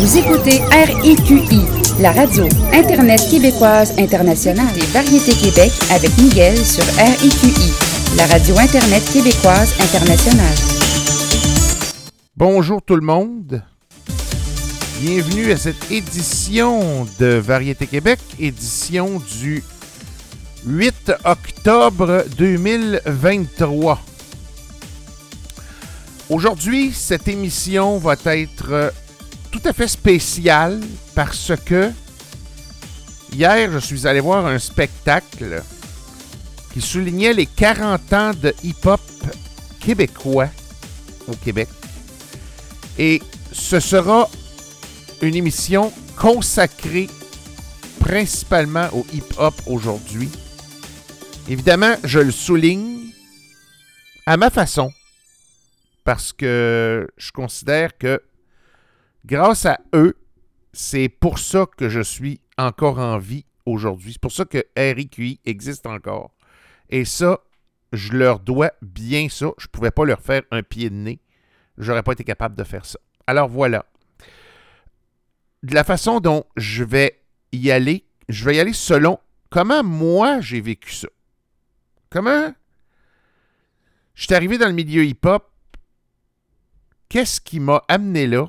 Vous écoutez RIQI, la radio Internet québécoise internationale et Variété Québec avec Miguel sur RIQI, la radio Internet québécoise internationale. Bonjour tout le monde. Bienvenue à cette édition de Variété Québec, édition du 8 octobre 2023. Aujourd'hui, cette émission va être tout à fait spéciale parce que hier, je suis allé voir un spectacle qui soulignait les 40 ans de hip-hop québécois au Québec. Et ce sera une émission consacrée principalement au hip-hop aujourd'hui. Évidemment, je le souligne à ma façon parce que je considère que grâce à eux, c'est pour ça que je suis encore en vie aujourd'hui. C'est pour ça que RIQI existe encore. Et ça, je leur dois bien ça. Je ne pouvais pas leur faire un pied de nez. Je n'aurais pas été capable de faire ça. Alors voilà. De la façon dont je vais y aller selon comment moi j'ai vécu ça. Comment je suis arrivé dans le milieu hip-hop. Qu'est-ce qui m'a amené là?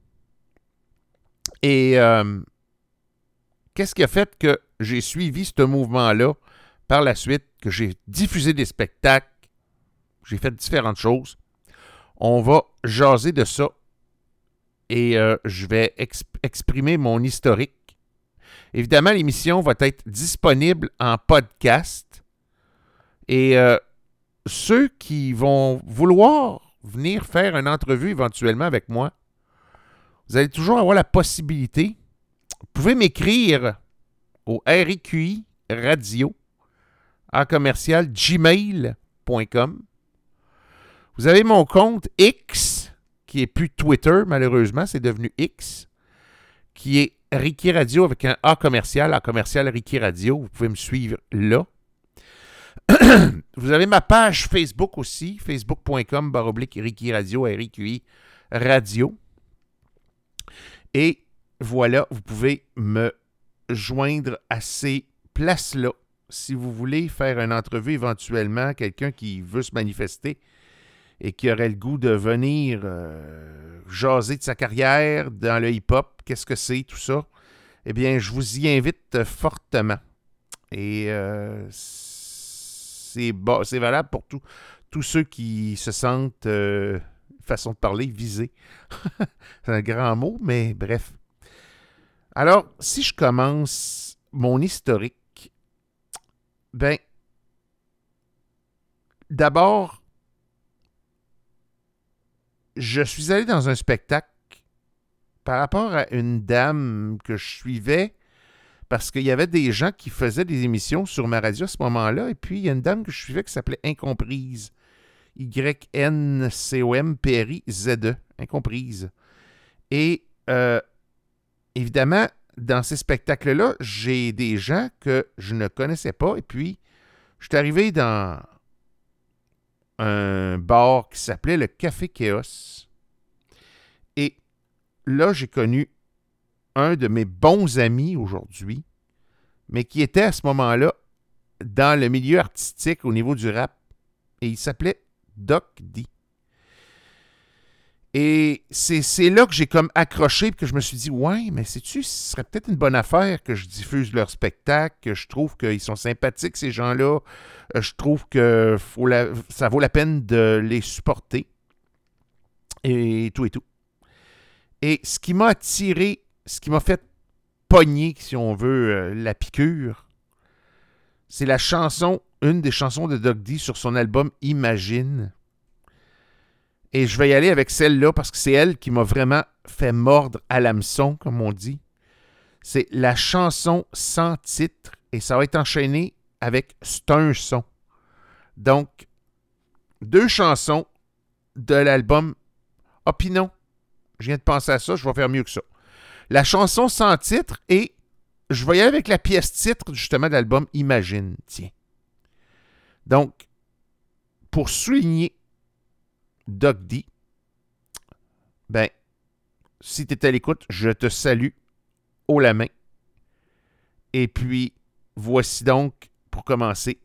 Et qu'est-ce qui a fait que j'ai suivi ce mouvement-là par la suite, que j'ai diffusé des spectacles, j'ai fait différentes choses. On va jaser de ça et je vais exprimer mon historique. Évidemment, l'émission va être disponible en podcast et ceux qui vont vouloir venir faire une entrevue éventuellement avec moi, vous allez toujours avoir la possibilité. Vous pouvez m'écrire au RIQI Radio en commercial gmail.com. Vous avez mon compte X, qui est plus Twitter, malheureusement, c'est devenu X, qui est Riqui Radio avec un A commercial Riqui Radio. Vous pouvez me suivre là. Vous avez ma page Facebook aussi, facebook.com/Riqui Radio, RIQI Radio. Et voilà, vous pouvez me joindre à ces places-là si vous voulez faire une entrevue éventuellement, quelqu'un qui veut se manifester et qui aurait le goût de venir jaser de sa carrière dans le hip-hop, qu'est-ce que c'est, tout ça, eh bien, je vous y invite fortement. Et c'est valable pour tous ceux qui se sentent, façon de parler, visés. C'est un grand mot, mais bref. Alors, si je commence mon historique, ben, d'abord, je suis allé dans un spectacle par rapport à une dame que je suivais parce qu'il y avait des gens qui faisaient des émissions sur ma radio à ce moment-là. Et puis, il y a une dame que je suivais qui s'appelait Incomprise. YNCOMPRIZE. Incomprise. Et évidemment, dans ces spectacles-là, j'ai des gens que je ne connaissais pas. Et puis, je suis arrivé dans un bar qui s'appelait le Café Chaos. Et là, j'ai connu un de mes bons amis aujourd'hui, mais qui était à ce moment-là dans le milieu artistique au niveau du rap. Et il s'appelait Doc D. Et c'est là que j'ai comme accroché et que je me suis dit, ouais, mais sais-tu, ce serait peut-être une bonne affaire que je diffuse leur spectacle, que je trouve qu'ils sont sympathiques, ces gens-là. Je trouve que ça vaut la peine de les supporter. Et tout et tout. Et ce qui m'a attiré, ce qui m'a fait pogner, si on veut, la piqûre, c'est la chanson, une des chansons de Doc D sur son album Imagine. Et je vais y aller avec celle-là parce que c'est elle qui m'a vraiment fait mordre à l'hameçon, comme on dit. C'est la chanson sans titre et ça va être enchaîné avec C'est un son. Donc, 2 chansons de l'album. Ah, puis non, je viens de penser à ça, je vais faire mieux que ça. La chanson sans titre et je vais y aller avec la pièce titre justement de l'album Imagine. Tiens. Donc, pour souligner Doc D, ben, si tu es à l'écoute, je te salue haut la main. Et puis, voici donc, pour commencer,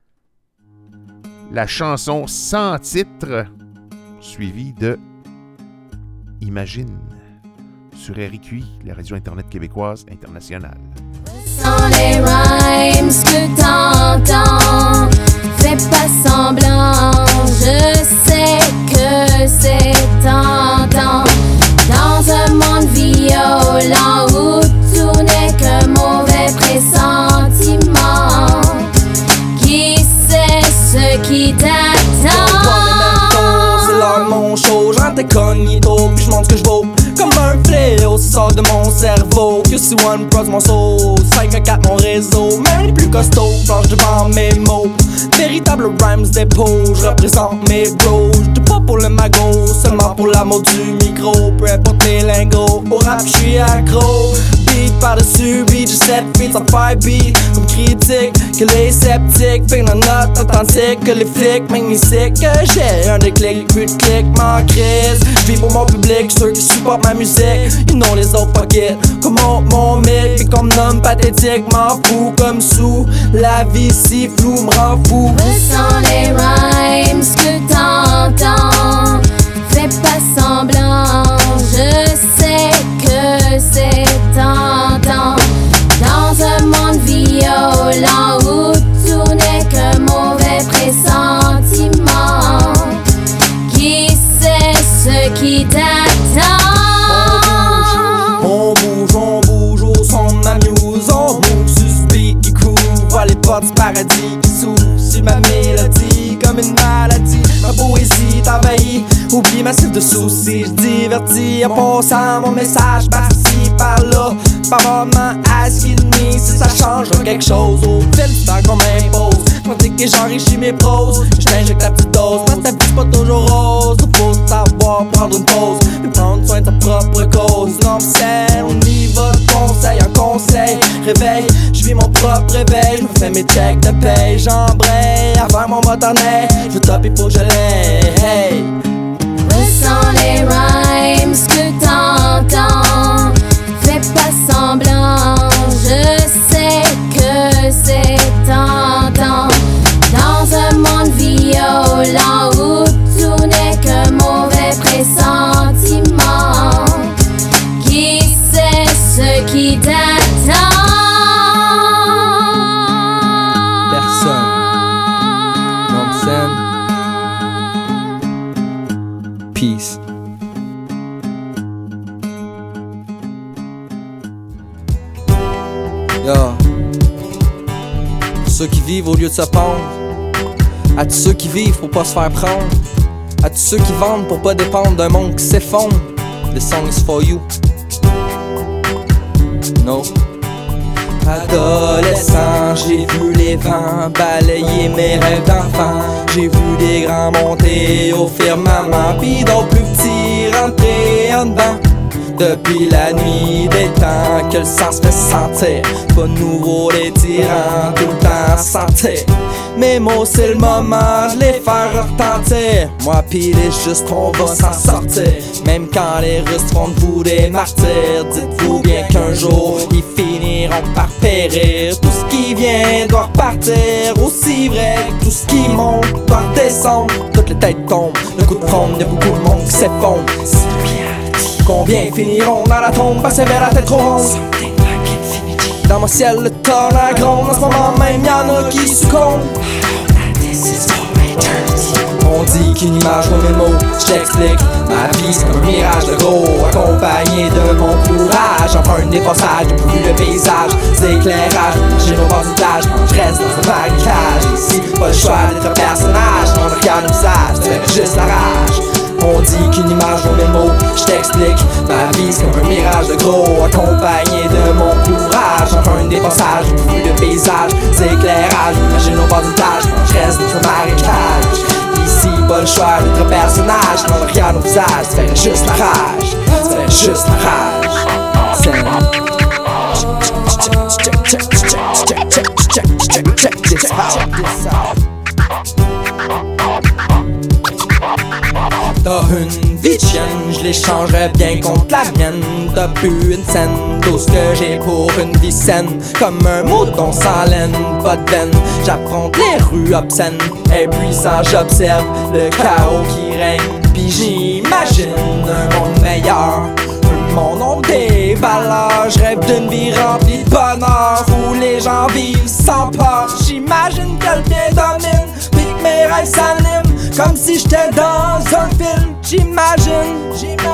la chanson sans titre, suivie de Imagine, sur RIQI, la radio Internet québécoise internationale. Sans les rhymes que t'entends, fais pas semblant, je sais que c'est tentant. Dans un monde violent où tout n'est que mauvais pressentiment, qui sait ce qui t'attend? C'est l'heure de mon show, j'rentre incognito, puis j'montre ce que j'vaux. Comme un fléau, ça sort de mon cerveau. QC1 Pros mon soul, 5 à 4 mon réseau. Même les plus costauds, planche devant mes mots. Véritable rhymes dépôt, j'représente mes bros. J'étais pas pour le magot, seulement pour l'amour du micro. Peu importe les lingots, au rap j'suis accro. Beat par-dessus beat, j'ai 7 beats en 5 beats. Comme critique, que les sceptiques fait une note authentique, que les flics magnifiques. Que j'ai un déclic, plus de clics, m'en crise. J'vis pour mon public, ceux qui supportent ma musique. Ils n'ont les autres pockets, comme mon mic. Puis qu'on me nomme pathétique, m'en fous comme sous. La vie si floue me rend fou. Ressens les rhymes que t'entends, fais pas semblant, je sais que c'est tentant. Dans un monde violent où tout n'est que mauvais pressentiment, qui sait ce qui t'attend? On bouge au son de ma muse. On move sur ce beat qui couvre les portes du paradis qui s'ouvrent sur ma mélodie comme une maladie. Ma poésie t'envahit, oublie massif de soucis. J'divertis en passant mon message par-ci, par-là. Par moment à ce qu'il nie, si ça change quelque chose au fil du temps qu'on m'impose. J'm'en que j'enrichis mes proses, j't'injecte la petite dose. Parce que ta vie c'est pas toujours rose, faut savoir prendre une pause, puis prendre soin de ta propre cause. Non c'est, on y va de conseil en conseil. Réveil, j'vis mon propre réveil, j'me fais mes checks de paye. J'embraye avant mon moteur neige, j'veux top il faut que je l'aie. Hey. Ressens les rhymes que t'entends, fais pas semblant, je sais que c'est tentant. Dans un monde violent où tout n'est que mauvais pressentiment, qui sait ce qui t'attend? Personne. Non, peace. Yo. Ceux qui vivent au lieu de se pendre, à tous ceux qui vivent pour pas se faire prendre, à tous ceux qui vendent pour pas dépendre d'un monde qui s'effondre. This song is for you. No. Adolescent, j'ai vu les vents balayer mes rêves d'enfant. J'ai vu des grands monter au firmament, pis d'autres plus petits rentrer en dedans. Depuis la nuit des temps que le sang se fait sentir, pas de nouveau les tyrans, tout le temps sentir. Mes mots c'est le moment de les faire retentir. Moi pis les justes on va s'en sortir. Même quand les Russes font de vous des martyrs, dites-vous bien qu'un jour ils finiront par périr. Tout ce qui vient doit repartir, aussi vrai que tout ce qui monte doit descendre. Toutes les têtes tombent, le coup de trompe, y'a beaucoup de monde qui s'effondre. Combien finiront dans la tombe, parce que vers la tête trop ronde. Dans mon ciel le temps la gronde, en ce moment même y'en a qui succombent. On dit qu'une image vaut mes mots, j't'explique. Ma vie c'est comme un mirage de gros, accompagné de mon courage. J'emprunte des passages, depuis le paysage, des éclairages. J'ai nos bords d'étage, j'reste dans un marécage. Ici, pas le choix d'être un personnage. On regarde le visage, c'est juste la rage. On dit qu'une image vaut mes mots, j't'explique. Ma vie c'est comme un mirage de gros, accompagné de mon courage. J'emprunte des passages, depuis le paysage, des éclairages. J'ai nos bords d'étage, j'reste dans un marécage. Ici, pas le choix d'être un personnage. Quand on regarde nos visages, ça fait juste la rage. Ça fait juste la rage. Check this out. T'as une vie de chienne, je l'échangerais bien contre la mienne. T'as plus une scène, tout ce que j'ai pour une vie saine. Comme un mouton sans laine, pas de veine. J'affronte les rues obscènes, impuissant j'observe le chaos qui règne. Puis j'imagine un monde meilleur, un monde ont des valeurs. Je rêve d'une vie remplie de bonheur, où les gens vivent sans peur. J'imagine que le bien domine, puis que mes rêves s'animent, comme si j'étais dans un film. J'imagine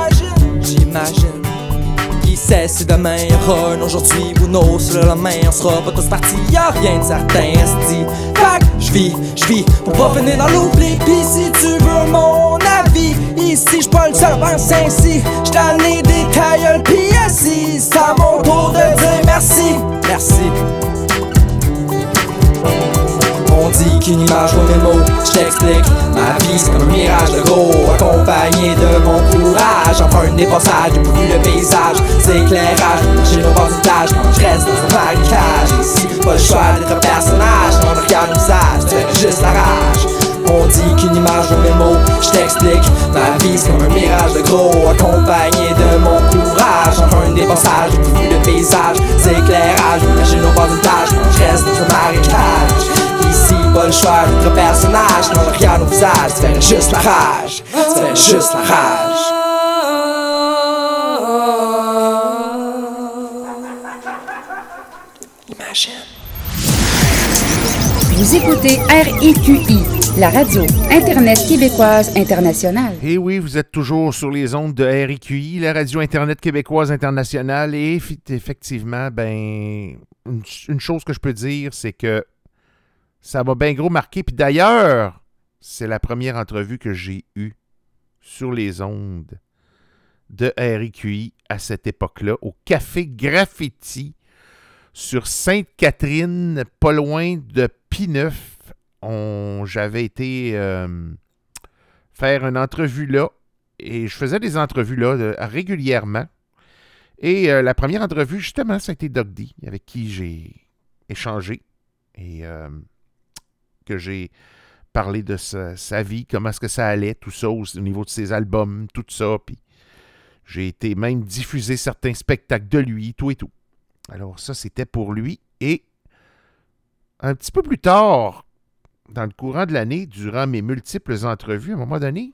qui sait si demain y'aura un aujourd'hui ou non, si le lendemain on sera pas tous partis, y'a rien de certain esti. Fait que j'vis pour pas finir dans l'oubli. Pis si tu veux mon avis, ici j'suis pas le seul à penser ainsi. J't'en ai des tailleuls pis assis, c'est à mon tour de dire merci. On dit qu'une image vaut mes mots, j't'explique. Ma vie c'est comme un mirage de gros, accompagné de mon courage. Enfin un dépassage, j'ai vu le paysage, c'est éclairage. J'ai nos bords d'étage quand j'reste dans un marécage. Ici, pas le choix d'être un personnage, on regarde le visage, tu juste la rage. On dit qu'une image vaut mes mots, j't'explique. Ma vie c'est comme un mirage de gros, accompagné de mon courage. Enfin un dépassage, j'ai vu le paysage, c'est éclairage. J'ai nos bords d'étage quand j'reste dans un marécage. Ici, pas le choix d'être personnage, quand on regarde au visage, tu fais juste la rage, Imagine. Vous écoutez RIQI, la radio Internet québécoise internationale. Et oui, vous êtes toujours sur les ondes de RIQI, la radio Internet québécoise internationale. Et effectivement, ben, une chose que je peux dire, c'est que ça m'a bien gros marqué. Puis d'ailleurs, c'est la première entrevue que j'ai eue sur les ondes de RIQI à cette époque-là, au Café Graffiti, sur Sainte-Catherine, pas loin de P9. J'avais été faire une entrevue là, et je faisais des entrevues là régulièrement. Et la première entrevue, justement, ça a été Doug D, avec qui j'ai échangé. Et que j'ai parlé de sa vie, comment est-ce que ça allait, tout ça, au niveau de ses albums, tout ça. Puis j'ai été même diffuser certains spectacles de lui, tout et tout. Alors ça, c'était pour lui. Et un petit peu plus tard, dans le courant de l'année, durant mes multiples entrevues, à un moment donné,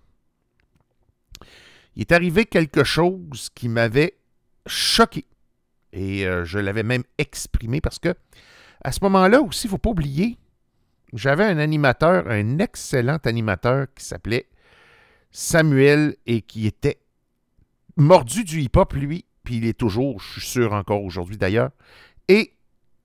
il est arrivé quelque chose qui m'avait choqué. Et je l'avais même exprimé parce que à ce moment-là aussi, il ne faut pas oublier, j'avais un animateur, un excellent animateur qui s'appelait Samuel et qui était mordu du hip-hop, lui, puis il est toujours, je suis sûr encore aujourd'hui d'ailleurs, et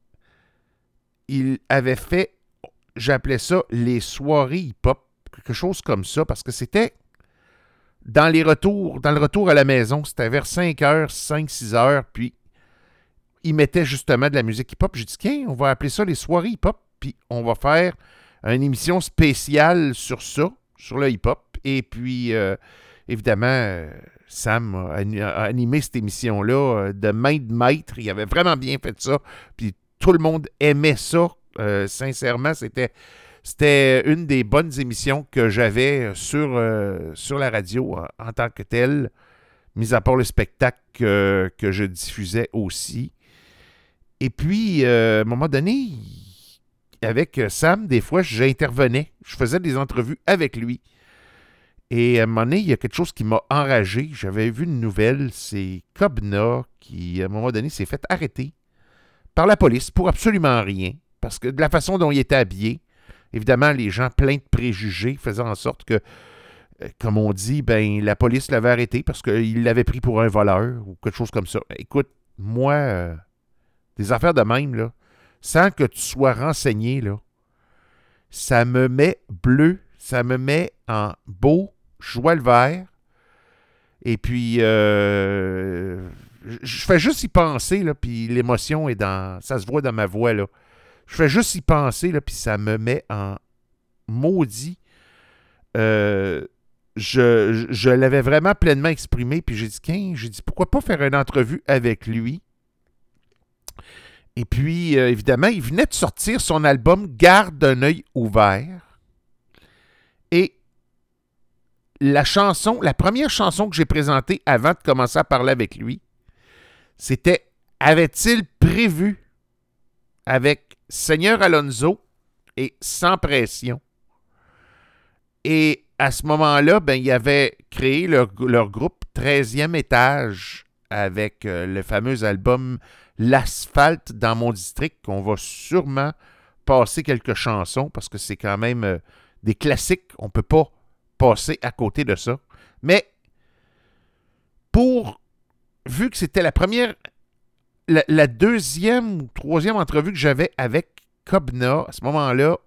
il avait fait, j'appelais ça les soirées hip-hop, quelque chose comme ça, parce que c'était dans le retour à la maison, c'était vers 5h, 5-6h, puis il mettait justement de la musique hip-hop. J'ai dit, tiens, on va appeler ça les soirées hip-hop, puis on va faire une émission spéciale sur ça, sur le hip-hop. Et puis, évidemment, Sam a animé cette émission-là de main de maître. Il avait vraiment bien fait ça, puis tout le monde aimait ça. Sincèrement, c'était une des bonnes émissions que j'avais sur la radio en tant que telle, mis à part le spectacle que je diffusais aussi. Et puis, à un moment donné, avec Sam, des fois, j'intervenais. Je faisais des entrevues avec lui. Et à un moment donné, il y a quelque chose qui m'a enragé. J'avais vu une nouvelle, c'est Kobna qui, à un moment donné, s'est fait arrêter par la police pour absolument rien. Parce que de la façon dont il était habillé, évidemment, les gens pleins de préjugés faisaient en sorte que, comme on dit, ben la police l'avait arrêté parce qu'il l'avait pris pour un voleur ou quelque chose comme ça. Écoute, moi, des affaires de même, là, sans que tu sois renseigné, là, ça me met bleu, ça me met en beau joie le vert. Et puis, je fais juste y penser, là, puis l'émotion est dans... Ça se voit dans ma voix, là. Je fais juste y penser, là, puis ça me met en maudit. Je l'avais vraiment pleinement exprimé, puis j'ai dit, pourquoi pas faire une entrevue avec lui? Et puis, évidemment, il venait de sortir son album « Garde un œil ouvert ». Et la première chanson que j'ai présentée avant de commencer à parler avec lui, c'était « Avait-il prévu » avec Seigneur Alonso et Sans pression. Et à ce moment-là, ils avaient créé leur groupe 13e étage avec le fameux album L'asphalte dans mon district, qu'on va sûrement passer quelques chansons parce que c'est quand même des classiques. On ne peut pas passer à côté de ça. Mais vu que c'était la deuxième ou troisième entrevue que j'avais avec Kobna, à ce moment-là,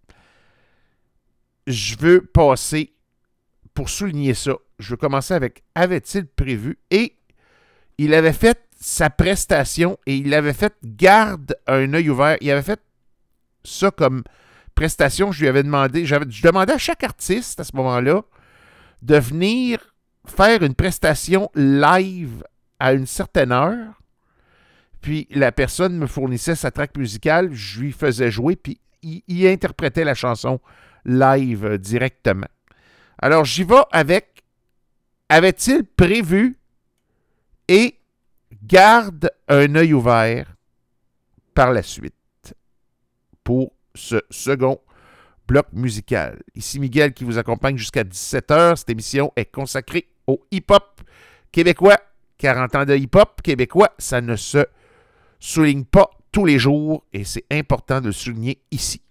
je veux passer, pour souligner ça, je veux commencer avec « Avait-il prévu » et il avait fait sa prestation et il avait fait « Garde un œil ouvert ». Il avait fait ça comme prestation. Je lui avais demandé, je demandais à chaque artiste à ce moment-là de venir faire une prestation live à une certaine heure. Puis la personne me fournissait sa track musicale, je lui faisais jouer, puis il interprétait la chanson live directement. Alors, j'y vais avec « Avait-il prévu » et « Garde un œil ouvert » par la suite pour ce second bloc musical. Ici Miguel qui vous accompagne jusqu'à 17h. Cette émission est consacrée au hip-hop québécois. 40 ans de hip-hop québécois, ça ne se souligne pas tous les jours et c'est important de le souligner ici.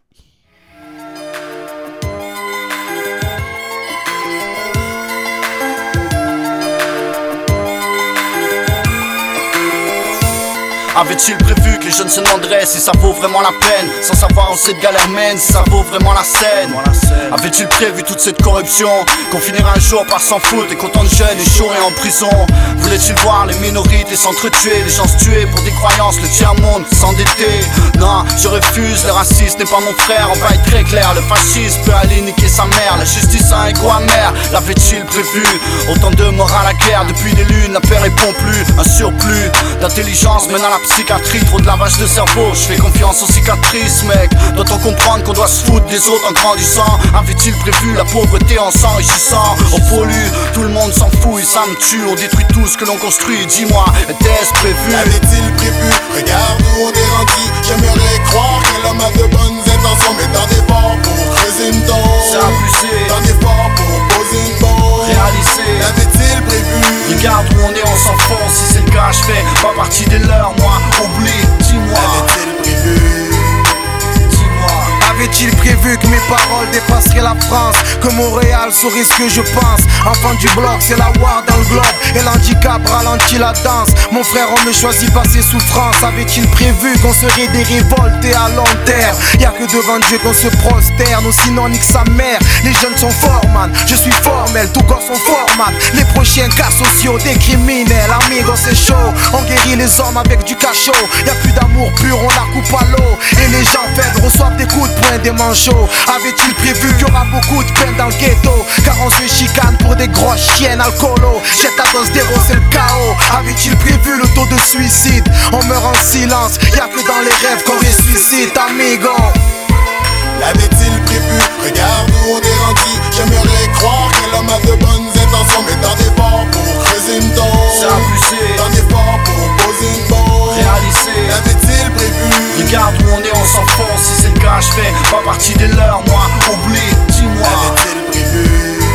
Avait-il prévu que les jeunes se demanderaient si ça vaut vraiment la peine, sans savoir où cette galère mène, si ça vaut vraiment la scène? Avait-il prévu toute cette corruption, qu'on finirait un jour par s'en foutre et qu'autant de jeunes échoueraient en prison? Voulait-il voir les minorités s'entretuer, les gens se tuer pour des croyances, le tiers-monde s'endetter? Non, je refuse, le racisme n'est pas mon frère, on va être très clair, le fascisme peut aller niquer sa mère, la justice a un goût amer, l'avait-il prévu? Autant de morts à la guerre, depuis des lunes, la paix répond plus, un surplus d'intelligence mène à la psychiatrie, trop de lavage de cerveau, je fais confiance aux cicatrices, mec. Doit-on comprendre qu'on doit se foutre des autres en grandissant? Avait-il prévu la pauvreté en s'enrichissant? On pollue, tout le monde s'en fout et ça me tue. On détruit tout ce que l'on construit, dis-moi, était-ce prévu? Avait-il prévu? Regarde où on est rendu. J'aimerais croire que l'homme a de bonnes intentions, mais tant d'efforts pour creuser une tombe. C'est abusé. Tant d'efforts pour poser une bombe. Réalisé. Avait-il prévu? Regarde où on est, on s'enfonce. Si c'est le cas, je fais pas partie des leurs, moi. Oublie, dis-moi. Avait-il prévu? Avait-il prévu que mes paroles dépasseraient la France, que Montréal saurait ce que je pense? Enfant du bloc, c'est la war dans le globe, et l'handicap ralentit la danse. Mon frère, on ne choisit pas ses souffrances. Avait-il prévu qu'on serait des révoltés à long terme? Y'a que devant Dieu qu'on se prosterne, ou sinon nique sa mère. Les jeunes sont forts, man, je suis formel, tout corps sont format. Les prochains cas sociaux, des criminels, amigos c'est chaud. On guérit les hommes avec du cachot. Y'a plus d'amour pur, on la coupe à l'eau. Et les gens faibles reçoivent des coups de poing, des manchots. Avait-il prévu qu'il y aura beaucoup de peine dans le ghetto? Car on se chicane pour des grosses chiennes alcoolo. Jette la dose d'héros, c'est le chaos. Avait-il prévu le taux de suicide? On meurt en silence, y'a que dans les rêves qu'on ressuscite, amigo. L'avait-il prévu? Regarde où on est rendu. J'aimerais croire que l'homme a de bonnes intentions, mais tant d'efforts pour creuser une tombe. C'est abusé. Tant d'efforts pour poser une bombe. Réalisé. L'avait-il prévu? Regarde où on est, on s'enfonce. Si c'est le cas, je fais pas partie des leurs, moi. Oublie, dis-moi. L'avait-il prévu?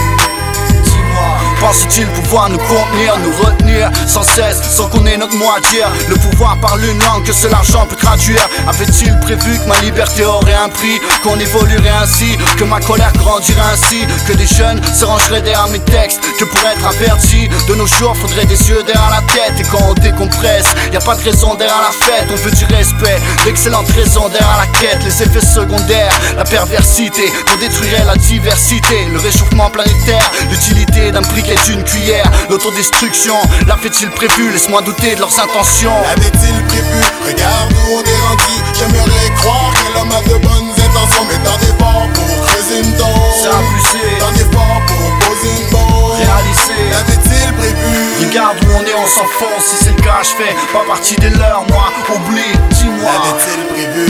Pense-t-il pouvoir nous contenir, nous retenir sans cesse, sans qu'on ait notre mot à dire? Le pouvoir parle une langue que seul l'argent peut traduire. Avait-il prévu que ma liberté aurait un prix, qu'on évoluerait ainsi, que ma colère grandirait ainsi, que des jeunes se rangeraient derrière mes textes, que pour être averti de nos jours faudrait des yeux derrière la tête? Et quand on décompresse, y a pas de raison derrière la fête. On veut du respect, d'excellentes raisons derrière la quête. Les effets secondaires, la perversité, qu'on détruirait la diversité, le réchauffement planétaire, l'utilité d'un briquet d'une cuillère, l'autodestruction, l'avait-il prévu? Laisse-moi douter de leurs intentions. L'avait-il prévu? Regarde où on est rendu. J'aimerais croire que l'homme a de bonnes intentions, mais tant d'efforts pour creuser une tombe. C'est abusé. Tant d'efforts pour poser une bombe. Réalisé. L'avait-il prévu? Regarde où on est, on s'enfonce. Si c'est le cas, je fais pas partie des leurs, moi. Oublie, dis-moi. L'avait-il prévu?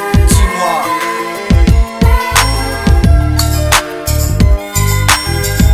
Dis-moi.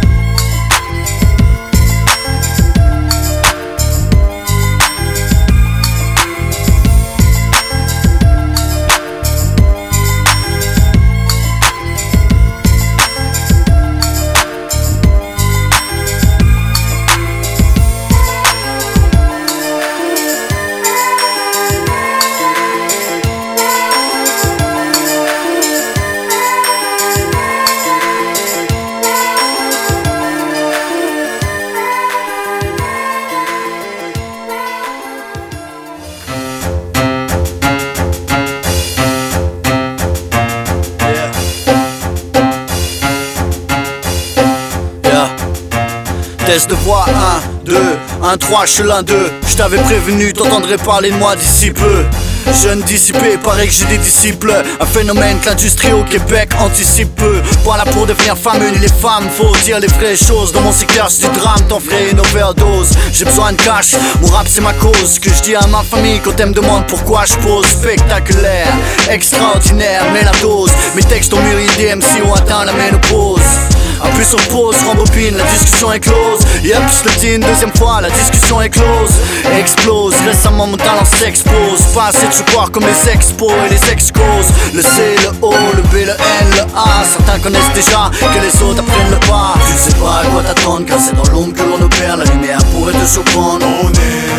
Test de voix, 1, 2, 1, 3, je suis l'un d'eux. Je t'avais prévenu, t'entendrais parler de moi d'ici peu. Jeune dissipé, paraît que j'ai des disciples. Un phénomène que l'industrie au Québec anticipe peu. Pas là pour devenir fameux ni les femmes, faut dire les vraies choses. Dans mon secteur c'est du drame, t'en ferais une overdose. J'ai besoin de cash, mon rap c'est ma cause. Que je dis à ma famille quand elle me demande pourquoi je pose. Spectaculaire, extraordinaire, mais la dose. Mes textes ont mûri des MC ont atteint la ménopause. Appuie sur pause, rembobine, la discussion est close. Yep, je le dis une deuxième fois, la discussion est close. Explose, récemment mon talent s'expose. Pas assez de support comme les expos et les ex-causes. Le C, le O, le B, le N, le A. Certains connaissent déjà, que les autres apprennent le pas. Tu ne sais pas à quoi t'attendre, car c'est dans l'ombre que l'on opère. La lumière pourrait te surprendre. On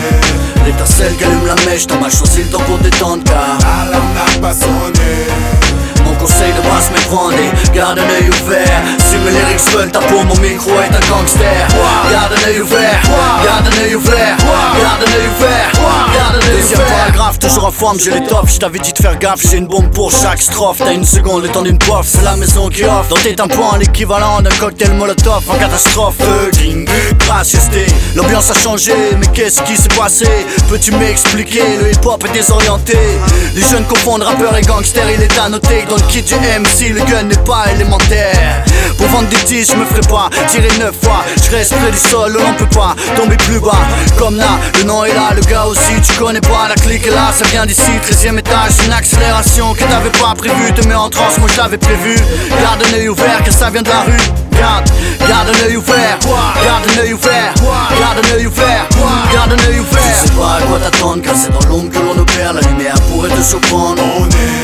est l'étincelle qui allume la mèche. T'en m'as choisi le temps pour détendre, car l'alarme n'a pas sonné. mon conseil de pas se méprendre et garde un œil ouvert. Si mes lyrics veulent ta peau, mon micro est un gangster. Garde un œil ouvert, garde un œil ouvert, garde un œil ouvert, garde un œil ouvert. Deuxième paragraphe, toujours en forme, j'ai l'étoffe. Je t'avais dit de faire gaffe, j'ai une bombe pour chaque strophe. T'as une seconde, le temps d'une pof, c'est la maison qui offre. Dans tes tampons, l'équivalent d'un cocktail molotov en catastrophe. King, gracieuseté, l'ambiance a changé, mais qu'est-ce qui s'est passé? Peux-tu m'expliquer? Le hip-hop est désorienté. Les jeunes confondent rappeur et gangster, il est à noter que dans le kit du MC, le gun n'est pas élémentaire. Pour vendre des tiges, je me ferai pas tirer 9 fois. Je reste près du sol, on peut pas tomber plus bas. Comme là, le nom est là, le gars aussi, tu connais pas. La clique est là, ça vient d'ici, 13e étage. Une accélération que t'avais pas prévu, te met en transe, moi je l'avais prévu. Garde un œil ouvert, car ça vient de la rue. Garde un œil ouvert, garde un œil ouvert, garde un œil ouvert, garde un œil ouvert. Tu sais pas à quoi t'attendre, car c'est dans l'ombre que l'on opère. La lumière pourrait te surprendre. On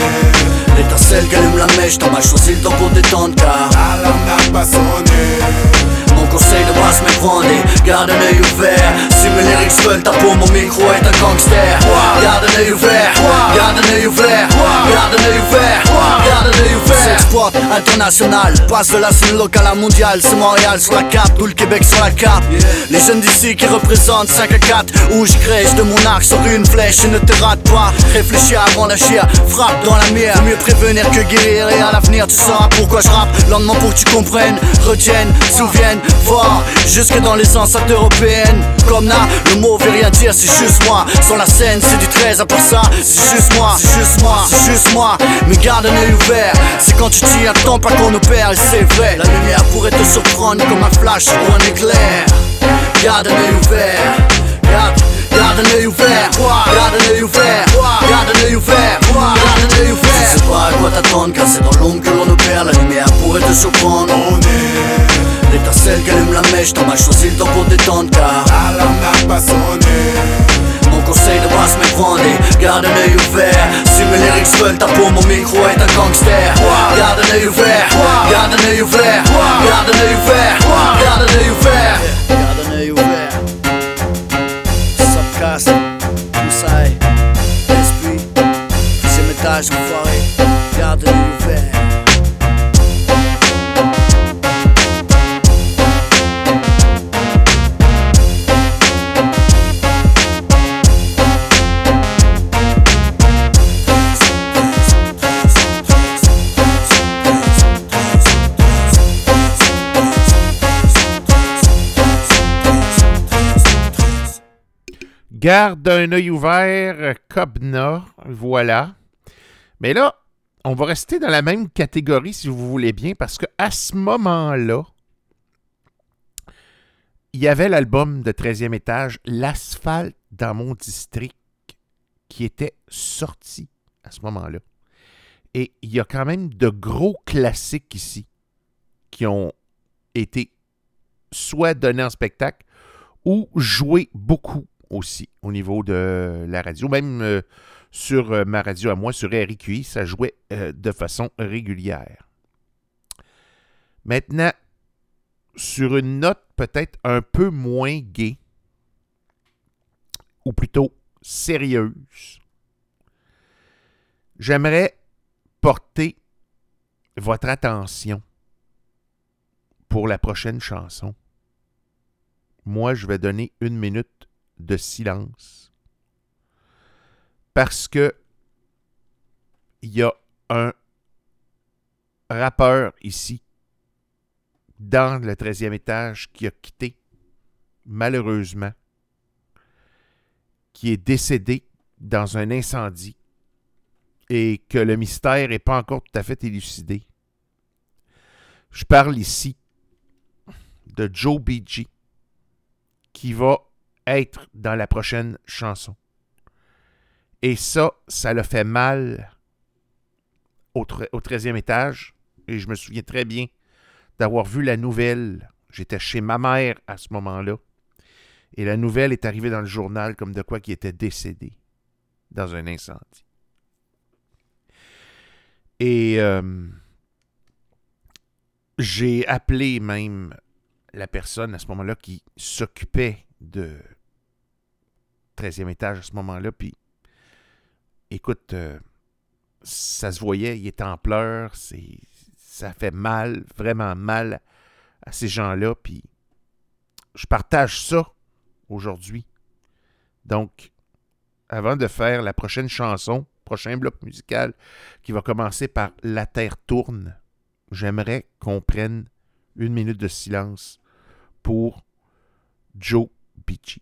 est l'étincelle qui allume la mèche. T'en m'as choisi le temps pour détendre, car l'alarme n'a pas sonné. mon conseil de pas se méprendre et garde un œil ouvert. Si mes lyrics veulent ta peau, mon micro est un gangster. Garde un œil ouvert, garde un œil ouvert, garde un œil ouvert, garde un œil ouvert. S'exploite international, passe de la scène locale à mondiale. C'est Montréal sur la carte, tout le Québec sur la carte. Les jeunes d'ici qui représentent 5 à 4. Où je crèche de mon arc sur une flèche et ne te rate pas. Réfléchis avant d'agir, frappe dans la mire. Mieux prévenir que guérir, et à l'avenir tu sauras pourquoi je rappe. Lentement pour que tu comprennes, retiennes, souviennes fort, jusque dans les enceintes européennes. Comme là, le mot veut rien dire, c'est juste moi. Sur la scène, c'est du 13, à part ça, c'est juste moi, c'est juste moi, c'est juste moi. Mais garde un œil ouvert, c'est quand tu t'y attends pas qu'on opère, et c'est vrai. La lumière pourrait te surprendre comme un flash ou un éclair. Garde un œil ouvert, garde un œil ouvert, garde un œil ouvert, garde un œil ouvert, garde un œil ouvert. Tu sais pas à quoi t'attendre, car c'est dans l'ombre que l'on opère. La lumière pourrait te surprendre. On est l'étincelle qui allume la mèche. T'en m'as choisi le temps pour détendre, car l'alarme n'a pas sonné. mon conseil de pas se méprendre et garde un œil ouvert. Si mes lyrics veulent ta peau, mon micro est un gangster. Garde un œil ouvert, garde un œil ouvert, garde un œil ouvert, garde un œil ouvert, garde un œil ouvert. Subcast, Moussaï, Esprit, 10e étage, enfoiré, garde un œil ouvert. Garde un œil ouvert, Cobna, voilà. Mais là, on va rester dans la même catégorie, si vous voulez bien, parce qu'à ce moment-là, il y avait l'album de 13e étage, L'asphalte dans mon district, qui était sorti à ce moment-là. Et il y a quand même de gros classiques ici qui ont été soit donnés en spectacle ou joués beaucoup aussi au niveau de la radio. Même sur ma radio à moi, sur RIQI, ça jouait de façon régulière. Maintenant, sur une note peut-être un peu moins gaie, ou plutôt sérieuse, j'aimerais porter votre attention pour la prochaine chanson. Moi, je vais donner 1 minute de silence parce que il y a un rappeur ici dans le 13e étage qui a quitté malheureusement, qui est décédé dans un incendie et que le mystère n'est pas encore tout à fait élucidé. Je parle ici de Joe BG, qui va être dans la prochaine chanson. Et ça l'a fait mal au 13e étage. Et je me souviens très bien d'avoir vu la nouvelle. J'étais chez ma mère à ce moment-là. Et la nouvelle est arrivée dans le journal comme de quoi qu'il était décédé dans un incendie. Et j'ai appelé même la personne à ce moment-là qui s'occupait de 13e étage à ce moment-là. Puis, écoute, ça se voyait, il était en pleurs. Ça fait mal, vraiment mal à ces gens-là. Puis, je partage ça aujourd'hui. Donc, avant de faire la prochaine chanson, prochain bloc musical qui va commencer par La Terre tourne, j'aimerais qu'on prenne 1 minute de silence pour Joe BG.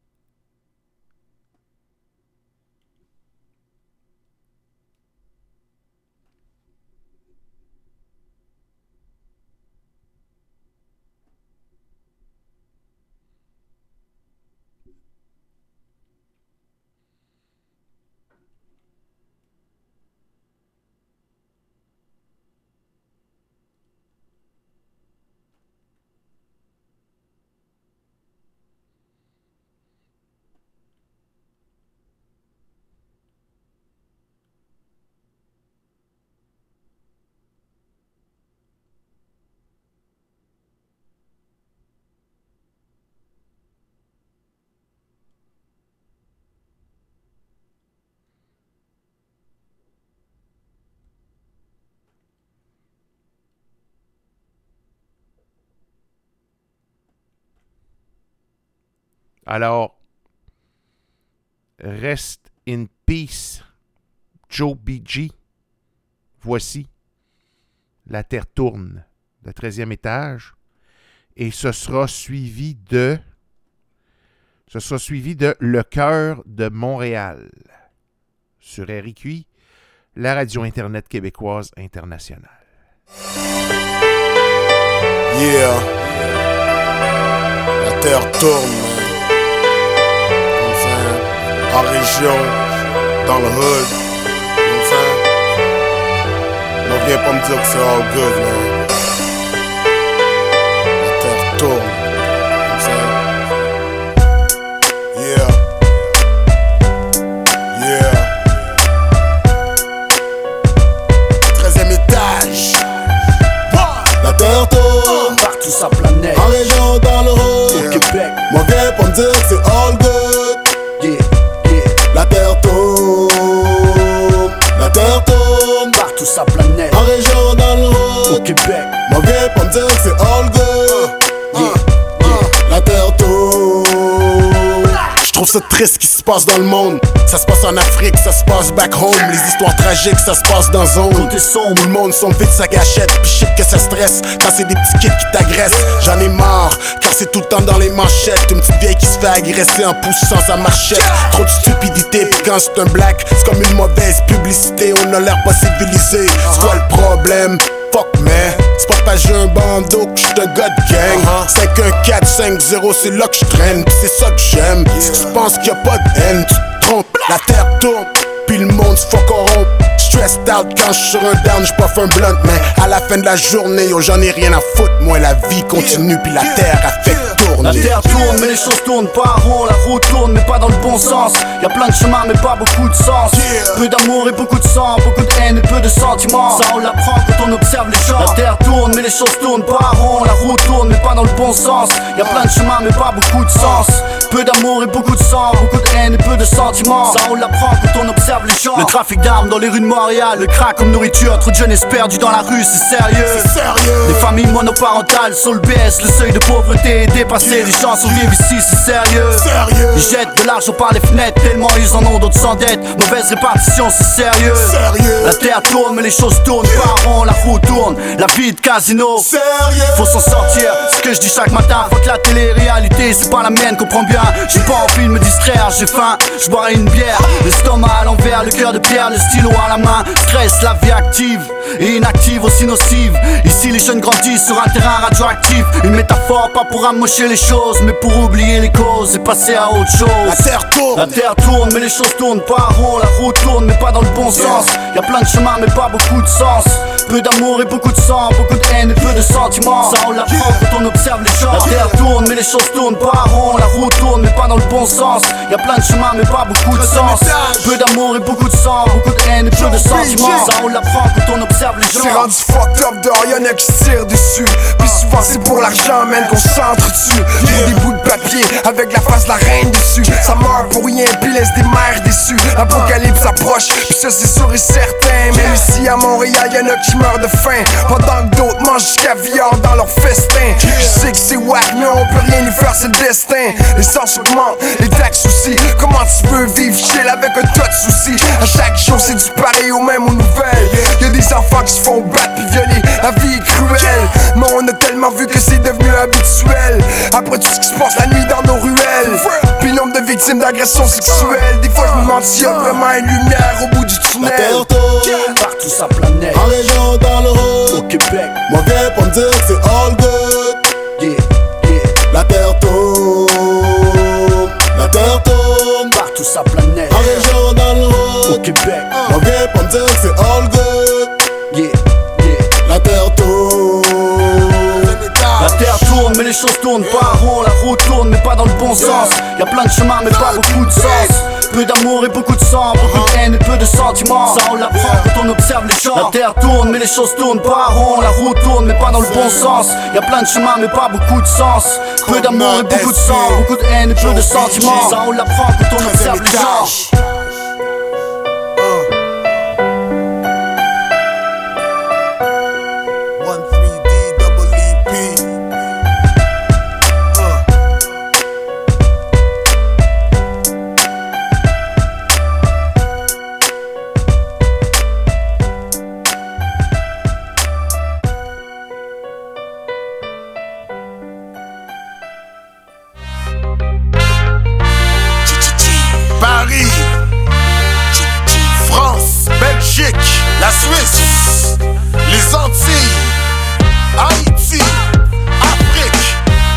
Alors, rest in peace, Joe BG. Voici La Terre tourne, le 13e étage. Et ce sera suivi de Le Cœur de Montréal sur RIQI, la radio Internet québécoise internationale. Yeah. La Terre tourne, man. En région, dans le hood, on vient pas me dire que c'est all good, man. La terre tourne, yeah, yeah. 13e étage, la terre tourne, partout sa planète, en région, dans le hood, au Québec, on vient pas me dire que c'est all good, yeah. La terre tourne, la terre tourne, Partout sa planète, en région, dans le au hood, Québec, m'en viens pas me dire que c'est all good, la terre tourne. Je trouve ça triste ce qui se passe dans le monde. Ça se passe en Afrique, ça se passe back home. Les histoires tragiques, ça se passe dans zone. Tout est sombre, Tout le monde son vide sa gâchette. Pis shit que ça stresse quand c'est des petits kids qui t'agressent. J'en ai marre, car c'est tout le temps dans les manchettes. Une petite vieille qui se fait agresser en poussant sa marchette. Trop de stupidité, pis quand c'est un black, c'est comme une mauvaise publicité. On a l'air pas civilisé. C'est quoi le problème? Fuck man, c'est pas parce que j'ai un bandeau que j'suis un gars de gang. 51450, c'est là que j'traîne, pis c'est ça que j'aime. Si tu penses qu'il y a pas de haine, tu te trompes. La terre tourne, pis le monde se faut corrompre. Stressed out quand j'suis sur un down, j'puff un blunt. Mais à la fin de la journée, yo j'en ai rien à foutre. Moi la vie continue, pis la terre a fait tourner. La terre tourne, mais les choses tournent pas rond. La route tourne, mais pas dans le bon sens. Y'a plein de chemins, mais pas beaucoup de sens. Peu d'amour et beaucoup de sang, beaucoup de haine et peu de sentiments. Ça on l'apprend quand on observe les gens. La terre tourne, mais les choses tournent pas rond. La route tourne, mais pas dans le bon sens. Y'a plein de chemins, mais pas beaucoup de sens. Peu d'amour et beaucoup de sang, beaucoup de haine haine et peu de sentiments. Ça on l'apprend quand on observe les gens. Le trafic d'armes dans les rues de Montréal, le crack comme nourriture. Trop de jeunesse perdue dans la rue, c'est sérieux. Les familles monoparentales sur le BS, le seuil de pauvreté est dépassé. Les gens survivent ici, c'est sérieux. Ils jettent de l'argent par les fenêtres, tellement ils en ont, d'autres s'endettent. Mauvaise répartition, c'est sérieux. La terre tourne mais les choses tournent pas rond, la roue tourne, la vie de casino. Faut s'en sortir, ce que je dis chaque matin. Faut que la télé-réalité c'est pas la mienne, comprends bien. J'ai pas envie de me distraire, j'ai faim, je boirai une bière. L'estomac à l'envers, le cœur de pierre, le stylo à la main. Stress, la vie active et inactive aussi nocive. Ici les jeunes grandissent sur un terrain radioactif. Une métaphore pas pour amocher les choses, mais pour oublier les causes et passer à autre chose. La terre tourne mais les choses tournent pas rond. La route tourne mais pas dans le bon sens. Y'a plein de chemins mais pas beaucoup de sens. Peu d'amour et beaucoup de sang, beaucoup de haine et peu de sentiments. Ça on l'apprend quand on observe les gens. La terre tourne mais les choses tournent pas rond. La route tourne mais pas dans le bon sens. Y'a plein de chemins mais pas beaucoup de sens. Peu d'amour et beaucoup de sang, beaucoup de haine et peu de sentiments. Ça on l'apprend quand on observe les gens. C'est rendu fucked up dehors, y'en a qui se tirent dessus. Puis souvent c'est pour l'argent, man, qu'on s'entretue. Pour des bouts de papier avec la face de la reine dessus. Ça meurt pour rien, puis laisse des mères déçues. Apocalypse approche, puis ça c'est sûr et certain. Même ici à Montréal, y'en a qui meurent de faim, pendant que d'autres mangent du caviar dans leur festin. Je sais que c'est wack, mais on peut rien y faire, c'est le destin. L'essence augmente, les taxes aussi. Comment tu peux vivre chill avec un tas de soucis? À chaque jour c'est du pareil au même aux nouvelles. Y'a des enfants qui se font battre puis violer, la vie est cruelle. Mais on a tellement vu que c'est devenu habituel. Après tout ce qui se passe la nuit dans nos ruelles, puis nombre de victimes d'agressions sexuelles. Des fois je me demande s'il y a vraiment une lumière au bout du tunnel. Partout sa planète, en région, dans le haut, au Québec. Moi viens pour me dire que c'est all good. Yeah, yeah. La terre tourne, la terre tourne. Partout sa planète, en région, dans le haut, au Québec. Moi viens pour me dire que c'est all good. Yeah, yeah. La terre tourne. La terre tourne mais les choses tournent pas rond. La route tourne mais pas dans le bon sens. Y'a plein de chemins mais pas beaucoup de sens. Peu d'amour et beaucoup de sang, beaucoup de haine et peu de sentiments. Ça on l'apprend quand on observe les gens. La terre tourne mais les choses tournent pas rond. La route tourne mais pas dans le bon sens. Y'a plein de chemins mais pas beaucoup de sens. Peu d'amour et beaucoup de sang, beaucoup de haine et peu de sentiments. Ça on l'apprend quand on observe les gens. La Suisse, les Antilles, Haïti, Afrique,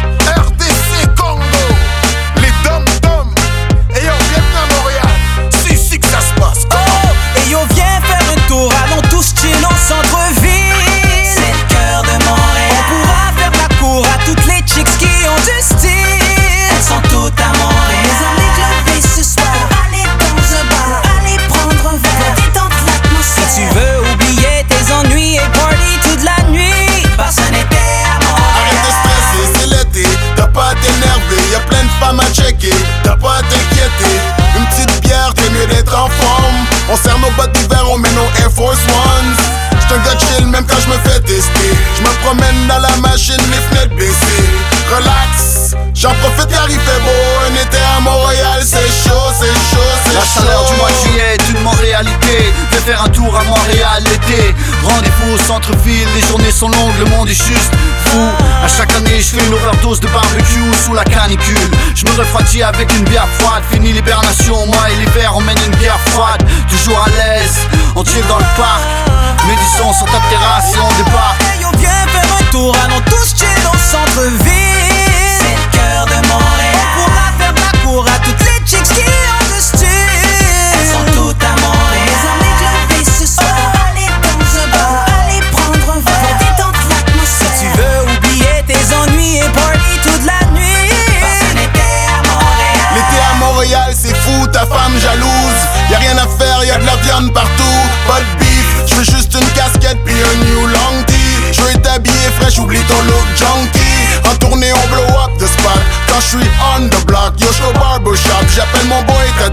RDC, Congo, les Dom-Dom. Et yo, bienvenue à Montréal, c'est ici que ça se passe. Oh, et yo, viens faire un tour, allons tous chill au centre-ville. C'est le cœur de Montréal. On pourra faire la cour à toutes les chicks qui ont du style. Elles sont toutes à Montréal. Les amis clubés ce soir, allez dans un bar, allez prendre un verre, détendre l'atmosphère. Si tu veux oublier tes ennuis et party toute la nuit, passe un été à Montréal. Arrête de stresser, c'est l'été, t'as pas à t'énerver, y'a plein de femmes à checker, t'as pas à t'inquiéter. Une petite bière, t'es mieux d'être en forme. On serre nos bottes d'hiver, on met nos Air Force Ones. J'suis un gars chill même quand j'me fais tester. J'me promène dans la machine, les fenêtres baissées. Relax, j'en profite, y'arrive beau. Un été à Montréal, c'est chaud, c'est chaud, c'est chaud. La chaleur du mois de juillet est une Montréalité. Fais faire un tour à Montréal l'été. Rendez-vous au centre-ville, les journées sont longues, le monde est juste fou. À chaque année je fais une overdose de barbecue sous la canicule. Je me refroidis avec une bière froide. Fini l'hibernation, moi et l'hiver on mène une bière froide. Toujours à l'aise, on chill dans le parc. Médisons sur ta terrasse et on débarque. Hey yo, viens faire un tour, allons tous chill au centre-ville. C'est le cœur de Montréal. On pourra faire la cour à toutes les chicks qui ont du style. Elles sont toutes à Montréal. Les amis clubés ce soir, allez dans un bar, allez prendre un verre, détendre l'atmosphère. Si tu veux oublier tes ennuis et party toute la nuit, passe un été à Montréal. L'été à Montréal, c'est fou, ta femme jalouse. Y'a rien à faire, y'a de la viande partout. Pas de beef, j'veux juste une casquette puis un new long tee. J'veux être habillé fraîche, oublie ton look junkie. En tournée, on blow up the spot. Quand j'suis on the block, yo j'suis au barbershop. J'appelle mon boy, t'as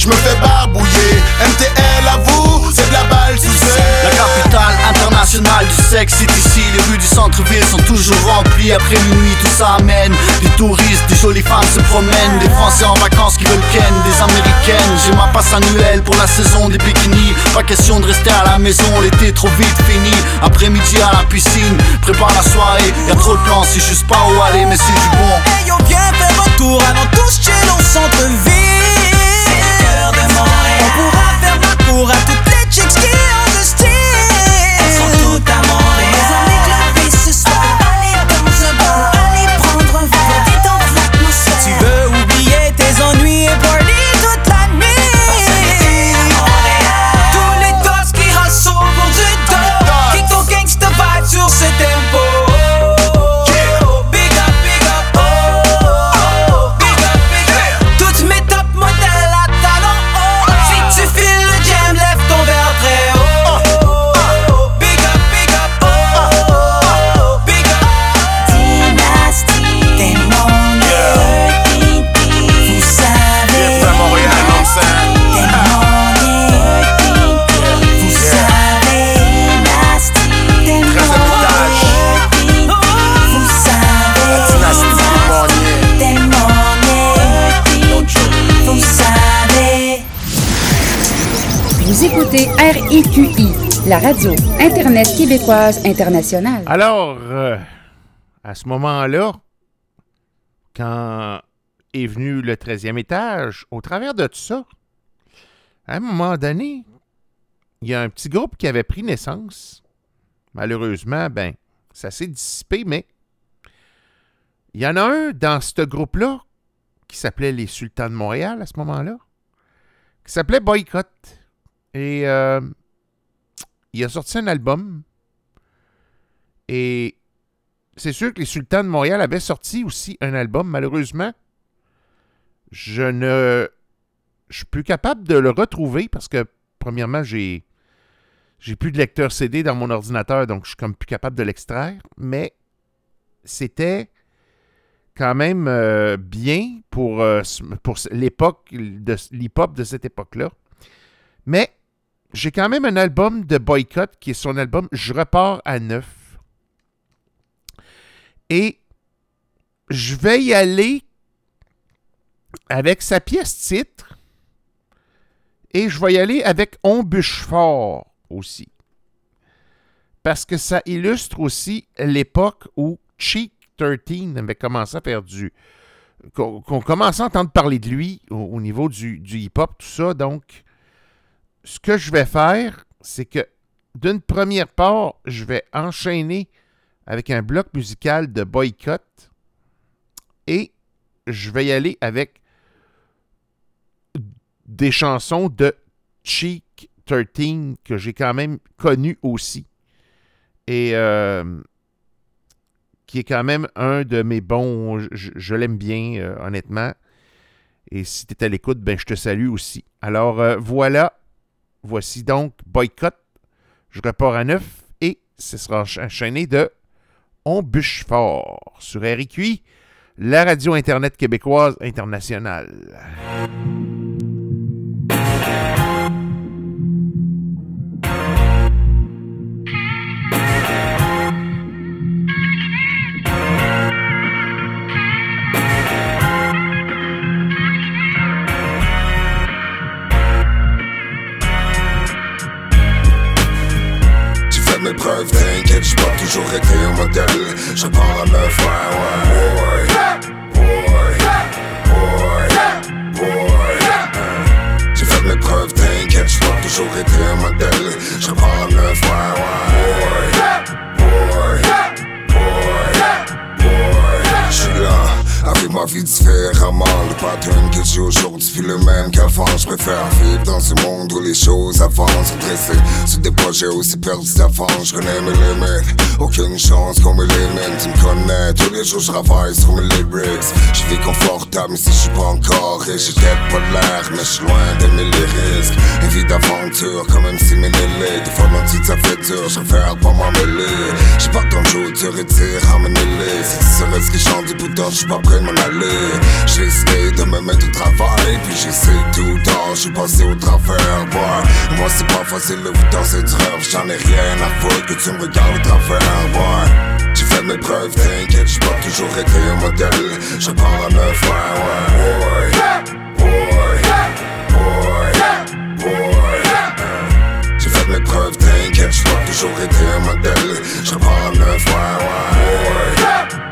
je me fais barbouiller. MTL à vous, c'est de la balle sous La capitale internationale du sexe est ici. Les rues du centre-ville sont toujours remplies. Après minuit tout ça amène des touristes, des jolies femmes se promènent, des Français en vacances qui veulent ken, des Américaines. J'ai ma passe annuelle pour la saison des bikinis. Pas question de rester à la maison, l'été trop vite fini. Après-midi à la piscine, prépare la soirée. Y'a trop de plans, c'est juste pas où aller, mais c'est du bon. Hey yo, viens faire un tour, allons tous chill au centre-ville. C'est le cœur de Montréal. On pourra faire ma cour à toutes les chicks qui ont de style. Elles sont toutes à Montréal. Les amis clubbés ce soir, allez dans un bar, allez prendre un verre, détendre l'atmosphère. Tu veux oublier tes ennuis et party toute la nuit. Tous les gosses qui rassent au bout du dos, kick ton gangsta vibe sur ce tempo. Vous écoutez RIQI, la radio Internet québécoise internationale. Alors, à ce moment-là, quand est venu le 13e étage, au travers de tout ça, à un moment donné, il y a un petit groupe qui avait pris naissance. Malheureusement, ben, ça s'est dissipé, mais il y en a un dans ce groupe-là qui s'appelait les Sultans de Montréal à ce moment-là, qui s'appelait Boycott. Et il a sorti un album. Et c'est sûr que les Sultans de Montréal avaient sorti aussi un album. Malheureusement, je suis plus capable de le retrouver parce que, premièrement, j'ai plus de lecteur CD dans mon ordinateur, donc je suis comme plus capable de l'extraire. Mais c'était quand même bien pour l'époque de l'hip-hop de cette époque-là. Mais j'ai quand même un album de Boycott qui est son album « Je repars à neuf ». Et je vais y aller avec sa pièce titre et je vais y aller avec « On bûche fort » aussi. Parce que ça illustre aussi l'époque où Cheek 13 avait commencé à faire qu'on commençait à entendre parler de lui au niveau du hip-hop, tout ça. Donc, ce que je vais faire, c'est que d'une première part, je vais enchaîner avec un bloc musical de Boycott et je vais y aller avec des chansons de Cheek 13 que j'ai quand même connues aussi et qui est quand même un de mes bons, je l'aime bien honnêtement, et si tu es à l'écoute, ben je te salue aussi. Alors voici donc Boycott, Je repars à neuf et ce sera enchaîné de On bûche fort sur RIQI, la radio Internet québécoise internationale. Mes preuves, t'inquiète, j'ai pas toujours été un modèle. Je repars à neuf, J'ai fait mes preuves, t'inquiète, j'ai pas toujours été un modèle. Je repars à neuf, J'suis là, avec ma vie différemment. Le pattern que j'ai aujourd'hui puis le même qu'avant. Je préfère vivre dans ce monde où les choses avancent. Dressé sur des projets aussi perdus d'avance. Je connais mes limites, aucune chance qu'on m'élimine. Tu me connais, tous les jours je travaille sur mes lyrics. Je vis confortable mais si je suis pas encore riche. J'ai peut-être pas de l'air mais je suis loin d'aimer les risques. Une vie d'aventure comme MC Ménélé. Des fois mon titre ça fait dur, je préfère pas m'en mêler. J'ai pas tant de jours de retire, ramenez-les. Si tu serais ce qui chante du bout d'or, je suis pas prêt de m'en aller. J'ai essayé de me mettre au travail. Puis j'essaie tout le temps, je suis passé au travers, ouais. Moi c'est pas facile de vous danser du rêve, j'en ai rien à foutre que tu me regardes au travers, ouais. J'ai fait mes preuves, t'inquiète, j'ai pas toujours été un modèle. Je pars à 9, ouais. J'ai fait mes preuves, t'inquiète, j'ai pas toujours été un modèle. Je pars à 9, ouais.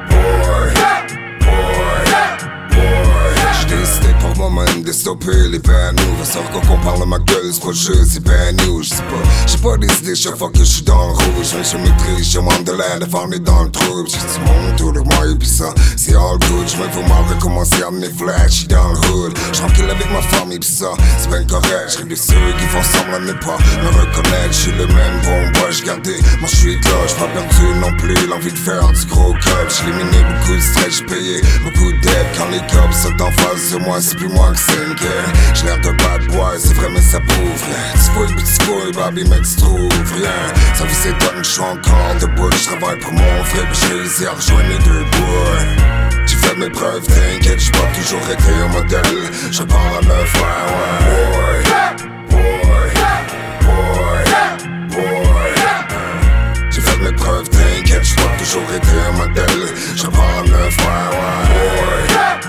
J'ai décidé pour moi-même de stopper les bad news. Ressort quand on parle de ma gueule, c'est pas juste, c'est bad news. J'ai pas décidé chaque fois que je suis dans le rouge. Mais je maîtrise, je manque de l'air de faire dans le trouble. J'ai du monde autour de moi et pis ça, c'est all good. J'me faut mal recommencer à amener flash dans le hood. J'tranquille avec ma famille pis ça, c'est ben correct. J'rêve de ceux qui font semblant de ne pas me reconnaître. J'suis le même bon boy, j'gardais mon street là. J'suis pas perdu non plus, l'envie de faire du gros cut. J'ai éliminé beaucoup de stress, j'ai payé beaucoup de dettes. Quand les cops sont en face de moi, c'est plus moi que 5 ans. J'ai l'air de bad boy, c'est vrai mais ça prouve rien. Tu fouilles, baby, mais tu trouves rien. Sa vie s'étonne, je suis encore debout. Je travaille pour mon frère, puis j'ai réussi à rejoindre les deux bouts. J'ai fait mes preuves, t'inquiète, j'ai pas toujours été un modèle. Je pars à 9, ouais. J'ai fait mes preuves, t'inquiète, j'ai pas toujours été un modèle. Je pars à 9, ouais.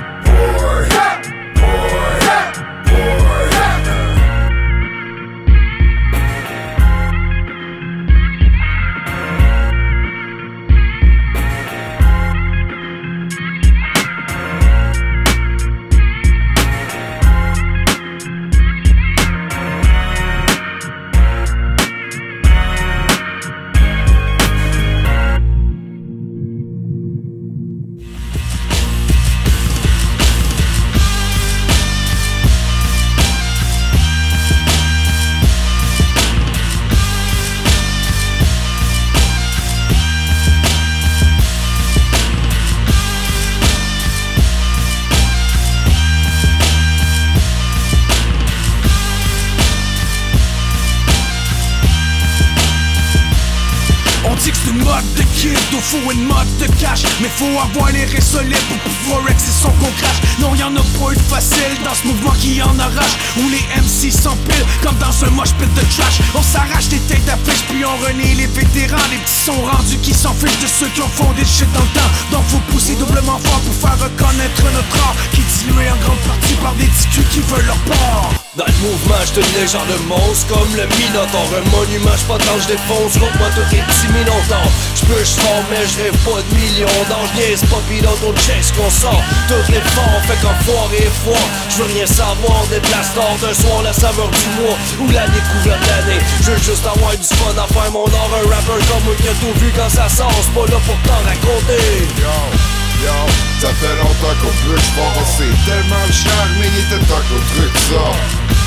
Faut une mode de cash, mais faut avoir les reins solides pour pouvoir exer son qu'on crache. Non, y'en a pas eu de facile dans ce mouvement qui en arrache, où les MC s'empilent comme dans un mosh pit de trash. On s'arrache des têtes d'affiche puis on renie les vétérans. Les petits sont rendus qui s'en fichent de ceux qui ont fondé le shit dans le temps. Donc faut pousser doublement fort pour faire reconnaître notre art, qui est dilué en grande partie par des petits culs qui veulent leur part. Dans le mouvement, j'te une légende de monstre comme le Minotaure. Un monument, j'pas tant j'défonce, compte-moi tous les petits minotaures. J'peux j'fort, mais j'rêve pas de millions d'anges. J'niaise pas pis dans ton checks qu'on sort. Toutes les forts, fait qu'en foire et foire. J'veux rien savoir des blasters d'un soir, la saveur du mois ou la découverte de l'année. J'veux juste avoir du fun à faire mon art. Un rapper comme moi qui a tout vu quand ça sort. C'est pas là pour t'en raconter. Yo, ça fait longtemps qu'on peut j'penser tellement cher, mais il était temps qu'au truc sort.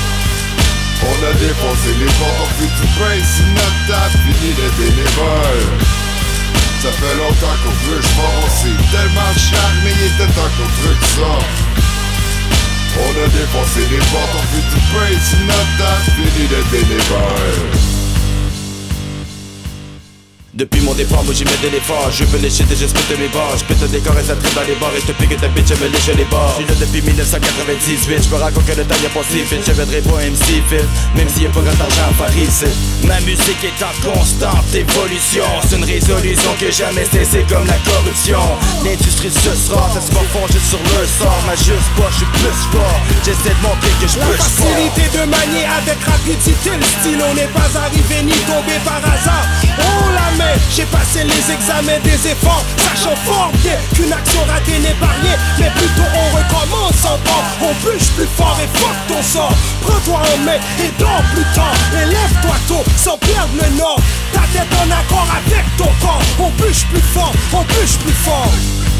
On a défoncé les portes, on fait tout près, si notre table fini les bénévoles. Ça fait longtemps qu'on peut j'penser tellement cher, mais il était temps qu'au truc sort. On a défoncé les portes, on fait tout près, si notre table fini les bénévoles. Depuis mon départ, moi j'y mets de l'effort. Je veux lécher et je spite mes barres. Je pète des corps et ça traite dans les bars. Et je te pique ta bitch, je me lèche les barres. J'suis là depuis 1998. Je me raconte que le temps y'a pas si vite. Je viendrai pas MC vite, même s'il y a pas grand argent à faire ici. Ma musique est en constante évolution. C'est une résolution que jamais cessé comme la corruption. L'industrie se sera, ça se va fonger sur le sort. Mais juste pas, j'suis plus fort. J'essaie de montrer que je push fort. La facilité de manier avec rapidité. Le style, on n'est pas arrivé ni tombé par hasard. Oh la main, j'ai passé les examens des efforts, sachant fort bien qu'une action ratée n'est pas rien. Mais plutôt on recommence encore, on bûche plus fort et fuck ton sort. Prends-toi en main et dors plus tard. Élève-toi tôt sans perdre le nord. Ta tête en accord avec ton corps. On bûche plus fort, on bûche plus fort.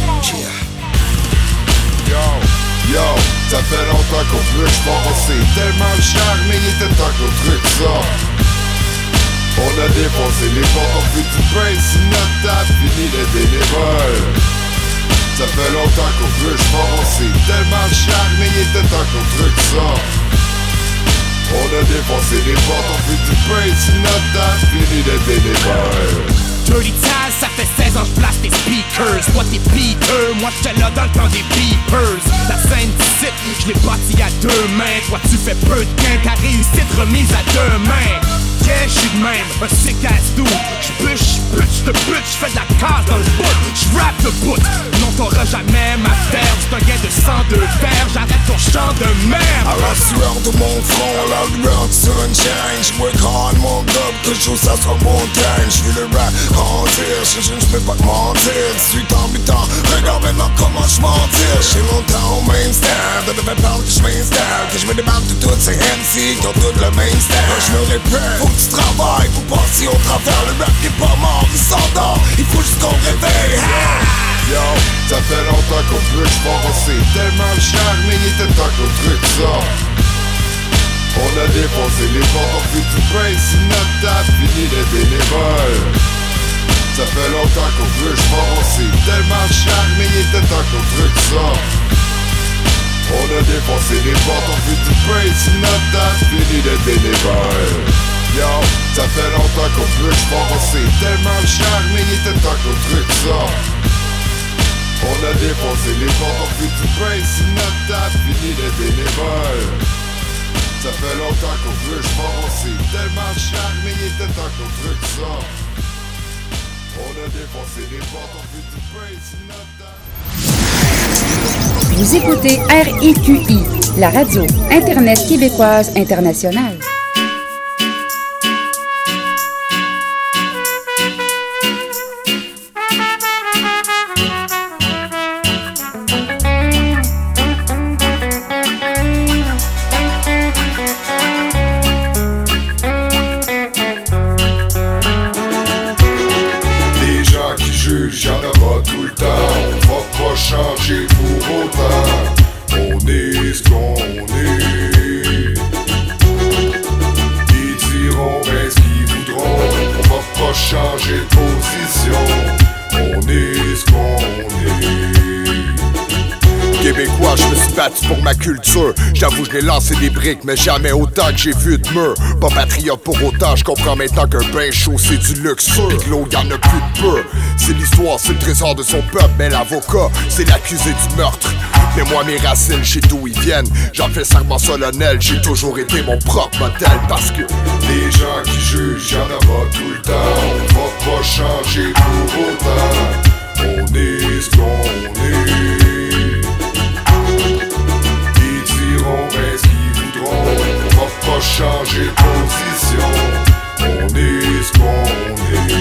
Yo, ça fait longtemps qu'on peut j'penser tellement cher, mais il était temps qu'au truc sort. On a défoncé les portes, on fait tout près, si notre table fini les bénévoles. Ça fait longtemps qu'on peut j'penser tellement cher, mais il était temps qu'au truc sort. On a défoncé les portes, on fait tout près, si notre table fini les bénévoles. Dirty Taz, ça fait 16 ans j'place tes speakers. Moi t'es Peter, moi j'étais là dans le temps des beepers. La scène d'ici Je l'ai bâti à 2 mains. Toi tu fais peu de gain, ta réussite remise à 2 mains. Yeah, j'suis de même, un sick ass dude. J'bûche, j'te bute, j'fais de la casse dans le bout. J'rappe le bout, non t'auras jamais ma terre. C'est un gain de 102 verres, j'arrête ton chant de merde. À la sueur de mon front, la lueur du sunshine. J'work hard, mon job, toujours ça sera montagne. J'vis le rap grandir, j'peux pas te mentir. 18 ans, 8 ans, regarde maintenant comment j'mentir. J'ai mon temps au même style, de devait parler que j'm'installe. Que j'me débarque de toutes ces MC qui ont toutes le même style. J'me répète, faut que tu travailles pour passer au travers. Le rap n'est pas mort, il s'endort, il faut juste qu'on réveille. Yo, ça fait longtemps qu'on veut j'penser tellement cher, mais il était temps qu'au truc sort. On a défoncé les portes, on fait du pain, si notre table fini les bénévoles. Ça fait longtemps qu'on veut j'penser tellement cher, mais il était temps qu'au truc sort. On a défoncé les portes, on fait du pain, si notre table fini les bénévoles. Yo, ça fait longtemps qu'on veut j'penser tellement cher, mais il était temps qu'au truc sort. On a défoncé les portes, on fait du pain, si notre table fini les bénévoles. Ça fait longtemps qu'on veut j'penser tellement cher, mais il était temps qu'au truc sort. On a défoncé les portes, on fait du pain, si notre table. Vous écoutez RIQI, la radio Internet québécoise internationale. Y'en aura tout le temps, on va pas changer pour autant. On est ce qu'on est. Ils diront ben ce qu'ils voudront, on va pas changer de position. On est ce qu'on est. Québécois, je me suis battu pour ma culture. J'avoue, je l'ai lancé des briques, mais jamais autant que j'ai vu de murs. Pas patriote pour autant, je comprends maintenant qu'un bain chaud c'est du luxe. Pis que l'eau, y'en a plus de peu. C'est l'histoire, c'est le trésor de son peuple, mais l'avocat, c'est l'accusé du meurtre. Mais moi, mes racines, je sais d'où ils viennent. J'en fais serment solennel, j'ai toujours été mon propre modèle. Parce que les gens qui jugent, y'en aura tout le temps. On va pas changer pour autant. On est ce qu'on est. Ben ce qu'ils voudront, on va pas changer de position. On est ce qu'on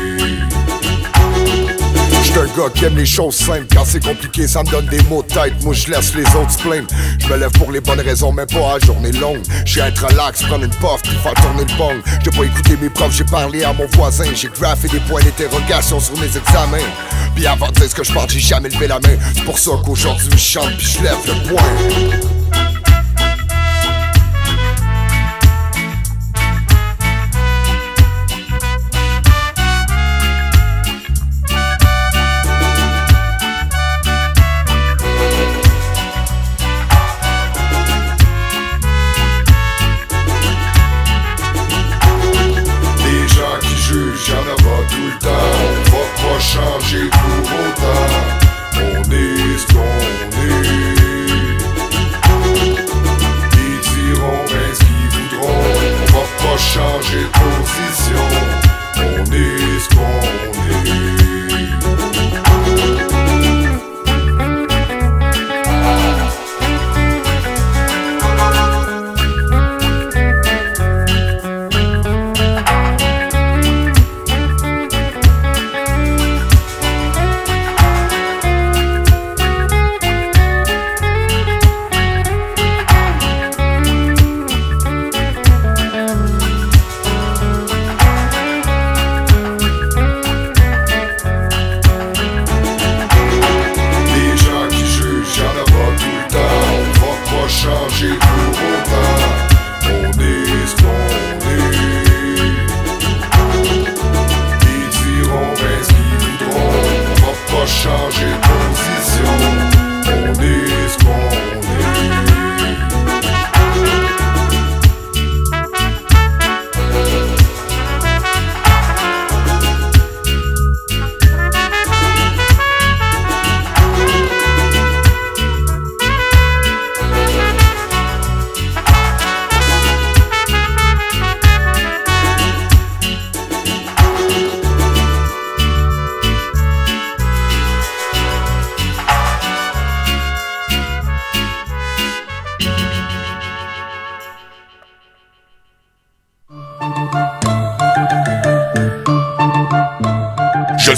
est. J'suis un gars qui aime les choses simples. Quand c'est compliqué, ça me donne des mots de tête. Moi je laisse les autres se plaindre. Je me lève pour les bonnes raisons, mais pas à journée longue. J'ai être relax, prendre une puff puis faire tourner le bong. J'ai pas écouté mes profs, j'ai parlé à mon voisin. J'ai graffé des points d'interrogation sur mes examens. Puis avant de dire ce que je pense, j'ai jamais levé la main. C'est pour ça qu'aujourd'hui je chante puis je lève le poing. Y'en aura tout le temps, on va pas changer pour autant. On est ce qu'on est.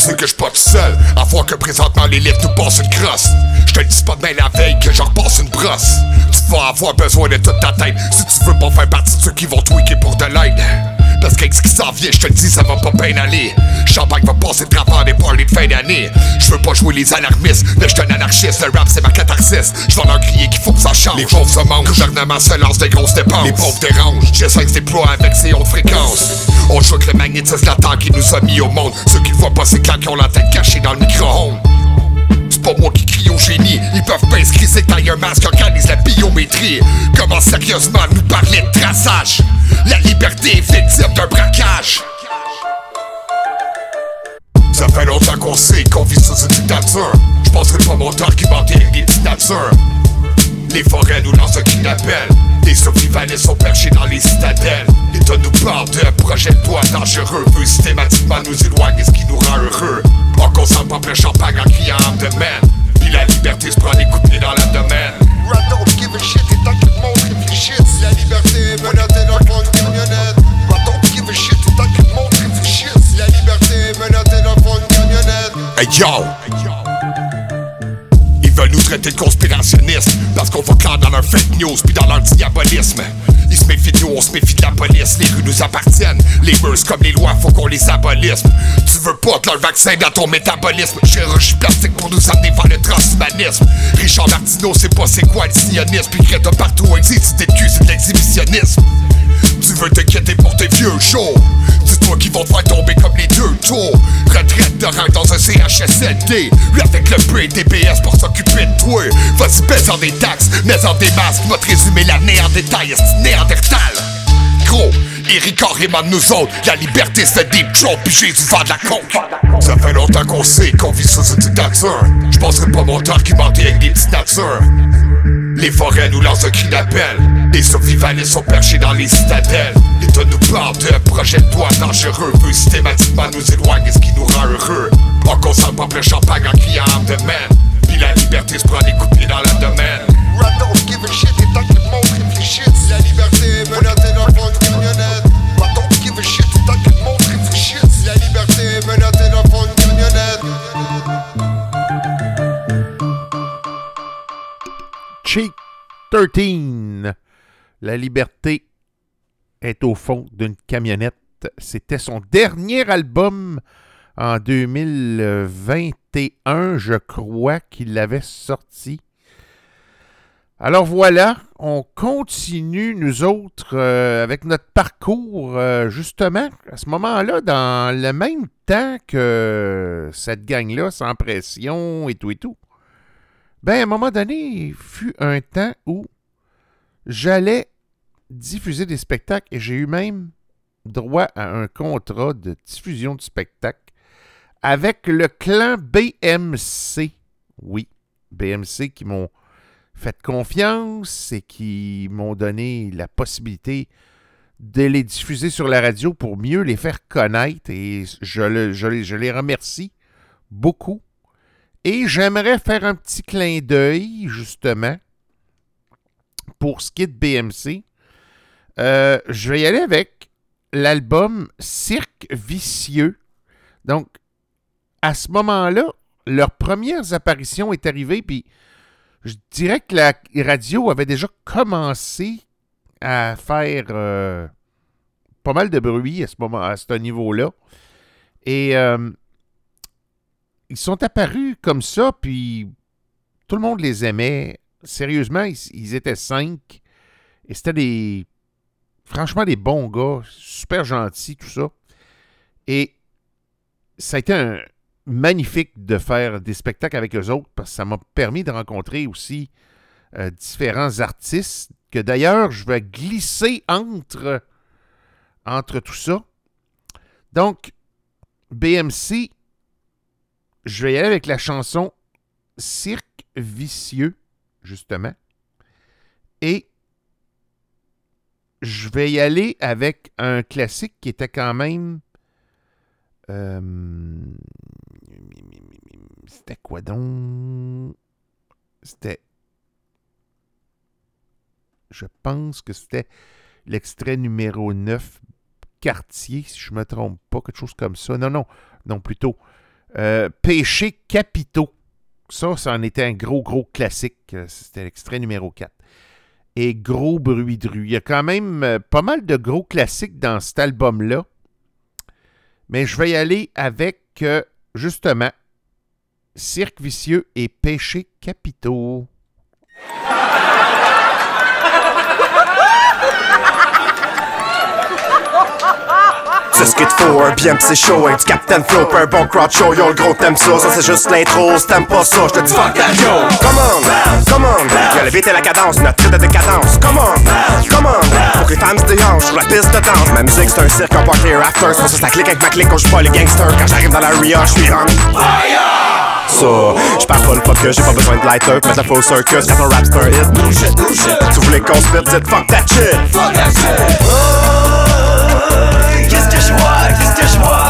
sais que j'suis pas tout seul, à voir que présentement l'élite nous passe une crosse. J'te le dis pas demain la veille que j'en repasse une brosse. Tu vas avoir besoin de toute ta tête si tu veux pas faire partie de ceux qui vont tweaker pour de l'aide. Parce qu'avec ce qui s'en vient, j'te le dis, ça va pas bien aller. Champagne va passer de travers des parties de fin d'année. J'veux pas jouer les alarmistes, mais j'suis un anarchiste. Le rap c'est ma catharsis, j'vais leur crier qu'il faut que ça change. Les pauvres se mangent, le gouvernement se lance des grosses dépenses. Les pauvres dérangent, j'essaie de se déploie avec ses hautes fréquences. On joue avec le magnétisme latent qui nous a mis au monde. Ceux qui le voient pas c'est clairs qui ont la tête cachée dans le micro-ondes. C'est pas moi qui crie au génie, ils peuvent pas inscrire c'est taille un masque qui organise la biométrie. Comment sérieusement nous parler de traçage? La liberté est victime d'un braquage. Ça fait longtemps qu'on sait qu'on vit sous une dictature. J'penserai pas mon temps qui mentait avec des dictatures. Les forêts nous lancent un cri d'appel. Les survivalistes sont perchés dans les citadelles. L'État nous parle d'un projet de loi dangereux. Veut systématiquement nous éloigner ce qui nous rend heureux. On consomme pas plein champagne en criant âme de man. Puis la liberté se prend des coups de pied dans l'abdomen. I don't give a shit, et tant que le monde réfléchit. Si la liberté est menacée dans une camionnette. I don't give a shit, et tant que le monde réfléchit. Si la liberté est menacée dans une camionnette. Hey yo! Ils veulent nous traiter de conspirationnistes parce qu'on va clair dans leur fake news puis dans leur diabolisme. Ils se méfient de nous, on se méfie de la police. Les rues nous appartiennent, les mœurs comme les lois, faut qu'on les abolisse. Tu veux pas que leur vaccin dans ton métabolisme. Chirurgie plastique pour nous amener vers le transhumanisme. Richard Martineau, c'est pas c'est quoi le sionisme. Puis Greta partout, un dit de cul, c'est de l'exhibitionnisme. Tu veux t'inquiéter pour tes vieux jours. Dis-toi qu'ils vont te faire tomber comme les deux tours. Retraite de rang dans un CHSLD. Lui avec le peu et TPS pour s'occuper de toi. Vas-y baisse en des taxes, mais en des masques. Va te résumer l'année en détail, est-ce néandertal? Gros, Éric carrément de nous autres. La liberté se fait deep throat puis Jésus vend de la coke. Ça fait longtemps qu'on sait qu'on vit sous une dictature. J'penserai pas mon temps qui mentait avec des petites natures. Les forêts nous lancent un cri d'appel. Les survivalistes sont perchés dans les citadelles. L'État nous parle d'un projet de loi dangereux. Veut systématiquement nous éloigner ce qui nous rend heureux. On consomme pas plein champagne en criant âme de man. Puis la liberté se prend des coups de pied dans l'abdomen. I don't give a shit, et tant que le monde réfléchit. Si la liberté est menacée dans une camionnette. I don't give a shit, et tant que le monde réfléchit. Si la liberté est menacée dans une camionnette. Cheek 13. La liberté est au fond d'une camionnette. C'était son dernier album en 2021, je crois qu'il l'avait sorti. Alors voilà, on continue, nous autres, avec notre parcours, justement, à ce moment-là, dans le même temps que cette gang-là, Sans Pression et tout. Ben, à un moment donné, il fut un temps où j'allais diffuser des spectacles et j'ai eu même droit à un contrat de diffusion de spectacle avec le clan BMC. Oui, BMC qui m'ont fait confiance et qui m'ont donné la possibilité de les diffuser sur la radio pour mieux les faire connaître et je les remercie beaucoup. Et j'aimerais faire un petit clin d'œil, justement, pour ce qui est de BMC. Je vais y aller avec l'album Cirque Vicieux. Donc, à ce moment-là, leurs premières apparitions est arrivées, puis je dirais que la radio avait déjà commencé à faire pas mal de bruit à ce niveau-là. Et ils sont apparus comme ça, puis tout le monde les aimait. Sérieusement, ils étaient 5. Et c'était franchement des bons gars, super gentils, tout ça. Et ça a été magnifique de faire des spectacles avec eux autres, parce que ça m'a permis de rencontrer aussi différents artistes, que d'ailleurs, je vais glisser entre tout ça. Donc, BMC, je vais y aller avec la chanson Cirque Vicieux, justement. Et je vais y aller avec un classique qui était quand même... c'était quoi donc? C'était... Je pense que c'était l'extrait numéro 9, Quartier, si je ne me trompe pas, quelque chose comme ça. Non, plutôt... Péchés capitaux. Ça en était un gros classique. C'était l'extrait numéro 4. Et Gros bruit de rue. Il y a quand même pas mal de gros classiques dans cet album-là. Mais je vais y aller avec, justement, Cirque vicieux et Péchés capitaux. C'est ce qu'il te faut, un BM c'est chaud, avec du Captain Flow, un bon crowd show, yo le gros t'aimes ça c'est juste l'intro, si t'aimes pas ça, j'te dis fuck that yo. Come on, y'a le beat et la cadence, notre tête de décadence, come on, faut que les femmes se déhanchent sur la piste de danse. Ma musique c'est un cirque en party after, c'est pour ça clique avec ma clique quand j'suis pas les gangsters, quand j'arrive dans la ria, j'suis on fire. Ça, j'parle pas le pop que j'ai pas besoin de lighter, mettre la faux circus, quand un rap c'est un hit. Bullshit. Tu voulais qu'on se pète, dites fuck that shit. Qu'est-ce que je vois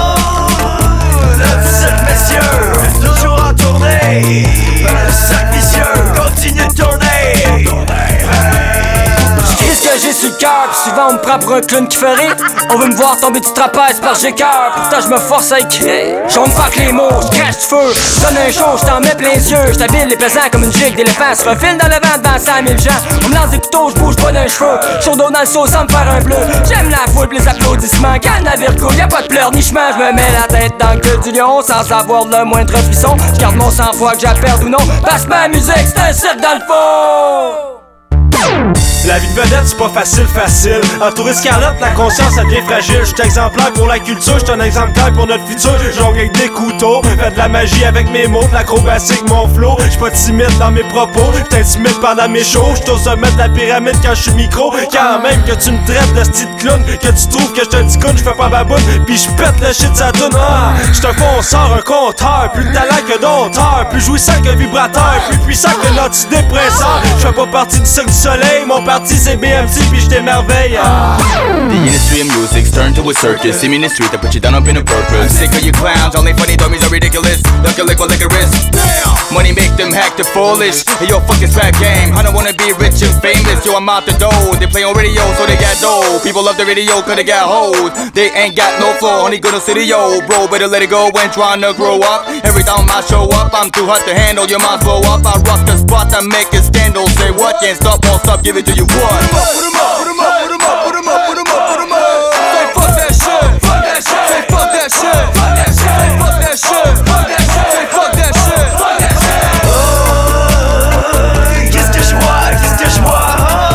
Le cirque messieurs, toujours en tournée. Le cercle vicieux, continue de tourner. Qu'est-ce que j'ai sur le cœur, pis souvent on me prend pour un clown qui fait rire. On veut me voir tomber du trapèze par j'ai cœur, pourtant je me force à écrire. J'en me faque les mots, j'crache du feu, j'donne un show, j't'en mets plein les yeux. J't'habille les pesants comme une gigue d'éléphant, se refile dans le vent devant 100 000 gens. On me lance des couteaux, j'bouge pas d'un cheveu, chaud d'eau dans le seau sans me faire un bleu. J'aime la foule pis les applaudissements, quand le navire coule, y'a pas de pleurnichement. J'me mets la tête dans le queue du lion sans avoir le moindre frisson. J'garde mon sang-froid que j'apperde ou non, parce que ma musique c'est un cirque dans le fond. La vie de vedette c'est pas facile. Entouré de Scarlett, la conscience elle devient fragile. J'suis exemplaire pour la culture, j'suis un exemplaire pour notre futur. Jongle avec des couteaux, fais de la magie avec mes mots, de l'acrobatie avec mon flow. J'suis pas timide dans mes propos, j'suis intimide pendant mes shows. J'suis au sommet de la pyramide quand j'suis micro. Quand même que tu me traites de style clown, que tu trouves que j'suis un petit con, j'fais pas baboune, pis j'pète le shit sa toune. J'suis un fonceur, un compteur, plus de talent que d'auteur, plus jouissant que vibrateur, plus puissant que l'antidépresseur. J'fais pas partie du cirque du soleil, mon parti c'est BMC pis j't'émerveille. The industry of music's turned to a circus. See me in the street, I put you down up in a purpose. Sick of you clowns, only funny dummies are ridiculous. Look a liquor licorice. Money make them act the foolish. Hey yo, fuck this rap game. I don't wanna be rich and famous. Yo, I'm out the door. They play on radio, so they got dough. People love the radio, cause they got hoes. They ain't got no flow, only good to city, yo. Bro, better let it go when trying to grow up. Every time I show up, I'm too hot to handle. Your minds blow up, I rock the spot, I make a scandal. Say what? Can't stop, won't stop, give it to you what? Put 'em up, put 'em up, put 'em up, put 'em up, put 'em up, put 'em up, put 'em up. Say fuck that shit, fuck that shit, say fuck that shit, fuck that shit, say fuck that shit, fuck that shit, say fuck that shit, fuck that shit. Qu'est-ce que je vois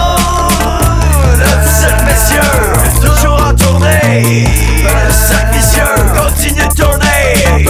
Le cirque messieurs, toujours en tournée. Le cercle vicieux, continue de tourner.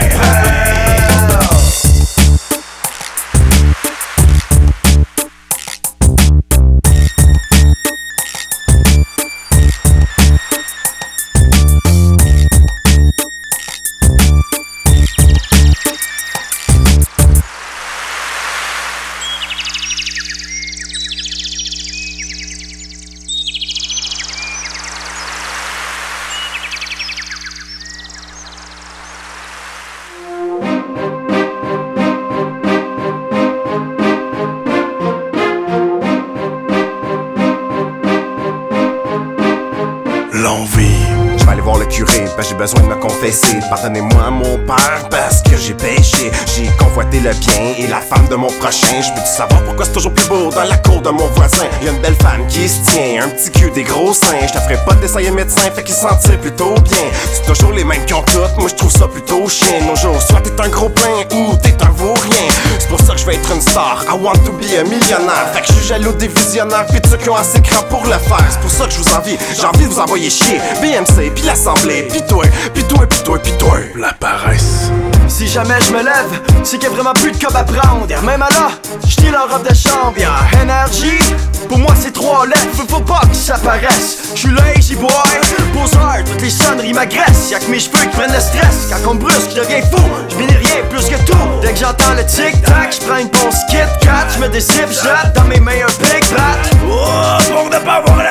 J'ai besoin de me confesser, pardonnez-moi mon père parce que j'ai péché. J'ai convoité le bien et la femme de mon prochain. Je peux-tu savoir pourquoi c'est toujours plus beau dans la cour de mon voisin? Y'a une belle femme qui se tient, un petit cul, des gros seins. Je te ferai pas de dessin médecin, fait qu'il s'en tire plutôt bien. C'est toujours les mêmes qui ont toutes, moi je trouve ça plutôt chien. Nos jours, soit t'es un gros pain ou t'es un vaurien. C'est pour ça que je vais être une star, I want to be a millionnaire. Fait que je suis jaloux des visionnaires pis de ceux qui ont assez cran pour le faire. C'est pour ça que je vous envie, j'ai envie de vous envoyer chier. BMC, pis l'Assemblée, pis toi, pis toi, pis toi, pis toi. La paresse. Si jamais je me lève, c'est qu'il y a vraiment plus de cob à prendre. Même à là, j'tire leur robe de chambre. Y'a énergie, pour moi c'est 3 lettres. Faut pas que ça paraisse. J'suis lazy boy, poseur, toutes les sonneries m'agressent. Y'a que mes cheveux qui prennent le stress. Quand on me brusque, j'deviens fou. J'bénis rien plus que tout. Dès que j'entends le tic-tac, j'prends une ponce Kit Kat. J'me décipe, j'jette dans mes meilleurs big bats. Oh, pour ne pas voir la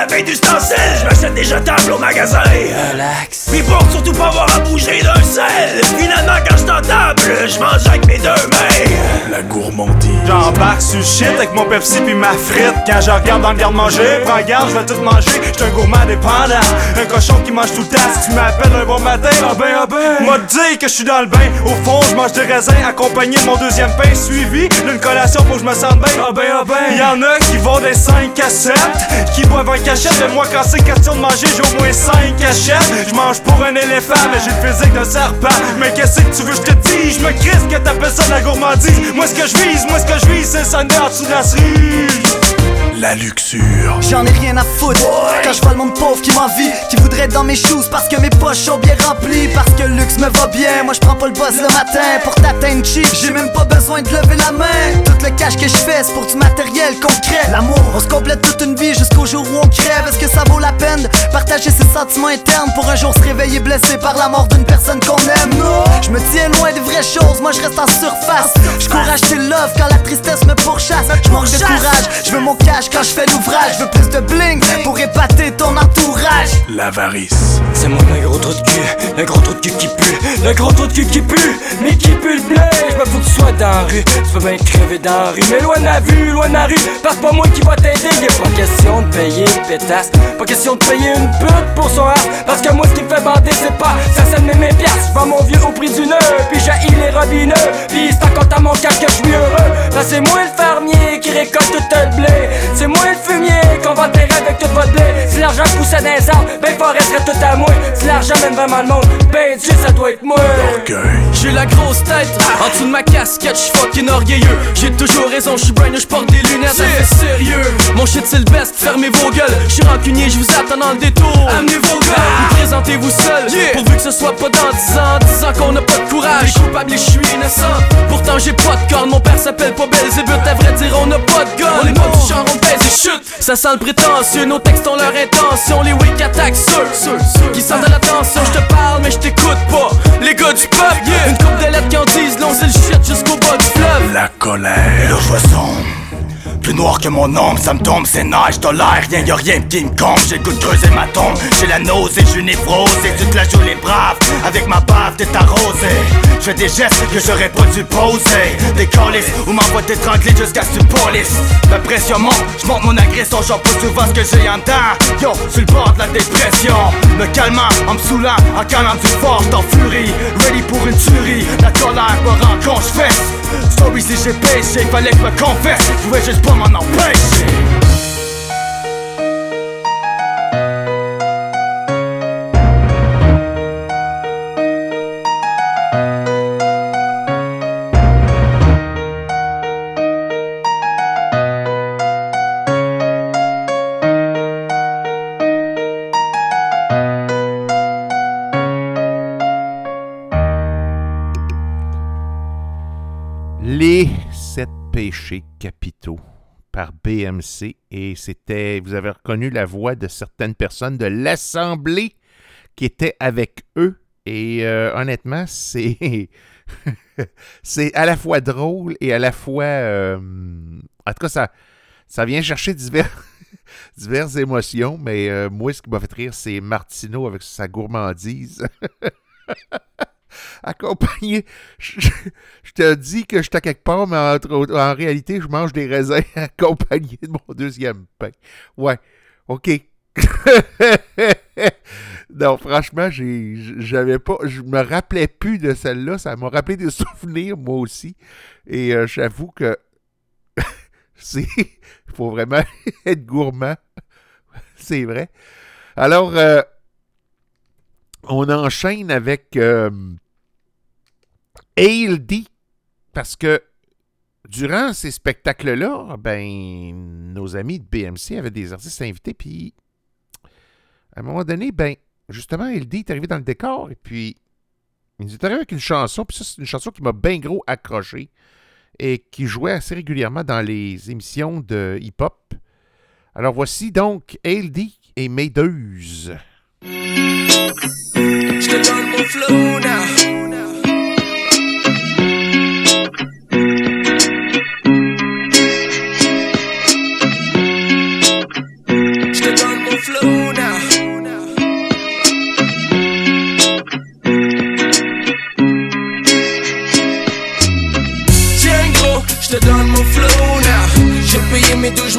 plein d'ustensiles. J'm'achète des jetables au magasin. Relax. Puis pour surtout pas avoir à bouger d'un sel. Finalement quand j'suis en table, j'mange avec mes 2 mains. La gourmandise. J'embarque sur le shit avec mon Pepsi puis ma frite. Quand je regarde dans le garde-manger, prends garde, je vais tout manger. J'suis un gourmand dépendant, un cochon qui mange tout le temps. Si tu m'appelles un bon matin, ah ben, m'a dit que je suis dans le bain. Au fond, je mange des raisins accompagné de mon 2e pain, suivi d'une collation pour que je me sente bien. Ah ben, y'en a qui vont des 5 à 7, qui boivent un cachette. Mais moi, quand c'est question de manger, j'ai au moins 5 cachettes. Je mange pour un éléphant, mais j'ai le physique d'un serpent. Mais qu'est-ce que tu veux, je te dis, je me crisse que t'appelles ça de la gourmandise. Moi, ce que je vise, c'est le Sunday en dessous de la cerise. La luxure. J'en ai rien à foutre quand je vois le monde pauvre qui m'envie, qui voudrait être dans mes shoes parce que mes poches sont bien remplies, parce que le luxe me va bien. Moi je prends pas le boss le matin pour t'atteindre cheap. J'ai même pas besoin de lever la main. Tout le cash que je fais c'est pour du matériel concret. L'amour, on se complète toute une vie jusqu'au jour où on crève. Est-ce que ça vaut la peine de partager ses sentiments internes pour un jour se réveiller blessé par la mort d'une personne qu'on aime? Non, je me tiens loin des vraies choses, moi je reste en surface. Je cours acheter le love quand la tristesse me pourchasse. Je manque de courage, je veux mon cash quand je fais l'ouvrage. Je veux plus de bling pour épater ton entourage. L'avarice. C'est moi le gros trou de cul, le gros trou de cul qui pue, le gros trou de cul qui pue, mais qui pue le blé. J'me fous que tu sois dans la rue, tu peux bien crever dans la rue, mais loin de la vue, loin de la rue, parce que pas moi qui va t'aider. Y'a pas question de payer une pétasse, pas question de payer une pute pour son art, parce que moi ce qui me fait bander c'est pas ça, ça me met mes piastres. J'vends mon vieux au prix du nœud, puis j'haïs les robineux, puis c'est en compte à mon cash que j'suis heureux. Ben c'est moi le fermier qui récolte tout le blé, c'est moi le fumier qu'on va enterrer avec tout votre blé. Si l'argent poussait dans les arbres, ben forêt serait tout à moi. Si l'argent mène vraiment le monde, ben Dieu ça doit être moi. J'ai la grosse tête, en dessous de ma casquette, j'suis fucking orgueilleux. J'ai toujours raison, j'suis brain, j'porte des lunettes, ça fait sérieux. Mon shit c'est le best, fermez vos gueules. J'suis rancunier, j'vous attends dans le détour. Amenez vos gars, vous présentez-vous seul, pourvu que ce soit pas dans 10 ans qu'on a pas de courage. Les coupables et j'suis innocent, pourtant j'ai pas de corne. Mon père s'appelle pas Belzébuth, à vrai dire on a pas de gun. On est pas du genre, on pèse et chute. Ça sent le prétentieux, nos textes ont leur intention. Les wake attaques ceux qui sentent de l'attention. J'te parle mais j't'écoute pas, les gars du peuple. Une coupe de lettres qui en disent long, c'est le shit jusqu'au bas du fleuve. La colère. Et là je vois sombre, plus noir que mon ombre, ça me tombe, c'est nice, tolère rien, y'a rien qui me compte. J'ai le goût de creuser ma tombe, j'ai la nausée, j'suis névrose. Et tu te la joues les braves, avec ma bave t'es arrosé. J'fais des gestes que j'aurais pas dû poser. Des colis ou m'envoie t'étrangler jusqu'à ce que tu police. La pression monte, j'monte mon agression, j'en pas souvent ce que j'ai en dedans. Yo, sur le bord de la dépression, me calmant, en me saoulant, en calant du fort, en furie. Ready pour une tuerie, la colère me rend con, j'fesse. Sorry si j'ai péché, fallait que je me confesse. Je pouvais juste pas m'en empêcher. Les 7 péchés capitaux par BMC, et c'était, vous avez reconnu la voix de certaines personnes de l'Assemblée qui étaient avec eux, et honnêtement, c'est c'est à la fois drôle et à la fois, en tout cas, ça vient chercher diverses émotions, mais moi, ce qui m'a fait rire, c'est Martineau avec sa gourmandise. Accompagné, je te dis que j'étais quelque part, mais en réalité, je mange des raisins accompagnés de mon 2e pain. Ouais, ok. Non, franchement, j'avais pas, je me rappelais plus de celle-là. Ça m'a rappelé des souvenirs, moi aussi. Et j'avoue que il faut vraiment être gourmand. C'est vrai. Alors, on enchaîne avec ALD, parce que durant ces spectacles-là, ben, nos amis de BMC avaient des artistes invités, puis à un moment donné, ben, justement, ALD est arrivé dans le décor, et puis il nous est arrivé avec une chanson, puis ça, c'est une chanson qui m'a bien gros accroché, et qui jouait assez régulièrement dans les émissions de hip-hop. Alors voici donc ALD et Méduse. Je te donne mon flow now. Je te donne mon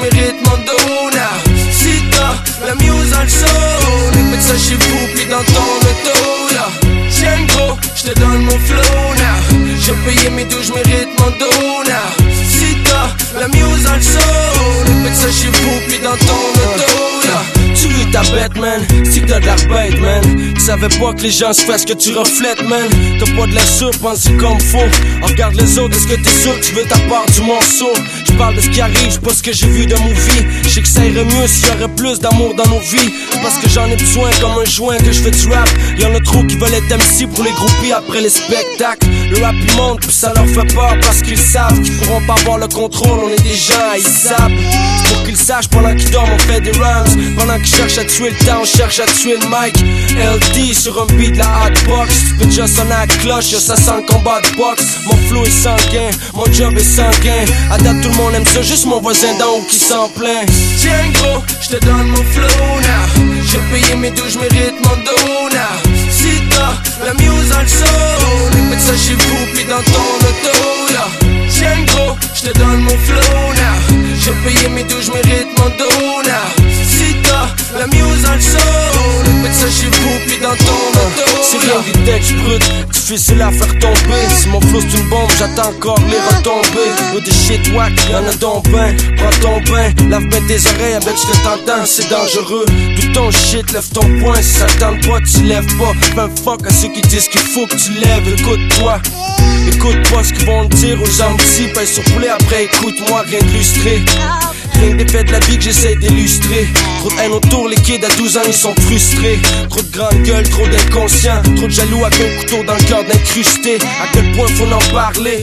mérite mon dona. Si t'as la muse dans le sol, écoute ça chez vous puis dans ton auto là. Tiens gros, j'te donne mon flow now. J'ai payé mes douches, j'mérite mon dona. Si t'as la muse dans le sol, écoute ça chez vous puis dans ton auto là. Tu es ta bête man, si t'as de la bête man. Tu savais pas que les gens se fassent ce que tu reflètes man. T'as pas de la soupe, pense-y comme faut. Regarde les autres, est-ce que t'es sûr que tu veux ta part du morceau? J'parle de ce qui arrive, j'pas ce que j'ai vu de movie. J'sais que ça irait mieux s'il y aurait plus d'amour dans nos vies. Parce que j'en ai besoin comme un joint que je fais du rap. Y'en a trop qui veulent être MC pour les groupies après les spectacles. Le rap il monte pis ça leur fait peur parce qu'ils savent qu'ils pourront pas avoir le contrôle, on est des gens, ils savent. C'est pour qu'ils sachent pendant qu'ils dorment on fait des rhymes. Pendant qu'ils cherchent à tuer le temps, on cherche à tuer le mic. LD sur un beat, la hotbox. Tu peux déjà sonner à la cloche, ça sent le combat de boxe. Mon flow est sanguin, mon job est sanguin. À date tout le monde aime ça, juste mon voisin d'en haut qui s'en plaint. Tiens gros, j'te donne mon flow now. J'ai payé mes douches, j'mérite mon dona. Si t'as la muse dans le sol, écoute ça chez vous puis dans ton auto là. Tiens gros, j'te donne mon flow now. J'ai payé mes douches, j'mérite mon dona. Si t'as la muse dans le sol, écoute ça chez vous puis dans ton auto. C'est rien des textes bruts, difficile à faire tomber. Si mon flow c'est une bombe, j'attends encore les retombées. Y'a des shit wack, y'en a donc ben. Prends ton bain, lave bien tes oreilles avec ce que t'entends, c'est dangereux. Tout ton shit, lève ton poing, si ça tente pas, tu lèves pas. Fais un fuck à ceux qui disent qu'il faut que tu lèves. Écoute-toi, écoute pas ce qu'ils vont te dire aux gens petits. Paye sur poulet, après écoute-moi, rien d'illustré. Rien que des faits de la vie que j'essaie d'illustrer. Trop de haine autour, les kids à 12 ans ils sont frustrés. Trop de grandes gueules, trop d'inconscients. Trop de jaloux avec un couteau dans le cœur d'incrusté. À quel point faut en parler?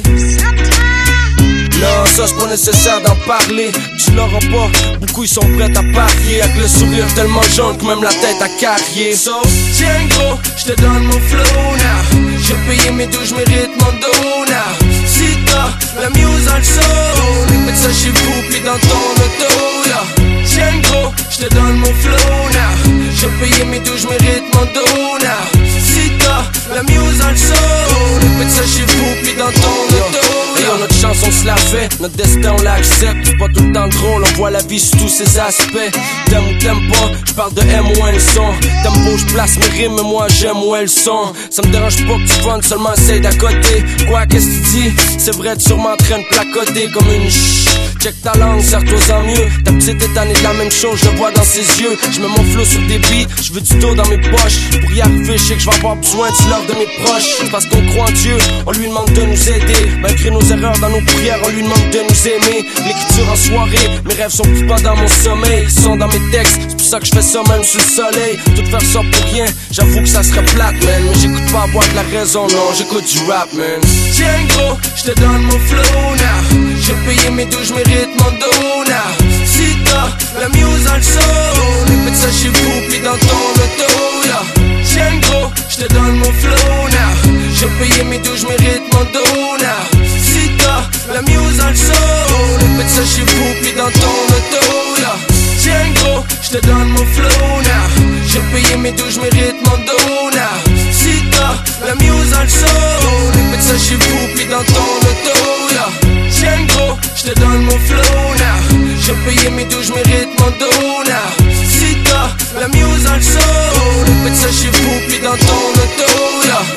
Non, ça c'est pas nécessaire d'en parler. Tu l'auras pas, beaucoup ils sont prêts à parier. Avec le sourire tellement jaune que même la tête à carrier. So, tiens gros, j'te donne mon flow now. J'ai payé mes douches, j'mérite mon dona. Si t'as la muse dans le sol, écoute ça chez vous puis dans ton auto là. Tiens gros, j'te donne mon flow now. J'ai payé mes douches, j'mérite mon dona. Si t'as la muse dans le sol, écoute ça chez vous puis dans ton auto là. Notre chance on se la fait, notre destin on l'accepte. C'est pas tout le temps drôle, on voit la vie sous tous ses aspects. T'aimes ou t'aimes pas, j'parle de M ou N son. T'aimes pas où j'place mes rimes, mais moi j'aime où elles sont. Ça me dérange pas que tu funnes, seulement essaye d'à côté. Quoi, qu'est-ce que tu dis? C'est vrai, tu sûrement en train de placoter comme une chut. Check ta langue, serre-toi-en mieux. Ta petite est tannée de la même chose, je le vois dans ses yeux. J'mets mon flow sur des beats, j'veux du dos dans mes poches. Pour y arriver, j'sais que j'vais avoir besoin du love de mes proches. Parce qu'on croit en Dieu, on lui demande de nous aider. Malgré nos erreurs dans nos prières, on lui demande de nous aimer. L'écriture en soirée, mes rêves sont plus pas dans mon sommeil. Ils sont dans mes textes, c'est pour ça que je fais ça même sous le soleil. Tout faire ça pour rien, j'avoue que ça serait plate man. Mais j'écoute pas avoir de la raison, non, j'écoute du rap man. Tiens gros, j'te donne mon flow now. J'ai payé mes douches, j'mérite mon dona. Si t'as la muse dans le sol, écoute ça chez vous puis dans ton auto là. Tiens gros, j'te donne mon flow now. J'ai payé mes douches, j'mérite mon dona. Si t'as la muse dans le sol, écoute ça chez vous puis dans ton auto là. Tiens gros, j'te donne mon flow now. J'ai payé mes douches, j'mérite mon dona. Si t'as la muse dans le sol, écoute ça chez vous puis dans ton auto là. Tiens gros, j'te donne mon flow now. J'ai payé mes douches, j'mérite mon dona. Si t'as la muse dans le sol, écoute ça chez vous puis dans ton auto là.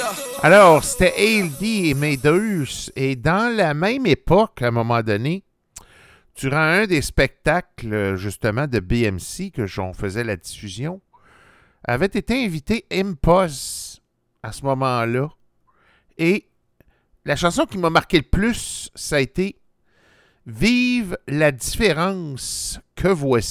Alors, c'était ALD et Medus. Et dans la même époque, à un moment donné, durant un des spectacles, justement, de BMC, que j'en faisais la diffusion, avait été invité Impos à ce moment-là. Et la chanson qui m'a marqué le plus, ça a été « Vive la différence que voici ».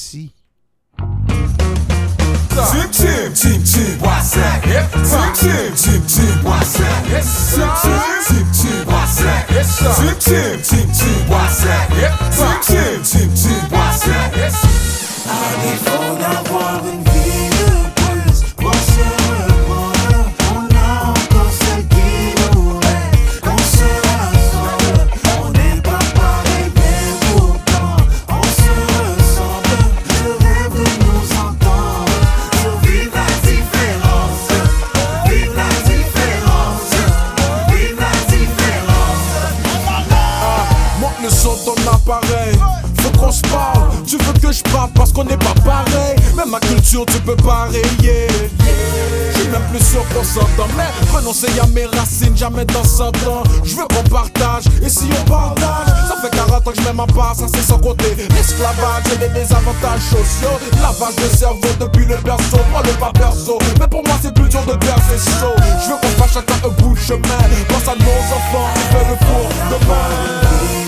Tim, Tim, Tim, Tim, what's that? Tim, Tim, Tim, Tim, what's that? Tim, Tim, Tim, what's that? Tim, Tim, Tim, Tim, what's that? Tim, Tim, Tim, Tim, what's that? À défaut d'avoir une vie de plus, pour se revoir, on a encore celle qui nous reste. On se rassemble, on n'est pas pareil, mais pourtant on se ressemble. Je rêve de nous entendre. Vive la différence, vive la différence, vive la différence. Monte le son de ton appareil, faut qu'on se parle. que je parle parce qu'on n'est pas pareil. Même ma culture tu peux pas rayer. Je suis même plus sûr qu'on s'entend. Mais renoncer à mes racines, jamais dans 100 ans. Je veux qu'on partage, et si on partage, ça fait 40 ans que je mets ma part, ça c'est sans compter l'esclavage et les désavantages sociaux. Lavage de cerveau depuis le berceau, moi le pas perso. Mais pour moi c'est plus dur de percer chaud. Je veux qu'on fasse chacun un bout de chemin. Pense à nos enfants qui fait le four demain.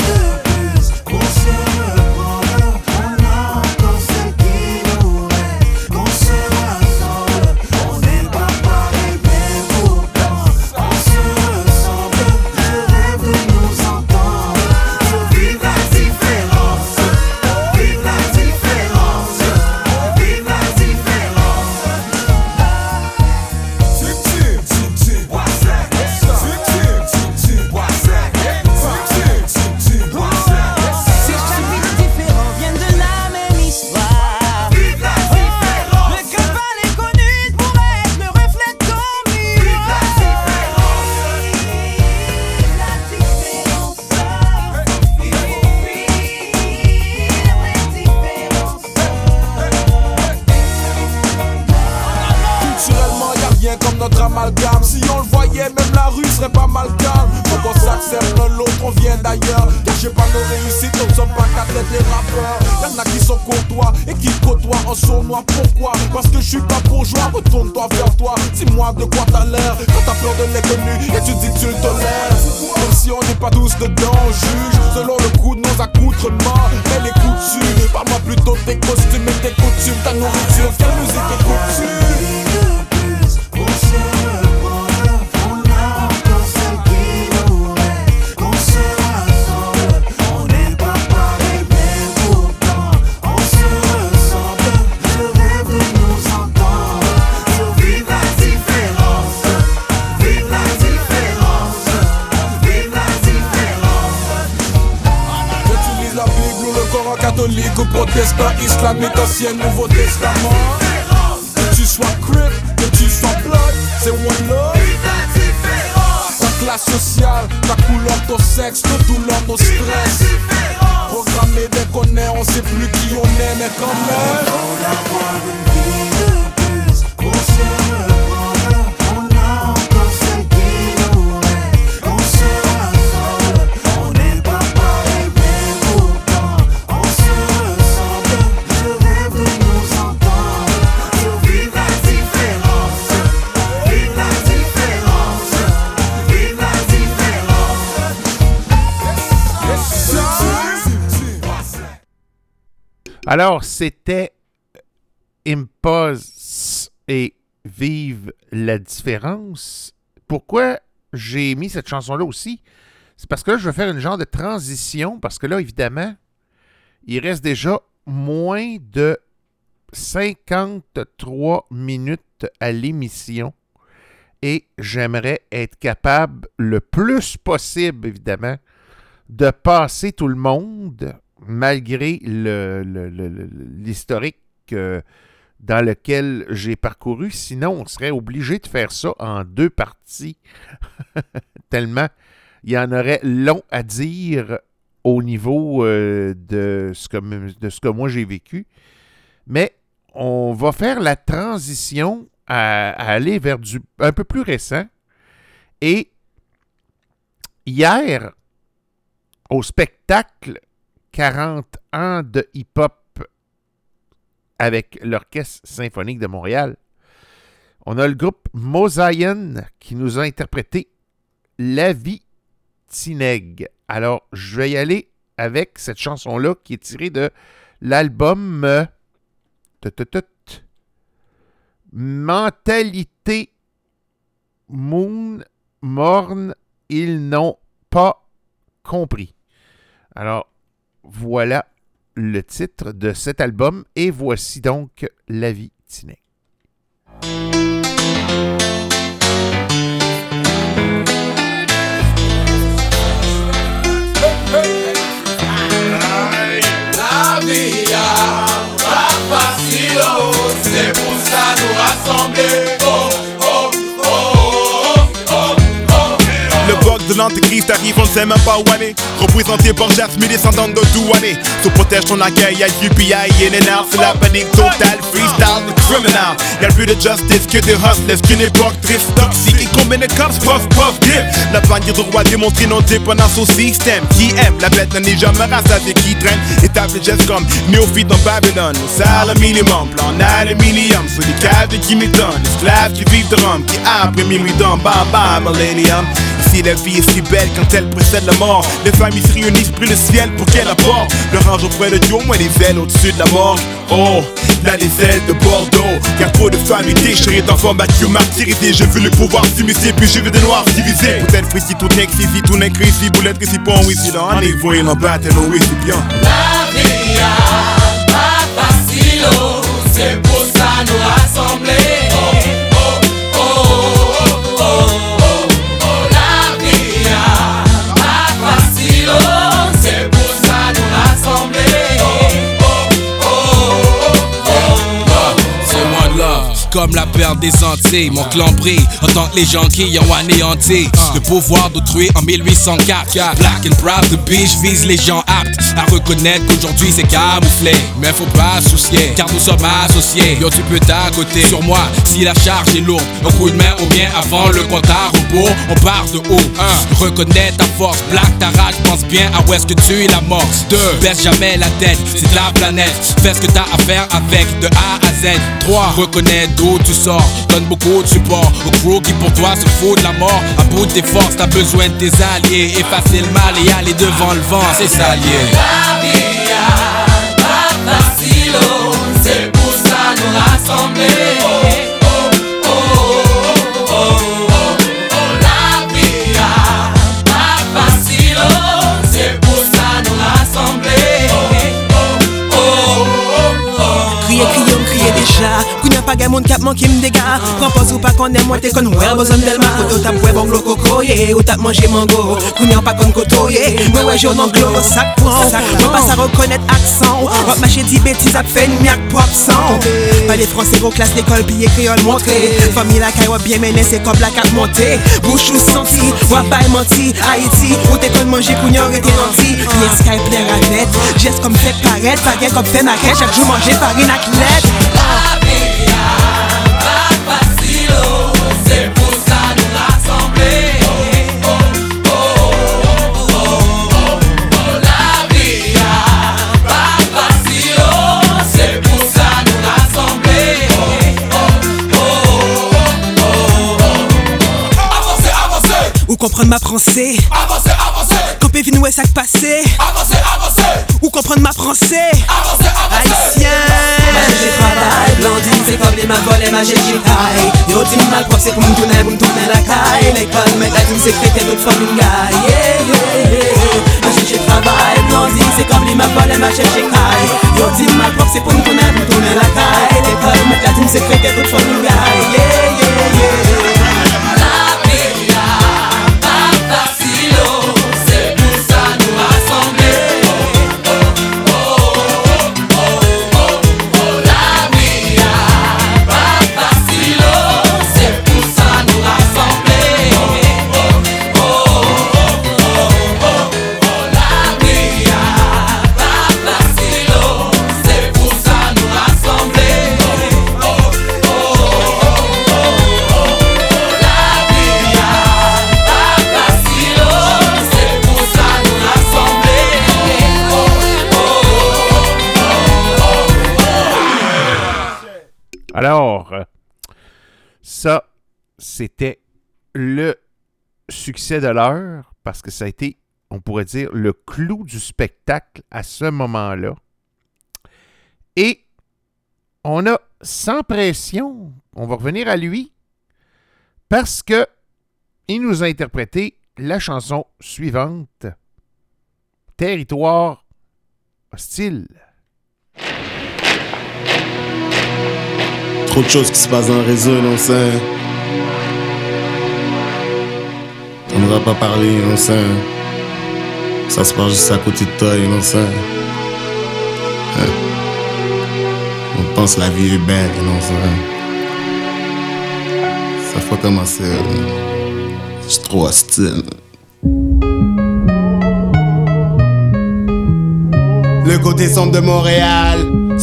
Si on le voyait, même la rue serait pas mal calme. Faut qu'on s'accepte l'un l'autre, on vient d'ailleurs. Cachez pas nos réussites, nous ne sommes pas qu'athlètes des rappeurs. Y'en a qui sont courtois et qui côtoient en sournois. Pourquoi? Parce que je suis pas bourgeois. Retourne-toi vers toi, dis-moi de quoi t'as l'air. Quand t'as peur de l'inconnu et tu dis que tu le tolères. Même si on n'est pas tous dedans, on juge selon le coût de nos accoutrements. Mais les coutumes, parle-moi plutôt de tes costumes et tes coutumes. Ta nourriture, quelle musique écoutes-tu? Catholique ou protestant, islamique, ancien, nouveau testament. Que tu sois crip, que tu sois blood, c'est one love. Ta classe sociale, ta couleur, ton sexe, nos douleurs, nos stress. Programmé dès qu'on est, on sait plus qui on est, mais quand même. On a moins de vie de plus, on se reprend, on a encore ce qui nous reste. On sera ensemble, on n'est pas pareil, mais pourtant on se ressemble. Je rêve de nous entendre, pour vivre la différence, vive la différence, vive la différence. Alors, c'était Impose et Vive la différence. Pourquoi j'ai mis cette chanson-là aussi? C'est parce que là, je vais faire une genre de transition, parce que là, évidemment, il reste déjà moins de 53 minutes à l'émission et j'aimerais être capable, le plus possible, évidemment, de passer tout le monde, malgré l'historique dans lequel j'ai parcouru. Sinon, on serait obligé de faire ça en 2 parties, tellement il y en aurait long à dire au niveau de ce que moi j'ai vécu. Mais on va faire la transition à aller vers un peu plus récent. Et hier, au spectacle 40 ans de hip-hop avec l'Orchestre symphonique de Montréal, on a le groupe Mosaïen qui nous a interprété La Vie Tineg. Alors, je vais y aller avec cette chanson-là qui est tirée de l'album Mentalité Moon Morne, ils n'ont pas compris. Alors, voilà le titre de cet album et voici donc La Vie Tineg. La vie pas facile, c'est pour ça nous rassembler. Le bug de l'an l'antéchrist arrive, on ne sait même pas où aller. Représenté par Jasmine, descendant de Douané. Se protège ton accueil, y'a UPI, in and out. C'est la panique totale, freestyle, the criminal. Y'a plus de justice que de hustlers, qu'une époque triste, toxique. Et combien de cops, puff, puff, dip. La bannière du roi démontrée non dépendance au système. Qui aime, la bête n'est jamais rassasiée, qui traîne. Étape de gestes comme néophyte dans Babylone. Au salaire minimum, plan aluminium. Sur les caves de Jimmy Dunn. Esclaves qui vivent de rhum, qui après minuit dans bam bam millennium. Ici la vie est si belle quand elle précède la mort. Les familles se réunissent près le ciel pour qu'elle apporte leur ange auprès de Dieu, moi les ailes au-dessus de la mort. Oh, là les ailes de Bordeaux. Y'a trop de familles déchirées, d'enfants battus, martyrisés. J'ai vu le pouvoir s'immiscer, puis j'ai vu des noirs divisés. Peut-être précis, tout n'est que ici, tout n'est que ici. Boulette que si pas en ici, là, on est voyé en battre, oui, c'est bien. La vie a pas facile, c'est pour ça nous rassembler. Comme la peur des Antilles, mon clan brille en tant que les gens qui ont anéanti le pouvoir d'autrui en 1804. Black and proud the beach vise les gens aptes à reconnaître qu'aujourd'hui c'est camouflé. Mais faut pas soucier car nous sommes associés. Yo tu peux t'accoter sur moi si la charge est lourde. Un coup de main ou bien avant le compte à rebours. On part de haut. 1. Reconnais ta force. Black ta rage, pense bien à où est-ce que tu l'amorces. 2. Baisse jamais la tête, c'est ta planète. Fais ce que t'as à faire avec de A à Z. 3. Reconnais d'où tu sors, donne beaucoup de support au crew qui pour toi se fout de la mort. À bout de tes forces, t'as besoin de tes alliés. Effacer le mal et aller devant le vent, c'est ça lié. La vie a pas facile, c'est pour ça nous rassembler. La vie a pas facile, c'est pour ça nous rassembler. Crier déjà, kounya pa gen moun kap manke m'dega. Prends pause ou pas qu'on aime moi t'es con ouais besoin d'elma. Koto tap ouais bon glo cocoye ou tap manger mango. Kounya pas qu'on kotoye, ouais j'en anglo sac prend. On passe à reconnaître accent. On marcher 10 bêtises à faire une miaque pop sang. Pas les français gros classe l'école billet créole montré. Famille la caille bien mené c'est comme la carte montée. Bouche ou senti, ouais pas menti. Haïti, où t'es con manger kounya et t'es nanti. Les sky plaire à tête, geste comme fait paraître. Pas comme fait maquette, chaque jour manger farine athlète. La vie a pas facile, c'est pour ça nous rassembler. La vie a pas facile, c'est pour ça nous rassembler. Avancez, avancez. Ou comprendre ma français. Avancez, avancez. Campé vin ouais ça passé. Avancez, avancez. Ou comprendre ma français. Avancez, avancez. Haïtien. J'ai travail, blondine, c'est comme les ma volé, ma j'ai taille. Yo, dis mal prof, c'est pour me tourner la caille. L'école, mais la team secrétaire, toute famille, yeah, yeah, yeah. J'ai travail, blondine, c'est comme les ma volé, ma j'ai taille. Yo, dis mal prof, c'est pour me tourner la caille. L'école, mais la team secrétaire, toute famille, yeah, yeah, yeah. La vie a pas facile, c'est pour ça nous rassembler. Alors, ça, c'était le succès de l'heure, parce que ça a été, on pourrait dire, le clou du spectacle à ce moment-là. Et on a, sans pression, on va revenir à lui, parce que il nous a interprété la chanson suivante, Territoire hostile. Trop de choses qui se passent dans le réseau, non c'est. On ne va pas parler, non c'est. Ça se passe juste à côté de toi, non c'est. On pense la vie est belle, non c'est. Ça faut commencer. C'est trop hostile. côté sombre de Montréal.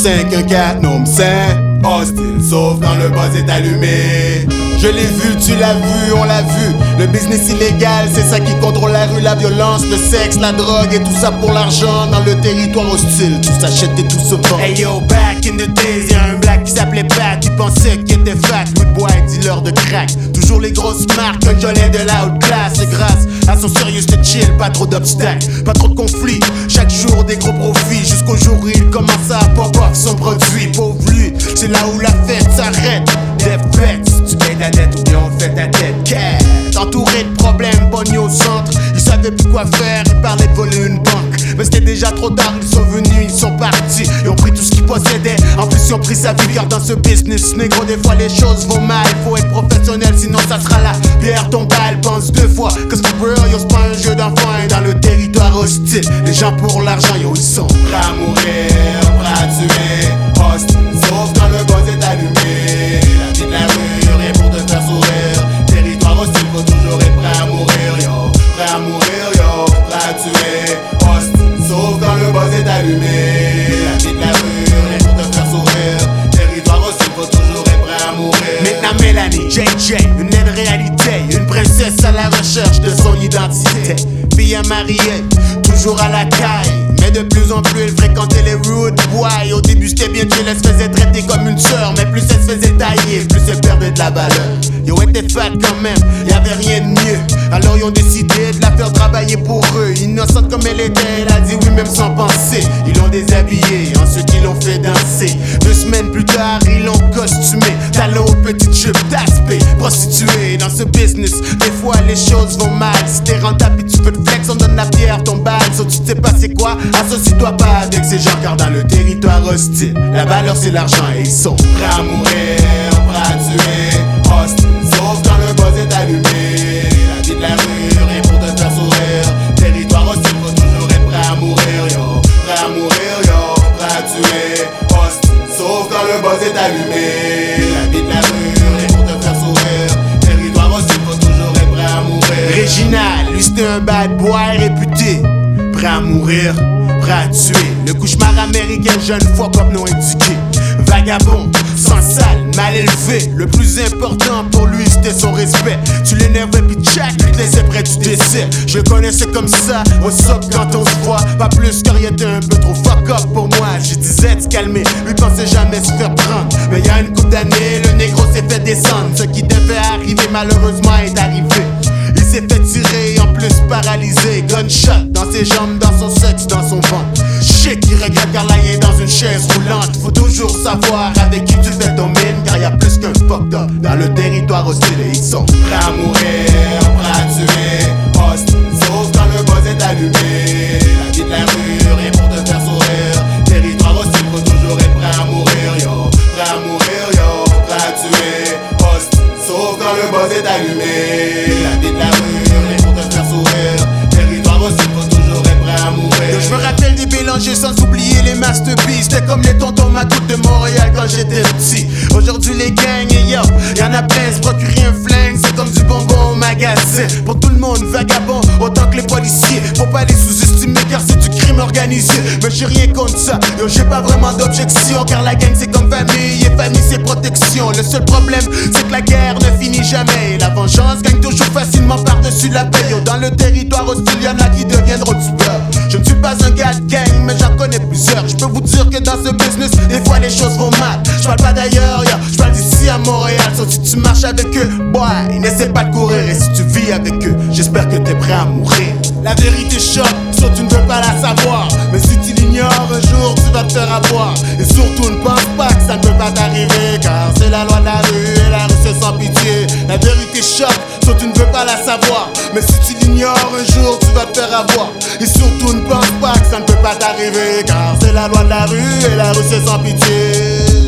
514, nom sain. Hostile, sauf quand le buzz est allumé. Je l'ai vu, tu l'as vu, on l'a vu. Le business illégal, c'est ça qui contrôle la rue. La violence, le sexe, la drogue et tout ça pour l'argent. Dans le territoire hostile, tout s'achète et tout se vend. Hey yo, back in the days, y'a un black qui s'appelait Pat. Il pensait qu'il était fat, Wood Boy, dealer de crack. Toujours les grosses marques, un jolet de la haute classe. Et grâce à son sérieux de chill, pas trop d'obstacles, pas trop de conflits. Chaque jour des gros profits, jusqu'au jour où il commence à pop off son produit. Pauvre lui, c'est là où la fête s'arrête. Des fêtes, tu payes ta dette ou bien on fait ta tête. Entouré de problèmes, pogné au centre. Ils savaient plus quoi faire, ils parlaient de voler une banque. Mais c'était déjà trop tard, ils sont venus, ils sont partis. Ils ont pris tout ce qu'ils possédaient, en plus ils ont pris sa vie. Car dans ce business, négro, des fois les choses vont mal. Faut être professionnel, sinon ça sera la pierre tombale. Pense deux fois, cause for real, yo, c'est pas un jeu d'enfant. Et dans le territoire hostile, les gens pour l'argent, yo, ils sont prêts à mourir, prêts à tuer. Hostile, sauf quand le buzz est allumé. La vie de la rue, rien pour te faire sourire. Territoire hostile, faut toujours être prêt à mourir, yo. Prêt à mourir, yo, prêt à tuer. Hostile, sauf quand le buzz est allumé. La vie de la rue, rien pour te faire sourire. Territoire hostile, faut toujours être prêt à mourir. Maintenant Mélanie, JJ, une laide réalité. Une princesse à la recherche de son identité. Fille à marier, toujours à la caille. Mais de plus en plus elle fréquentait les rude boys. Au début c'était bien chill, elle se faisait traiter comme une sœur. Mais plus elle se faisait tailler, plus elle perdait de la valeur. Yo, elle était fat quand même, y'avait rien de mieux. Alors ils ont décidé de la faire travailler pour eux. Innocente comme elle était, elle a dit oui même sans penser. Ils l'ont déshabillée, ensuite ils l'ont fait danser. 2 semaines plus tard, ils l'ont costumé. Talons aux petites jupes d'aspect, prostituée. Dans ce business, des fois les choses vont mal. Si t'es rentable et tu peux te flex, on donne la pierre, ton bal. So tu sais pas c'est quoi, associe-toi pas avec ces gens. Car dans le territoire hostile, la valeur c'est l'argent. Et ils sont prêts à mourir, prêts à tuer. Hostile, sauf quand le buzz est allumé. La vie de la rue, rien pour te faire sourire. Territoire hostile, faut toujours être prêt à mourir, yo. Prêt à mourir, yo, prêt à tuer. Hostile, sauf quand le buzz est allumé. La vie de la rue, rien pour te faire sourire. Territoire hostile, faut toujours être prêt à mourir. Réginal, lui c'était un bad boy réputé. Prêt à mourir, prêt à tuer. Le cauchemar américain, jeune fuck up non éduqué. Vagabond, sans salle, mal élevé. Le plus important pour lui c'était son respect. Tu l'énervais pis tchac, tu te laissais près du décès. Je le connaissais comme ça, au soc quand on se voit. Pas plus car il était un peu trop fuck up pour moi. Je disais de se calmer, lui pensait jamais se faire prendre. Mais y'a une couple d'années, le négro s'est fait descendre. Ce qui devait arriver malheureusement est arrivé. Il s'est fait tirer, en plus paralysé. Gunshot dans ses jambes, dans son sexe, dans son ventre. Shit, il regrette car là il est dans une chaise roulante. Faut toujours savoir avec qui tu fais ton mine. Car y'a plus qu'un fucked up dans le territoire hostile. Et ils sont prêts à mourir, prêts à tuer. Hostile, sauf quand le buzz est allumé. La vie de la rue, rien pour te faire sourire. Territoire hostile, faut toujours être prêt à mourir, yo. Prêt à mourir, yo, prêt à tuer. Hostile, sauf quand le buzz est allumé. La vie de la rue, rien pour te faire sourire. Territoire hostile, faut toujours être prêt à mourir. Yo, je me rappelle des mélangés sans oublier les Master B. C'était comme les tontons Macoute de Montréal quand j'étais petit. Aujourd'hui les gangs et yo, y'en a plein, se procurer un flingue, c'est comme du bonbon au magasin. Pour tout le monde, vagabond, autant que les policiers. Faut pas les sous-estimer car c'est du crime organisé. Mais j'ai rien contre ça, yo j'ai pas vraiment d'objection. Car la gang c'est comme famille et famille c'est protection. Le seul problème c'est que la guerre ne finit jamais. La vengeance gagne toujours facilement par-dessus la paix. Yo, dans le territoire hostile y'en a qui deviendront du beurre. Je ne suis pas un gars de gang mais j'en connais plusieurs. Je peux vous dire que dans ce business des fois les choses vont mal. Je parle pas d'ailleurs, yo, je parle d'ici à Montréal. So, si tu marches avec eux, boy, n'essaie pas de courir. Et si tu vis avec eux, j'espère que t'es prêt à mourir. La vérité choque, soit tu ne veux pas la savoir. Mais si tu l'ignores, un jour tu vas te faire avoir. Et surtout ne pense pas que ça ne peut pas t'arriver. Car c'est la loi de la rue et la rue c'est sans pitié. La vérité choque, soit tu ne veux pas la savoir. Mais si tu l'ignores, un jour tu vas te faire avoir. Et surtout ne pense pas que ça ne peut pas t'arriver. Car c'est la loi de la rue et la rue c'est sans pitié.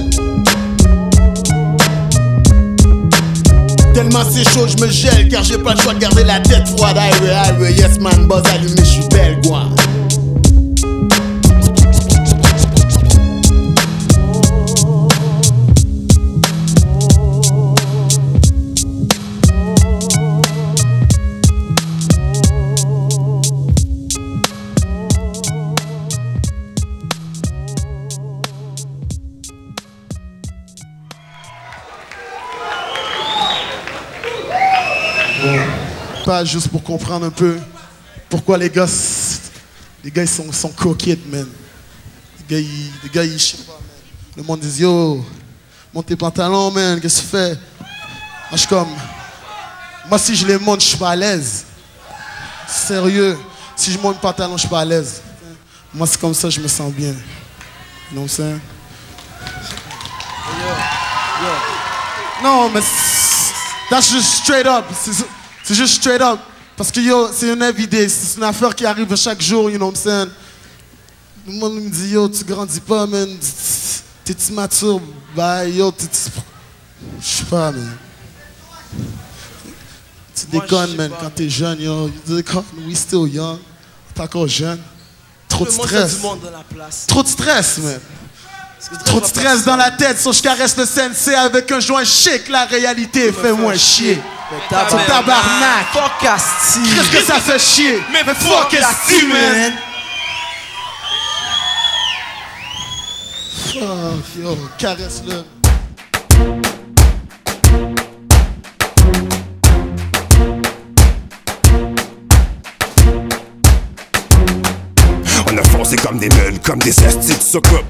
Tellement c'est chaud, je me gèle car j'ai pas le choix de garder la tête froide. Highway, yes man, buzz allumé, je suis belle, quoi. pas, juste pour comprendre un peu pourquoi les gars ils sont coquettes, man. Les gars, ils, je sais pas, man. Le monde dit, yo, monte tes pantalons, man, qu'est-ce que tu fais? Moi, je suis comme, moi, si je les monte, je suis pas à l'aise. Sérieux, si je monte mes pantalons, je suis pas à l'aise. Moi, c'est comme ça, je me sens bien. You know what I'm saying? Non, mais that's just straight up. C'est juste straight up. Parce que yo, c'est une idée, c'est une affaire qui arrive chaque jour, you know what I'm saying? Le monde me dit, yo, tu grandis pas, man. T'es immature, bah, yo, je sais pas, man. Tu déconnes, man, quand t'es jeune, yo. You déconnes, we still young. T'es encore jeune. Trop de stress. Trop de stress, man. Trop de stress dans la tête, so je caresse le sensei avec un joint chic, la réalité fait moins chier. C'est tabarnak. Fuck Asti. Qu'est-ce que ça fait chier? Mais fuck Asti, man. Fuck, yo, caresse-le. On a foncé comme des mules, comme des estis de soucoupe.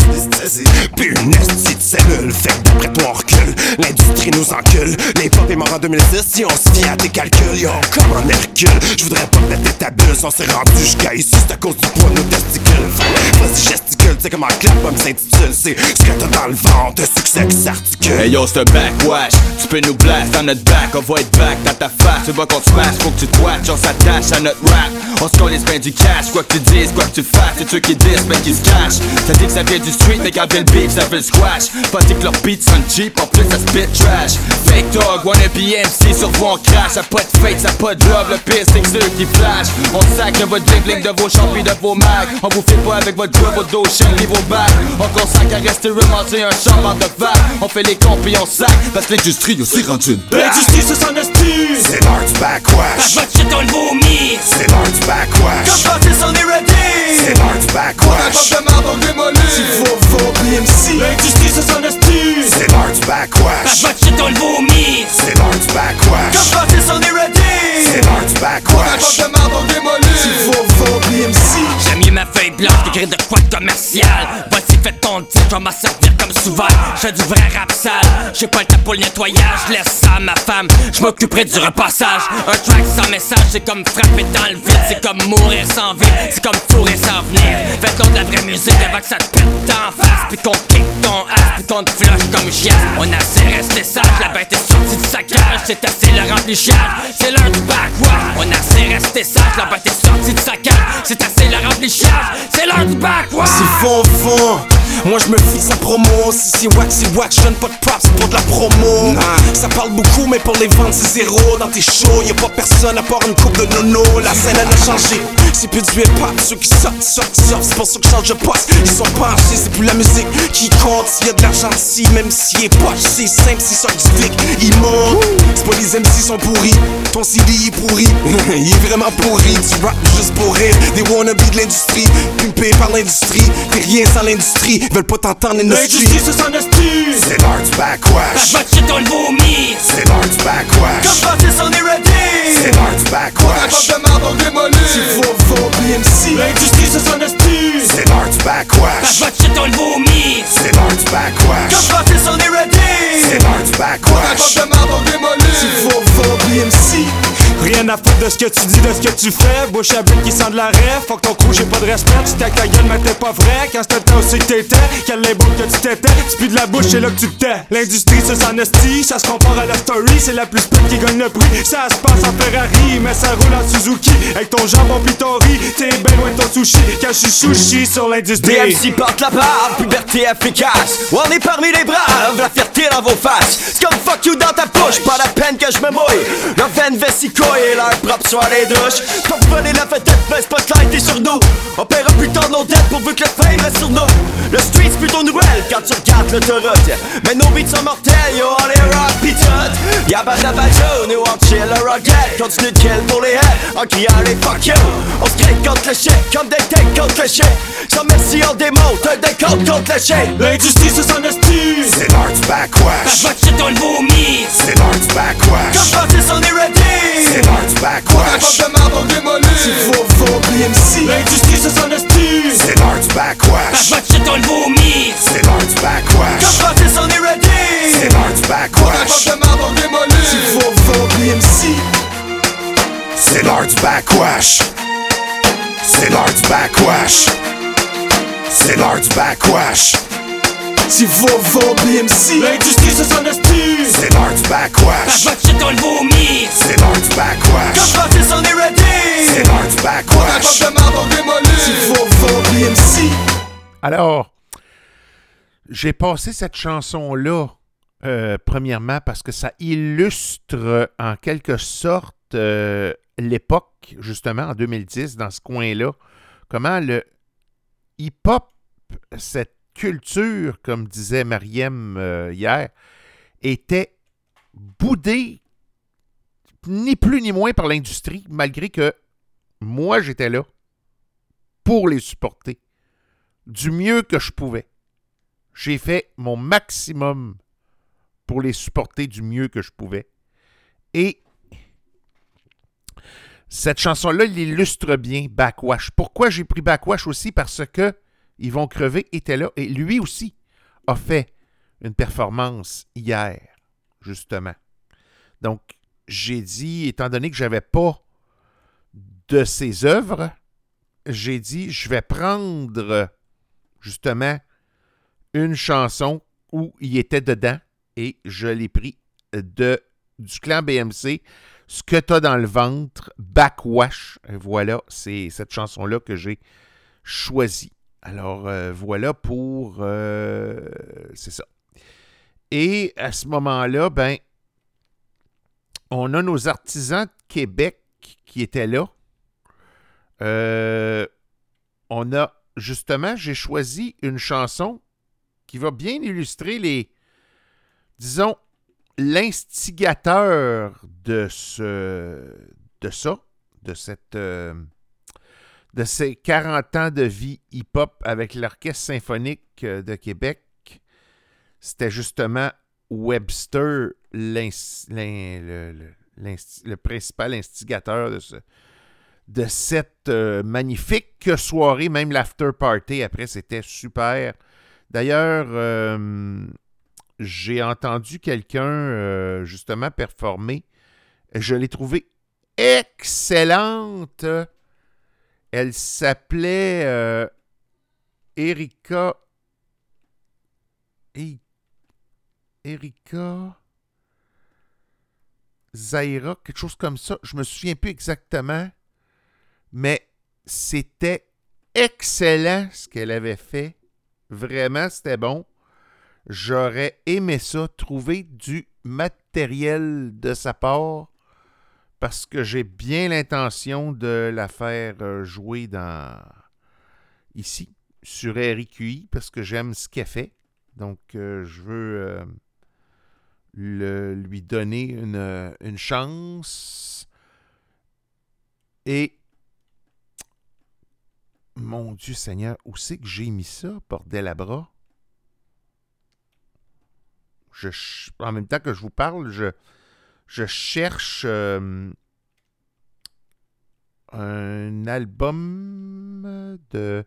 Puis une estie de cellule. Fait que d'après toi on recule. L'industrie nous encule. Les pop est mort en 2006 si on se fie à tes calculs. Yo, comme en Hercule. J'voudrais pas péter ta bulle. Si on s'est rendu jusqu'à ici, c'est à cause du poids de nos testicules. Vas-y gesticule, t'sais comment Clapham s'intitule. C'est ce que t'as dans le ventre, un succès qui s'articule. Hey yo, c'est un backwash. Tu peux nous blast dans notre back. On va être back dans ta face. Tu vois qu'on te smash, faut que tu te watch. On s'attache à notre rap. On se colle les pains du cash. Quoi que tu dises, quoi que tu fasses, c'est ceux qui disent mais qui se cachent. Ça dit que ça vient du street mais quand vient le beef ça fait le squash. Pas dit que leur beats sont cheap, en plus ça spit trash. Fake dog, wanna be MC, sur vous on crash. Ça pas de fake, ça pas de love, le pire c'est que ceux qui flash. On sac de votre bling de vos champions de vos mags. On vous fait pas avec votre gars, votre dos, chien, livre au bac. On consacre à rester remonter un champ de vague. On fait les comptes pis on sac, parce que l'industrie aussi rendu une bague. L'industrie c'est son estime. C'est l'heure du backwash. Votre shit on le vomit. C'est l'heure du backwash. Comme Baptiste on est ready. C'est l'heure du backwash. On a de marde, on démolit. Tu vaux BMC. L'industrie c'est son estime. C'est l'heure du backwash. Votre shit on le vomit. C'est l'heure du backwash. Comme Baptiste on est ready. C'est l'heure du backwash. On a de marde, on démolit. Tu vaux BMC. J'ai mis ma feuille blanche, t'écris de quoi de commercial. Vas-y fais ton titre, j'vais m'en servir comme souvent. J'fais du vrai rap sale, j'ai pas le temps pour le nettoyage. Laisse ça à ma femme, j'm'occuperai du repassage. Un track sans message, c'est comme frapper dans le vide. C'est comme mourir sans vie, c'est comme fourrer sans venir. Fais donc de la vraie musique avant que ça te pète en face. Puis qu'on kick ton ass, puis qu'on te flush comme chien. On a assez resté sage, la bête est sortie du saccage. C'est assez le remplissage, c'est l'heure du backwash. On a assez resté sage, la bête est sortie du saccage. C'est assez le remplissage, c'est l'heure du backwash. C'est fond. Moi je me fie sa promo. Si c'est wax, je donne pas de props, c'est pour de la promo. Ça parle beaucoup mais pour les ventes c'est zéro. Dans tes shows y'a pas personne à part une coupe de nono. La scène elle a changé, c'est plus du hip-hop. Ceux qui sortent, c'est pour ça que je change de poste. Ils sont penchés, c'est plus la musique qui compte. S'il y a de l'argent ici, même s'il est poche, c'est simple, c'est ça du flic, il monte. C'est pas les MC sont pourris, ton CD il est pourri. Il est vraiment pourri, tu rap juste pour rire. Des wannabes de l'industrie, pimpés par l'industrie. T'es rien sans l'industrie, veulent pas t'entendre l'industrie. L'industrie c'est son estime. C'est l'heure du backwash. Votre shit on le vomit. C'est l'heure du backwash. Comme Baptiste on est ready. C'est l'heure du backwash. On a de marde, on démolit. Tu vaux BMC. L'industrie c'est son estime. C'est l'heure du backwash. Votre shit on le vomit. C'est l'heure du backwash. Comme Baptiste on est ready. C'est l'heure du backwash. On a de marde, on démolit. Tu vaux BMC. Rien à foutre de ce que tu dis, de ce que tu fais. Bouche à but qui sent de la rêve. Fuck ton crew, j'ai pas de respect. Tu t'as ta gueule, mais t'es pas vrai. Quand c'était le temps aussi que t'étais, quel label que tu t'étais. Tu pues de la bouche, c'est là que tu te tais. L'industrie, c'est s'en estie. Ça se compare à la story. C'est la plus pute qui gagne le prix. Ça se passe en Ferrari, mais ça roule en Suzuki. Avec ton jambon pis ton riz, t'es ben loin de ton sushi. Quand je suis sushi sur l'industrie. BMC porte la barre, puberté efficace. On est parmi les braves, la fierté dans vos faces. C'est comme fuck you dans ta bouche, pas la peine que je me mouille. Leur veine vesico et l'air propre sur les douches. Pour voler la vedette, mais spotlight est sur nous. On paiera plus tard nos dettes pourvu que le fame reste sur nous. Le street c'est plutôt nouvelle quand tu regardes l'autoroute. Mais nos beats sont mortels, yo on les rock pis tout. Y'a pas de bateau, nous on chill le rocket. Continue de kill pour les heads, en criant les fuck you. On se crée contre le shit, comme des takes contre le shit. Sans merci on démonte, un décompte contre le shit. L'industrie c'est son estime. C'est l'heure du backwash. Votre shit on le vomit. C'est l'heure du backwash. Comme Baptiste on est ready. C'est l'heure du backwash. de marde, on démolit. C'est Vovo BMC. L'industrie se s'en estime. C'est l'heure du backwash. Votre shit, on le vomit. C'est l'heure du backwash. Comme Francis, on est ready. C'est l'heure du backwash. de marde, on démolit. C'est Vovo BMC. C'est l'heure du backwash. C'est l'heure du backwash. C'est l'heure du backwash. C'est Vovo BMC. L'industrie se s'en estime. C'est l'heure du backwash. Votre shit, on le vomit. C'est l'heure du backwash. Comme Francis, on est ready. C'est l'heure du backwash. de marde, on démolit. C'est Vovo BMC. Alors, j'ai passé cette chanson-là, premièrement, parce que ça illustre en quelque sorte l'époque, justement, en 2010, dans ce coin-là, comment le hip-hop, cette culture, comme disait Mariem hier, était boudée, ni plus ni moins par l'industrie, malgré que moi, j'étais là pour les supporter du mieux que je pouvais. J'ai fait mon maximum pour les supporter du mieux que je pouvais. Et cette chanson-là l'illustre bien, Backwash. Pourquoi j'ai pris Backwash aussi? Parce que Ils vont crever était là. Et lui aussi a fait une performance hier, justement. Donc, j'ai dit, étant donné que je n'avais pas de ses œuvres, j'ai dit, je vais prendre, justement, une chanson où il était dedans et je l'ai pris du clan BMC, Ce que t'as dans le ventre, Backwash. Voilà, c'est cette chanson-là que j'ai choisie. Alors, voilà pour... c'est ça. Et à ce moment-là, ben, on a nos artisans de Québec qui étaient là. On a, justement, j'ai choisi une chanson qui va bien illustrer les, disons, l'instigateur de ces 40 ans de vie hip-hop avec l'Orchestre symphonique de Québec. C'était justement Webster, le principal instigateur de cette magnifique soirée, même l'after party après, c'était super. D'ailleurs, j'ai entendu quelqu'un justement performer. Je l'ai trouvée excellente. Elle s'appelait Erika Zaira, quelque chose comme ça. Je me souviens plus exactement. Mais c'était excellent ce qu'elle avait fait. Vraiment, c'était bon. J'aurais aimé ça, trouver du matériel de sa part, parce que j'ai bien l'intention de la faire jouer ici, sur RIQI, parce que j'aime ce qu'elle fait. Donc, je veux lui donner une chance. Et mon Dieu Seigneur, où c'est que j'ai mis ça, bordel à bras? En même temps que je vous parle, je cherche un album de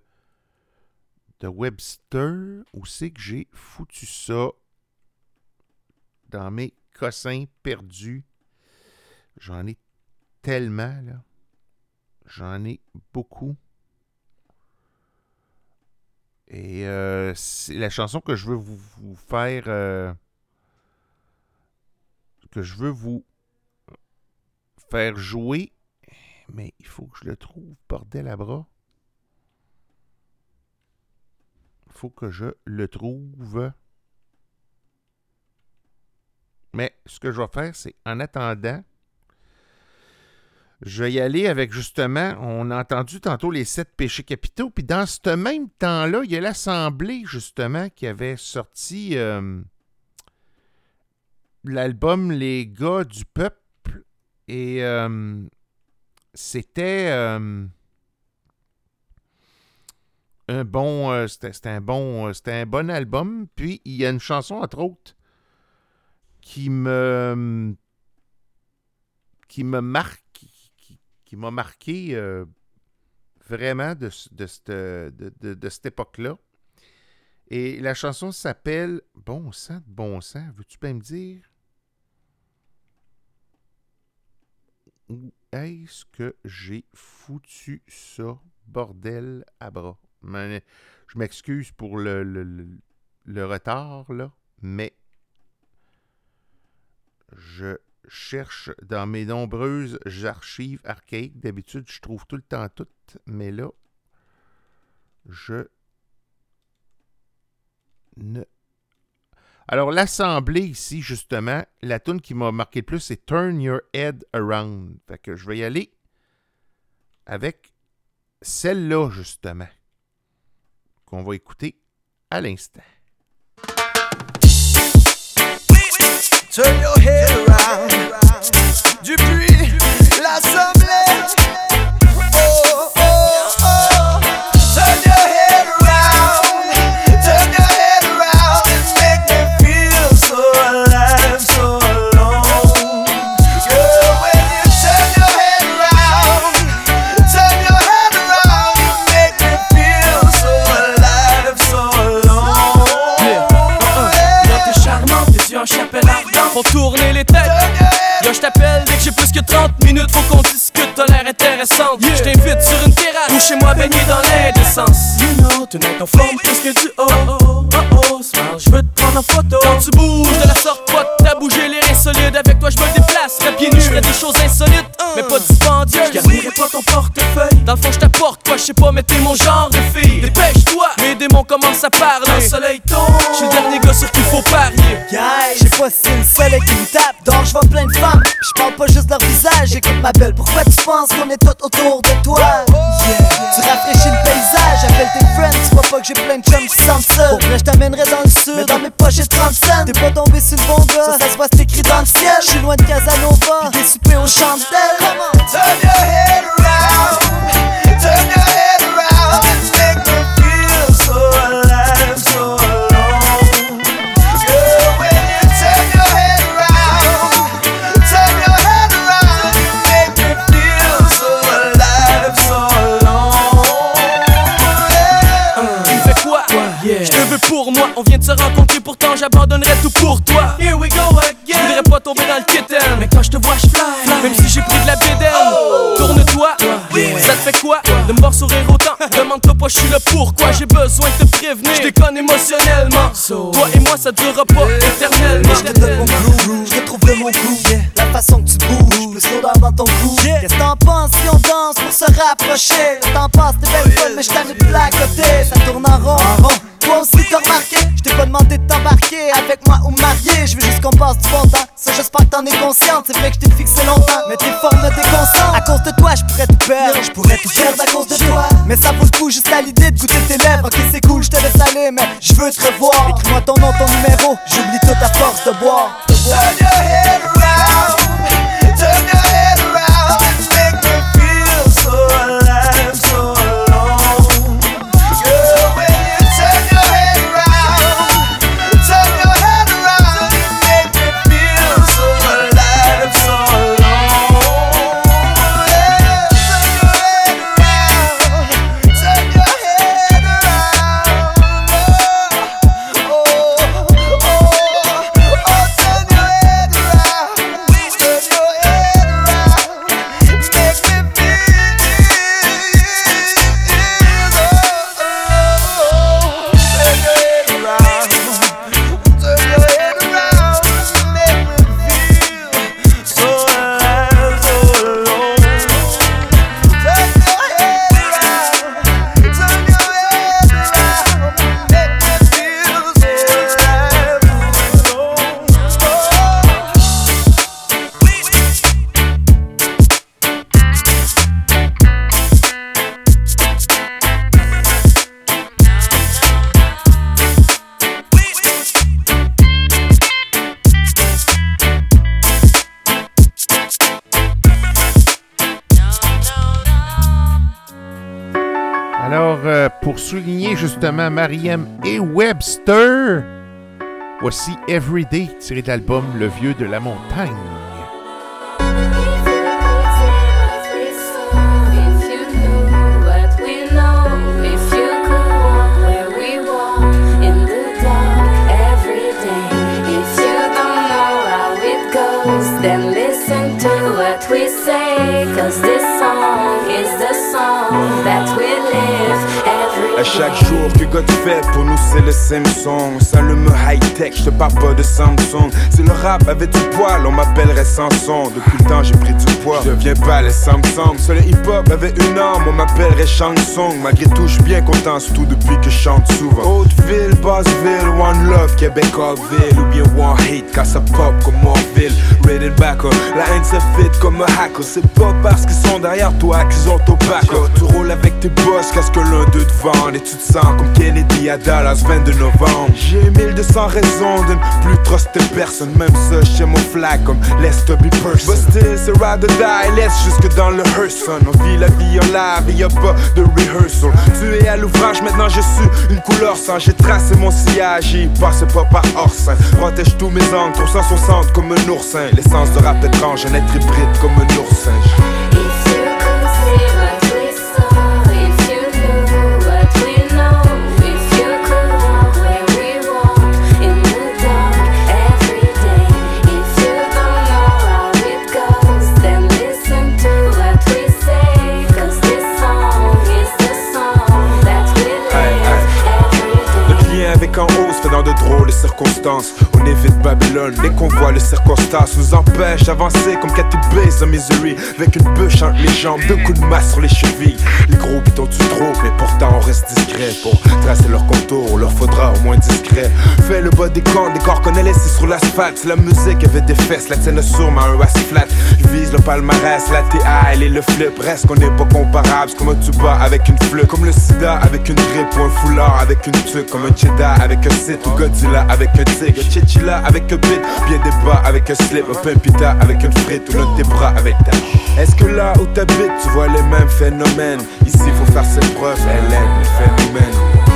Webster. Où c'est que j'ai foutu ça? Dans mes cossins perdus. J'en ai tellement, là. J'en ai beaucoup. Et c'est la chanson que je veux vous faire... que je veux vous faire jouer. Mais il faut que je le trouve, bordel à bras. Il faut que je le trouve. Mais ce que je vais faire, c'est, en attendant, je vais y aller avec, justement, on a entendu tantôt les 7 péchés capitaux, puis dans ce même temps-là, il y a l'Assemblée, justement, qui avait sorti l'album Les gars du peuple, et c'était un bon album. Puis il y a une chanson, entre autres, qui qui me marque, qui m'a marqué vraiment de cette époque-là. Et la chanson s'appelle Bon sang de bon sang. Veux-tu bien me dire où est-ce que j'ai foutu ça, bordel à bras? Je m'excuse pour le retard, là, mais je cherche dans mes nombreuses archives archaïques. D'habitude, je trouve tout le temps tout, mais là, Alors, l'assemblée ici, justement, la tune qui m'a marqué le plus, c'est Turn Your Head Around. Fait que je vais y aller avec celle-là, justement, qu'on va écouter à l'instant. Turn your head around. Dupuis, l'Assemblée. Oh, oh, oh. Turn your head around. Turn your head around and make me feel so alive, so alone. Girl, when you turn your head around, you make me feel so alive, so alone. Yeah, t'es charmante, t'es en chapelle ardente. Faut tourner les têtes. Yo, j't'appelle dès que j'ai plus que 30 minutes. Faut qu'on discute, t'as l'air intéressante. J't'invite sur une terrasse ou chez moi baigné dans l'indécence. You know, tonight on forme plus que du oh oh oh oh. Smile, j'veux te prendre en photo. Quand tu bouges de la sorte, pas t'as bougé les reins solides. Avec toi j'me déplacerais pieds nus, j'ferais des choses insolites, mais pas dispendieuses. J'garnirais pas ton portefeuille. Dans le fond j't'apporte quoi, j'sais pas, mais t'es mon genre de fille. Dépêche-toi, mes démons commencent à parler. Quand le soleil tombe, j'suis le dernier gars sur qui faut parier. J'sais pas si c'est le soleil qui me tape. Donc j'vois plein de femmes, j'parle pas juste de leur visage. Écoute ma belle, pourquoi tu penses qu'on est tout autour de toi? Tu rafraîchis le paysage, appelle tes friends. Tu vois pas que j'ai plein de chums qui sentent ça. Pour vrai j't'amènerai dans le sud, mais dans mes poches j'ai 30 cents. T'es pas tombé sur le bon gars, ça se voit c'est écrit dans le ciel. J'suis loin de Casanova, pis des soupers aux chandelles. Turn your head around. Turn your head around and make me feel so alive, so alone. Girl, when you turn your head around, you make me feel so alive, so alone. Tu me fais quoi? Je te veux pour moi, on vient de se rencontrer, pourtant j'abandonnerais tout pour toi. Here we go again. Je voudrais pas tomber dans le kitten, mais quand je te vois je fly, même si j'ai pris de la bédaine. Tourne-toi, ça te fait quoi de me voir sourire autant? Demande-toi pas, je suis là pourquoi. J'ai besoin de te prévenir, je déconne émotionnellement. Toi et moi ça durera pas éternellement. Je te donne mon groove, je retrouve mon goût. La façon que tu bouges, plus l'odeur dans ton cou. Qu'est-ce que t'en penses si on danse pour se rapprocher? Le temps passe, t'es belle folle, mais je t'en ai plein à côté. Ça tourne en rond. Toi aussi t'as remarqué, je t'ai pas demandé de t'embarquer avec moi ou marier. Je veux juste qu'on passe du bon temps, ça j'espère que t'en es consciente. C'est vrai que je t'ai fixé longtemps, mais tes formes me déconcentrent. À cause de toi je pourrais tout perdre, je pourrais tout perdre à cause de toi. Mais ça vaut le coup juste à l'idée de goûter tes lèvres. Ok c'est cool, je te laisse aller, mais je veux te revoir. Écris-moi ton nom, ton numéro, j'oublie tout à force de boire. Turn your head around. Turn your head around and make me feel so alive, so alone. Girl, when you turn your head around, you make me feel so alive, so alone. Turn your head around, oh, oh, oh, turn your head around, turn your head around, make me feel turn your head around, turn your head around, make me feel so alive, so alone. Turn your head around, turn your head around, make me feel so alive, so Alors, pour souligner justement Mariem et Webster, voici Everyday, tiré de l'album Le Vieux de la Montagne. what we say, cause this song is the song that we live every À chaque jour que God fait pour nous c'est le Samsung. Ça le me high-tech, je te parle pas de Samsung. Si le rap avait du poil, on m'appellerait Samson. Depuis le temps j'ai pris du poids, je deviens pas les Samsung. Si le hip-hop avait une âme, on m'appellerait Shansung. Malgré tout je suis bien content, surtout depuis que je chante souvent. Hauteville, Basseville, One Love, Québécoisville. Ou bien One Hate, quand ça pop comme Morville. Rated backer, la haine se fit comme un hacker. C'est pas parce qu'ils sont derrière toi qu'ils ont ton back. Tu roules avec tes boss, qu'est-ce que l'un d'eux te vend. Et tu te sens comme Kennedy à Dallas, 22 novembre. J'ai 1200 raisons de ne plus truster personne. Même ça, chez mon flag comme let's to be person. But still, c'est ride or die, laisse jusque dans le Hearson. On vit la vie en live et y'a pas de rehearsal. Tu es à l'ouvrage, maintenant je suis une couleur sans. J'ai tracé mon sillage, j'y passe pas par hors-sein. Protège tous mes angles, 360 comme un oursin. L'essence de rap étrange, un être hybride comme un oursin. Avec en hausse, fait dans de drôles circonstances. On évite Babylone, dès qu'on voit les circonstances nous empêche d'avancer comme Cathy Bates dans Misery. Avec une bûche entre les jambes, 2 coups de masse sur les chevilles. Les gros bitons tu trop, mais pourtant on reste discret. Pour tracer leur contour, leur faudra au moins discret. Fais le bas des corps qu'on a laissé sur l'asphalte. Si la musique avait des fesses, la tienne sûrement un ass flat. Je vise le palmarès, la TI et le flip. Reste qu'on n'est pas comparables, c'est comme un tuba avec une flûte. Comme le sida avec une grippe ou un foulard avec une tuque. Comme un cheddar avec un site, ou Godzilla avec un tigre, Chichilla avec un bit, bien des bas avec un slip, un pimpita avec une frite, ou l'un de tes bras avec ta. Est-ce que là où t'habites, tu vois les mêmes phénomènes? Ici faut faire ses preuves, elle aide les phénomènes.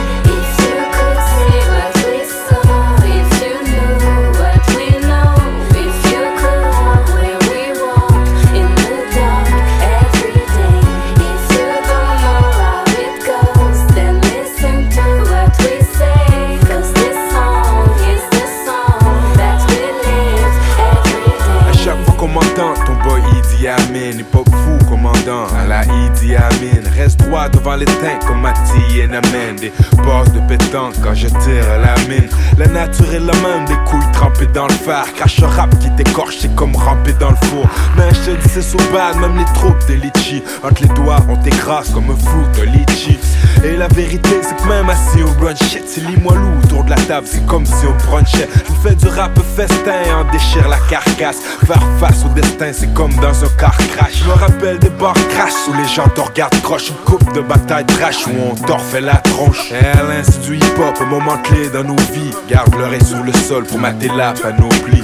Ton boy Idi Amin, hip-hop fou commandant à la Idi Amin. Reste droit devant les tanks comme Mati et Namen. Des bases de pétanque quand je tire à la mine. La nature est la même, des couilles trempées dans le phare. Crache un rap qui t'écorche, c'est comme ramper dans le four. Mais je te dis c'est so bad, même les troupes de litchi. Entre les doigts on t'écrase comme un fruit de litchi. Et la vérité c'est que même assis au brunch shit, c'est lis-moi-loup autour de la table, c'est comme si on brunchait. Je me fais du rap festin, en déchire la carcasse. Faire face au destin c'est comme dans un car crash. Je me rappelle des bars crash où les gens te regardent croche. Une coupe de bataille trash où on t'en refait la tronche. Et Alain c'est du hip hop, un moment clé dans nos vies. Garde l'oreille sur le sol pour mater la panoplie.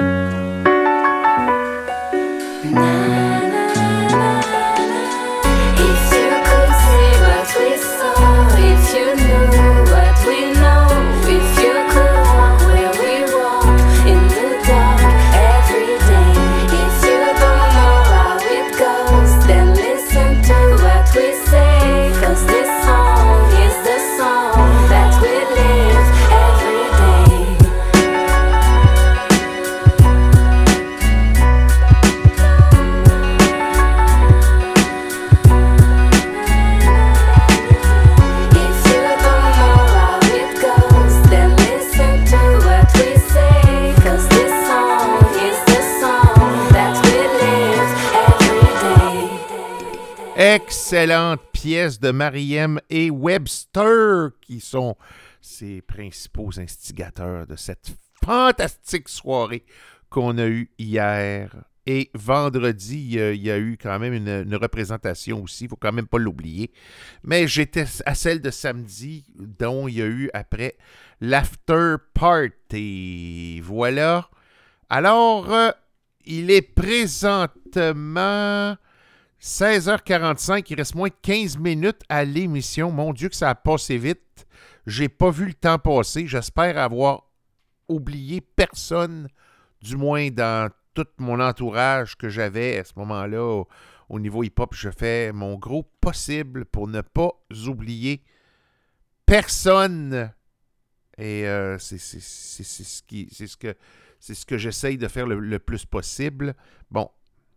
Excellente pièce de Mariem et Webster, qui sont ses principaux instigateurs de cette fantastique soirée qu'on a eue hier. Et vendredi, il y a eu quand même une représentation aussi, il ne faut quand même pas l'oublier. Mais j'étais à celle de samedi, dont il y a eu après l'after party. Voilà. Alors, il est présentement 16h45, il reste moins de 15 minutes à l'émission. Mon Dieu que ça a passé vite. J'ai pas vu le temps passer. J'espère avoir oublié personne, du moins dans tout mon entourage que j'avais à ce moment-là au niveau hip-hop. Je fais mon gros possible pour ne pas oublier personne. Et c'est ce que j'essaye de faire le plus possible. Bon.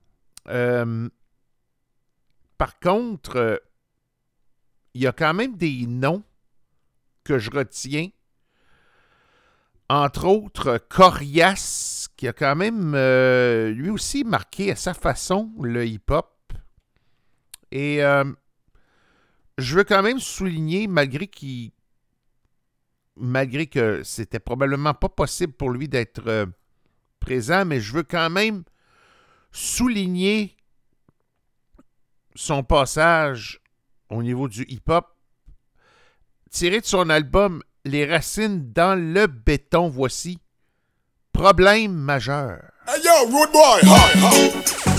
Par contre, il y a quand même des noms que je retiens. Entre autres, Corias, qui a quand même, lui aussi, marqué à sa façon le hip-hop. Et je veux quand même souligner, malgré que c'était probablement pas possible pour lui d'être présent, mais je veux quand même souligner son passage au niveau du hip-hop, tiré de son album Les Racines dans le béton. Voici Problème majeur. Hey yo, Rude Boy, hi.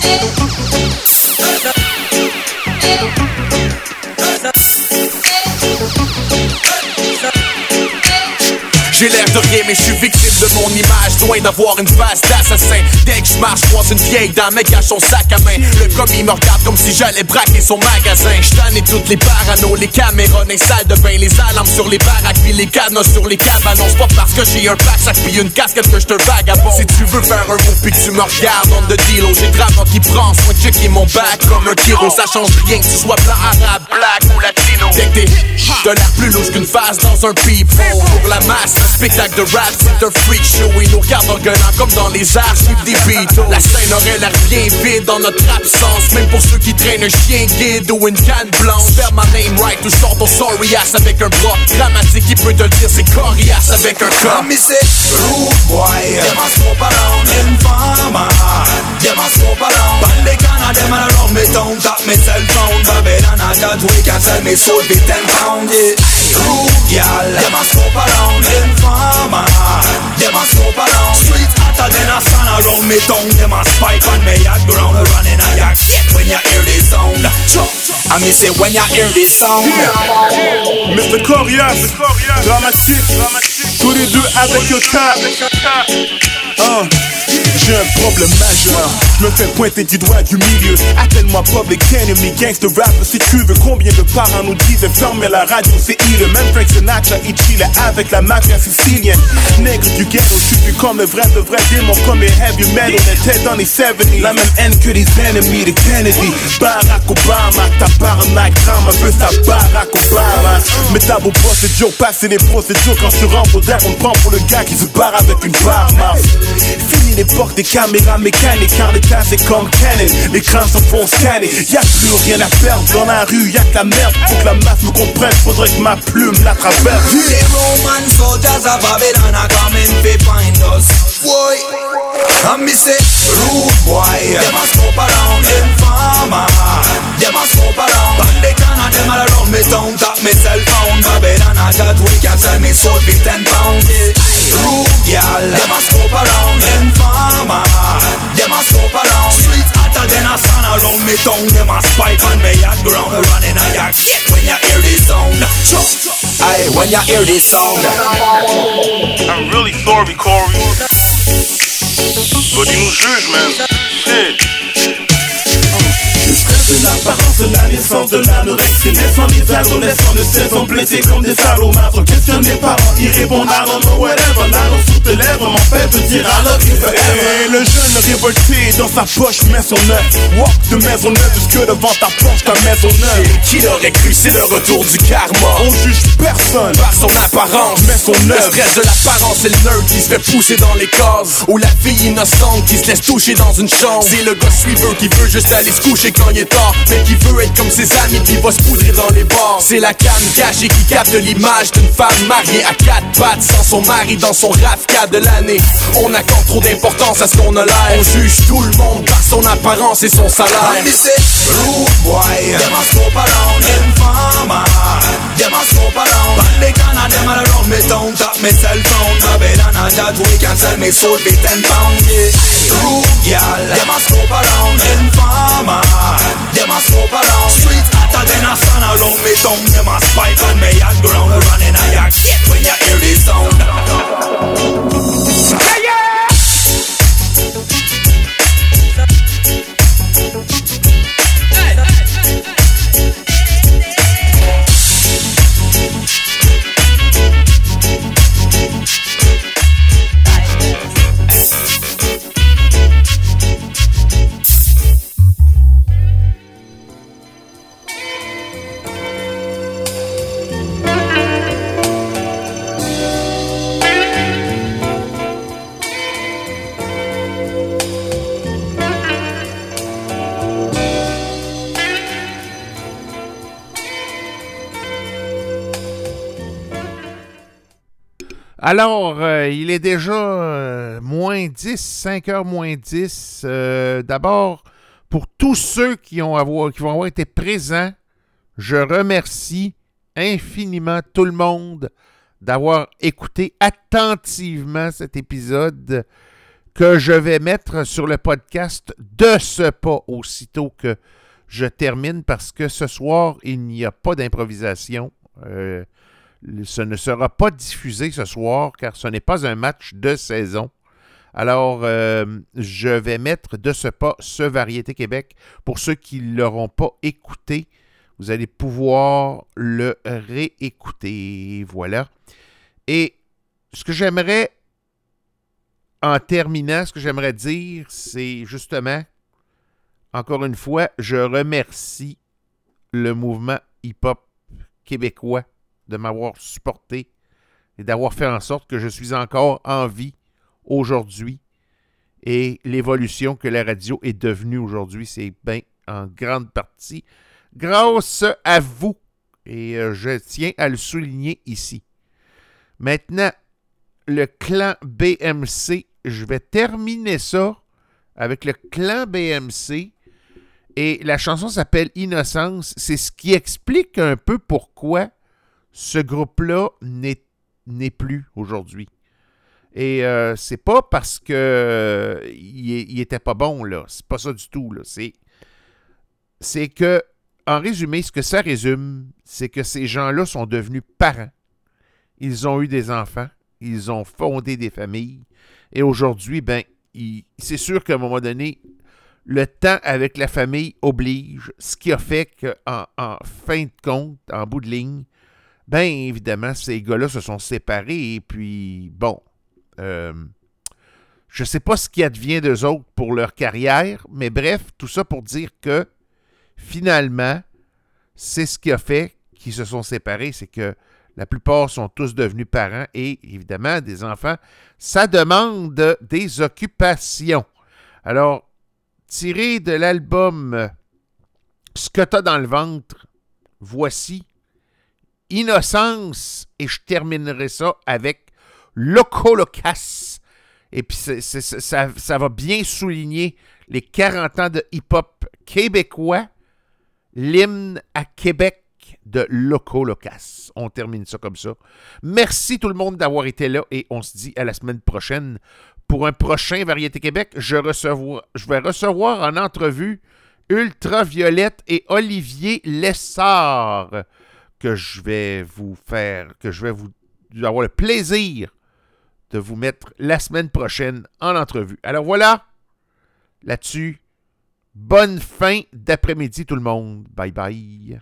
J'ai l'air de rien mais je suis victime de mon image, loin d'avoir une face d'assassin. Dès que je marche, je croise une vieille dame, elle cache son sac à main. Le commis me regarde comme si j'allais braquer son magasin. J'tanne toutes les parano, les caméras dans les salles de bain, les alarmes sur les baraques, puis les cadenas sur les cabanons. C'est pas parce que j'ai un pack sac puis une casquette que j'te vagabond. Si tu veux faire un move puis que tu me regardes on the deal, j'ai drama qui prend soin de checker mon back comme un kiro. Ça change rien que tu sois blanc, arabe, black ou latino. Dès que t'as l'air plus louche qu'une face dans un peephole. Pour la masse, spectacle de rap, c'est un freak show. Ils nous regardent en gueulant comme dans les archives des Beatles. La scène aurait l'air bien vide dans notre absence, même pour ceux qui traînent un chien guide ou une canne blanche. Faire ma name right ou sort ton sorry ass avec un bras dramatique, il peut te le dire, c'est coriace avec un corps. Me say, rude boy, them a scope around informer. Them a scope around, but they can't them a around me down. Tap me cell phone, Babylon a that way can sell me soul for 10 pounds. Rude girl, them a scope around informer. Them a scope around, streets hotter than a sun around me down. Them a spike on me at ground, running a yak when you hear the sound. I me say when you hear the sound. Mr. Corias, dramatique, tous les deux avec le cap. J'ai un problème majeur, je me fais pointer du doigt du milieu. Appelle-moi Public Enemy, gangster rapper si tu veux. Combien de parents nous disaient fermer la radio, c'est hideux. Même Frank Sinatra, il chillait avec la mafia sicilienne. Nègre du ghetto, je suis plus comme le vrai démon. Comme les heavy metal, on était dans les 70s. La même haine que les ennemis de Kennedy. Barack Obama, tabarnak, drame, un peu ça Barack Obama. Mais t'as beau procédure, passer les procédures. Quand tu rentres au derrière, on te prend pour le gars qui se barre avec une barre. Fini l'époque des caméras mécaniques, car l'état c'est comme Canon. Les crânes se font scanner, y'a plus rien à perdre. Dans la rue y'a que la merde, pour que la masse me comprenne, faudrait que ma plume la traverse. The Roman soldiers of Babylon are coming to find us. Boy, and me say, rude boy, them a scope around informer. Them a scope around, but they can't them all around me down. Tap me cell phone, Babylon a that way can sell me soul for 10 pounds. Rude girl, them a scope around informer. Them a scope around, streets hotter than a sun around me down. Them a spike on me at ground, running a yak when you hear the sound. Aye, when you hear the sound. I'm really sorry, Corey. But il nous juge, man. Shit. C'est l'apparence de la naissance de l'anorexie. Laissant les adolescents de 16 ans blessés comme des salomâtres. Questionne les parents, ils répondent I don't know whatever. L'annonce sous tes lèvres m'empêche de dire I love you forever. Et le jeune révolté dans sa poche maison neuve. Walk de maison neuve jusque devant ta porte ta maison neuve. Qui l'aurait cru, c'est le retour du karma. On juge personne par son apparence, maison neuve. Le stress de l'apparence, c'est le nerd qui se fait pousser dans les cases. Ou la fille innocente qui se laisse toucher dans une chambre. C'est le gars suiveur qui veut juste aller se coucher quand il est tard, mais qui veut être comme ses amis qui va se poudrer dans les bars. C'est la canne cachée qui capte l'image d'une femme mariée à 4 pattes sans son mari dans son rafka de l'année. On accorde trop d'importance à ce qu'on a l'air. On juge tout le monde par son apparence et son salaire. And me say, rude boy, them a scope around informer. Them a scope around, but they can't them all around me down. Tap me cell phone, Babylon a that way can sell me soul for 10 pounds. Rude girl, them a scope around informer. Them a scope around, streets hotter than a sun around me down. Them a spike on me at ground, running a yak when you hear the sound. Yeah, yeah. Alors, il est déjà moins 10, 5h moins 10. D'abord, pour tous ceux qui vont avoir été présents, je remercie infiniment tout le monde d'avoir écouté attentivement cet épisode que je vais mettre sur le podcast de ce pas aussitôt que je termine parce que ce soir, il n'y a pas d'improvisation. Ce ne sera pas diffusé ce soir car ce n'est pas un match de saison. Alors, je vais mettre de ce pas ce Variété Québec. Pour ceux qui ne l'auront pas écouté, vous allez pouvoir le réécouter. Voilà. Et ce que j'aimerais, en terminant, ce que j'aimerais dire, c'est justement, encore une fois, je remercie le mouvement hip-hop québécois de m'avoir supporté et d'avoir fait en sorte que je suis encore en vie aujourd'hui. Et l'évolution que la radio est devenue aujourd'hui, c'est bien en grande partie grâce à vous. Et je tiens à le souligner ici. Maintenant, le clan BMC, je vais terminer ça avec le clan BMC. Et la chanson s'appelle Innocence. C'est ce qui explique un peu pourquoi ce groupe-là n'est plus aujourd'hui. Et c'est pas parce que il était pas bon, là. C'est pas ça du tout, là. C'est que, en résumé, ce que ça résume, c'est que ces gens-là sont devenus parents. Ils ont eu des enfants. Ils ont fondé des familles. Et aujourd'hui, c'est sûr qu'à un moment donné, le temps avec la famille oblige, ce qui a fait qu'en fin de compte, en bout de ligne, bien évidemment, ces gars-là se sont séparés et puis, bon, je sais pas ce qui advient d'eux autres pour leur carrière, mais bref, tout ça pour dire que, finalement, c'est ce qui a fait qu'ils se sont séparés, c'est que la plupart sont tous devenus parents et, évidemment, des enfants. Ça demande des occupations. Alors, tiré de l'album Ce que t'as dans le ventre, voici Innocence. Et je terminerai ça avec Loco Locas. Et puis, ça va bien souligner les 40 ans de hip-hop québécois. L'hymne à Québec de Loco Locas. On termine ça comme ça. Merci tout le monde d'avoir été là et on se dit à la semaine prochaine pour un prochain Variété Québec. Je vais recevoir en entrevue Ultraviolette et Olivier Lessard que je vais avoir le plaisir de vous mettre la semaine prochaine en entrevue. Alors voilà, là-dessus, bonne fin d'après-midi tout le monde. Bye bye.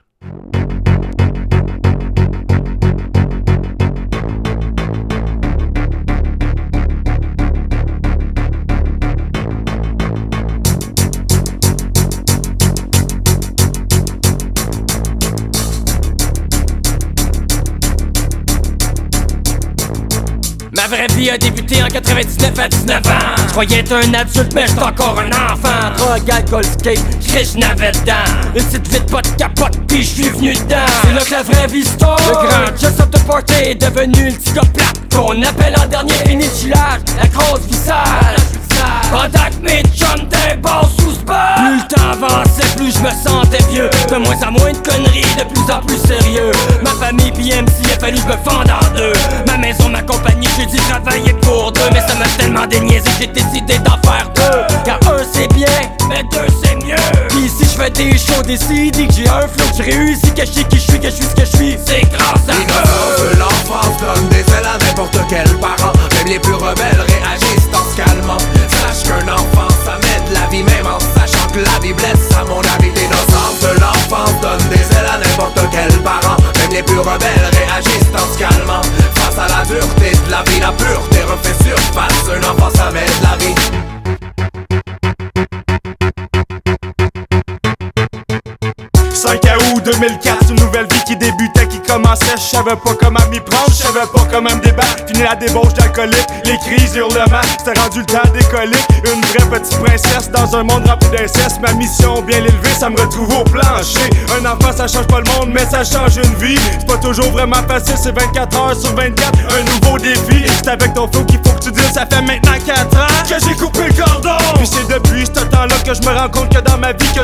Ma vraie vie a débuté en 99 à 19 ans. Je croyais être un adulte mais j'étais encore un enfant. Drogue, alcool, skate, je n'avais dedans. Une petite vite, pas de capote, puis je suis venu dedans. C'est là que la vraie vie start. Le grand Just of the Party est devenu le petit gars plate qu'on appelle en dernier inutile-âge, la grosse visage. Pendant que mes chums débarrent sous ce bar. Plus le temps avançait, plus je me sentais vieux. De moins en moins de conneries, de plus en plus sérieux. Ma famille pis MC, il a fallu que je me fende en deux. Ma maison, ma compagnie, j'ai dû travailler pour deux. Mais ça m'a tellement déniaisé que j'ai décidé d'en faire deux. Car un c'est bien, mais deux c'est mieux. Pis si je fais des shows, des CD, que j'ai un flow, que j'ai réussi, que je sais qui je suis, que je suis ce que je suis, c'est grâce à eux. L'enfance donne des ailes à n'importe quel parent. Même les plus rebelles réagissent en se calmant. Sache qu'un enfant ça met de la vie, même en sachant que la vie blesse. À mon avis l'innocence de l'enfance donne des ailes à n'importe quel parent. Même les plus rebelles réagissent en se calmant. Face à la dureté de la vie, la pureté refait surface. Un enfant ça met de la vie. 5 août 2004, c'est une nouvelle vie qui débutait, qui commençait. Je savais pas comment m'y prendre, je savais pas comment me débattre. Fini la débauche d'alcoolique, les crises, hurlements. C'était rendu le temps d'écoller. Une vraie petite princesse dans un monde rempli d'inceste. Ma mission bien l'élevée, ça me retrouve au plancher. Un enfant ça change pas le monde, mais ça change une vie. C'est pas toujours vraiment facile, c'est 24 heures sur 24. Un nouveau défi, c'est avec ton flow qu'il faut que tu dises. Ça fait maintenant 4 ans que j'ai coupé le cordon. Puis c'est depuis ce temps-là que je me rends compte que dans ma vie,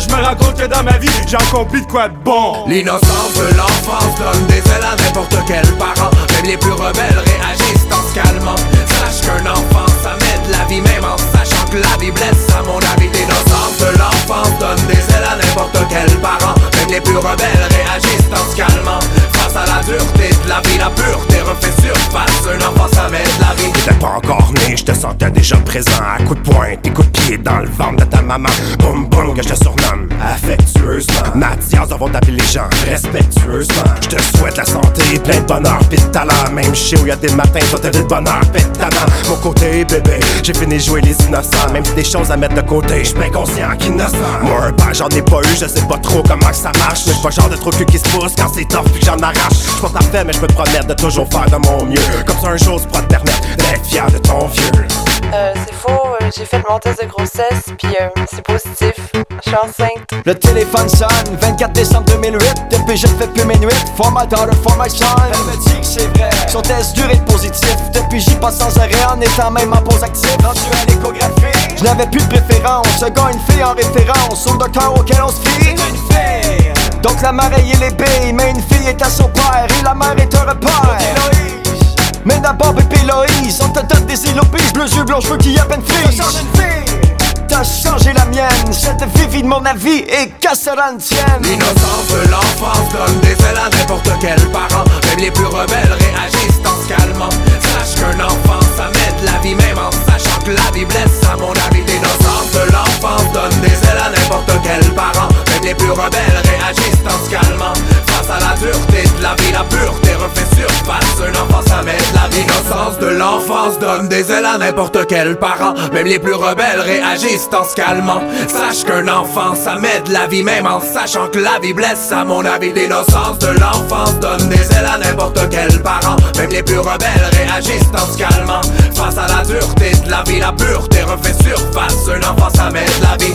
j'ai accompli de quoi de bon. L'innocence de l'enfance donne des ailes à n'importe quel parent. Même les plus rebelles réagissent en se calmant. Sache qu'un enfant ça m'aide la vie, même en sachant que la vie blesse. À mon avis, l'innocence de l'enfance donne des ailes à n'importe quel parent. Même les plus rebelles réagissent en se calmant. Face à la dureté de la vie, la pureté refait surface. Un enfant ça m'aide la vie. T'étais pas encore né, je te sentais déjà présent. À coups de poing, tes coups de pied dans le ventre de ta maman. Boum boum, que je te surnomme affectueusement Mathias, on va taper les gens respectueusement. Je te souhaite la santé, plein de bonheur, pis de talent. Même chez où y'a des matins, toi t'as du bonheur, pis de talent. Mon côté bébé, j'ai fini de jouer les innocents. Même si des choses à mettre de côté, j'suis bien conscient qu'innocent. Moi un père j'en ai pas eu, je sais pas trop comment que ça marche. Mais j'suis pas le genre de trop cul qui se pousse quand c'est tough pis que j'en arrache. J'suis pas parfait mais j'peux te promettre de toujours faire de mon mieux. Comme ça un jour tu pourras te permettre d'être fier de ton vieux. C'est faux, j'ai fait mon test de grossesse, puis c'est positif, je suis enceinte. Le téléphone sonne, 24 décembre 2008. Depuis je ne fais plus mes nuits, for my daughter, for my son. Elle me dit que c'est vrai, son test dur est positif. Depuis j'y passe sans arrêt en étant même en pause active. Rendu à l'échographie, je n'avais plus de préférence. Ce gars une fille en référence, au docteur auquel on se fie. C'est une fille. Donc la mère est les billes, mais une fille est à son père et la mère est un repère. Mais d'abord bébé Loïs, on te donne des élopises, bleus yeux, blancs cheveux qui à peine frisent. T'as changé la mienne, cette vie de mon avis et qu'à se rendre tienne. L'innocence de l'enfance donne des ailes à n'importe quel parent. Même les plus rebelles réagissent en se calmant. Sache qu'un enfant ça m'aide la vie, même en sachant que la vie blesse. À mon avis, l'innocence de l'enfance donne des ailes à n'importe quel parent. Même les plus rebelles réagissent en se calmant. Face à la dureté de la vie, la pureté refait surface. Un enfant ça m'aide la vie. L'innocence de l'enfance donne des ailes à n'importe quel parent. Même les plus rebelles réagissent en se calmant. Sache qu'un enfant ça m'aide la vie, même en sachant que la vie blesse. À mon avis, l'innocence de l'enfance donne des ailes à n'importe quel parent. Même les plus rebelles réagissent en se calmant. Face à la dureté de la vie, la pureté refait surface. Un enfant ça m'aide la vie.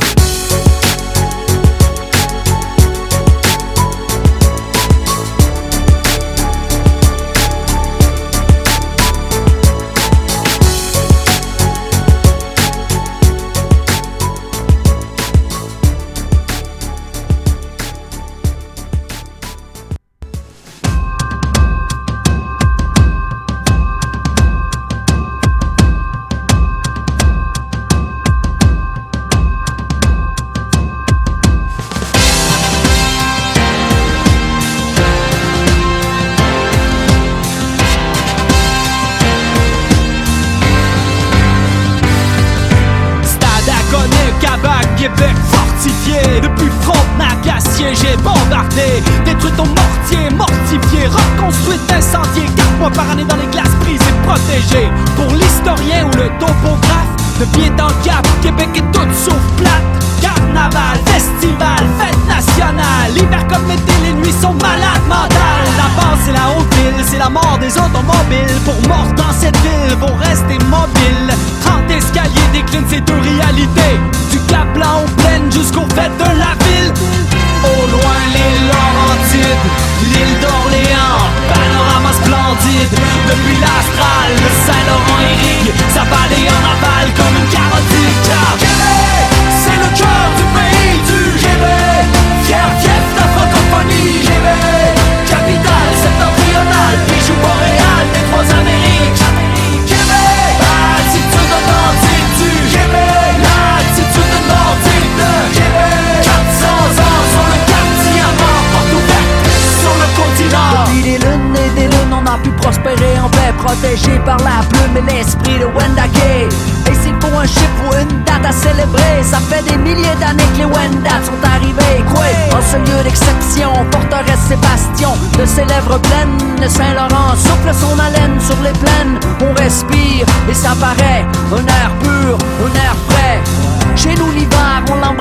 Québec fortifié, depuis Frontenac assiégé, bombardé, détruit ton mortier, mortifié, reconstruit, incendié, 4 mois par année dans les glaces prises et protégées. Pour l'historien ou le topographe, de pied en cap, Québec est toute sauf plate. Carnaval, festival, fête nationale, l'hiver comme l'été, les nuits sont malades mentales. La base c'est la haute ville, c'est la mort des automobiles. Pour mort dans cette ville, vont rester mobiles. 30 escaliers déclinent ces deux réalités, du Cap Blanc aux plaines jusqu'aux fêtes de la ville. Au loin l'île Laurentide, l'île d'Orléans, panorama splendide. Depuis l'Astral, le Saint-Laurent irrigue sa vallée en aval comme une carotide. Car Québec, c'est le cœur du pays du Québec. Fier fief de la francophonie, Québec. Capitale septentrionale, bijou boréal des trois Amériques. Québec, attitude authentique du Québec. L'attitude nordique de Québec. 400 ans sur le cap diamant, porte ouverte sur le continent. Depuis des lunes et des lunes, on a pu prospérer en paix, protégé par la plume et l'esprit de Wendake. Et c'est pour un chiffre ou une date à célébrer, ça fait des milliers d'années que les Wendat sont arrivés. Quoi, en ce lieu d'exception, forteresse Sébastien, de ses lèvres pleines, le Saint-Laurent souffle son haleine sur les plaines. On respire et ça paraît, un air pur, un air frais. Chez nous l'hiver, on l'embrasse à bras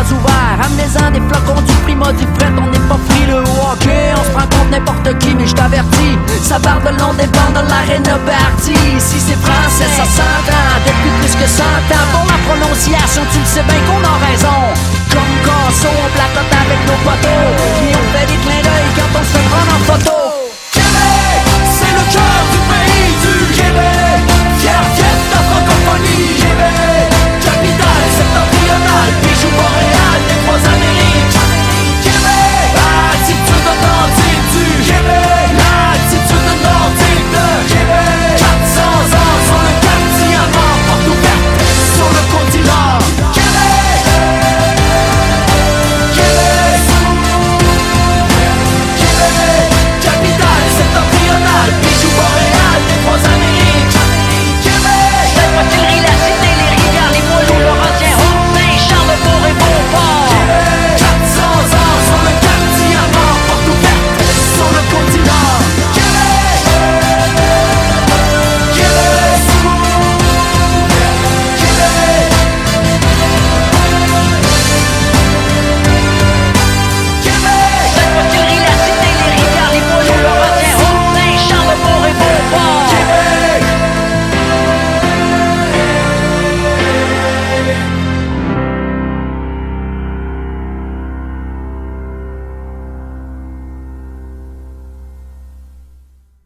bras ouverts. Amenez-en des flocons du prima du fret, on n'est pas frileux au hockey. On se prend contre n'importe qui, mais je t'avertis, ça part de long des bancs de l'aréna Berti. Si c'est français, ça s'entend depuis plus que 100 ans. Pour la prononciation, tu le sais bien qu'on a raison. Comme Casso, on placote avec nos poteaux.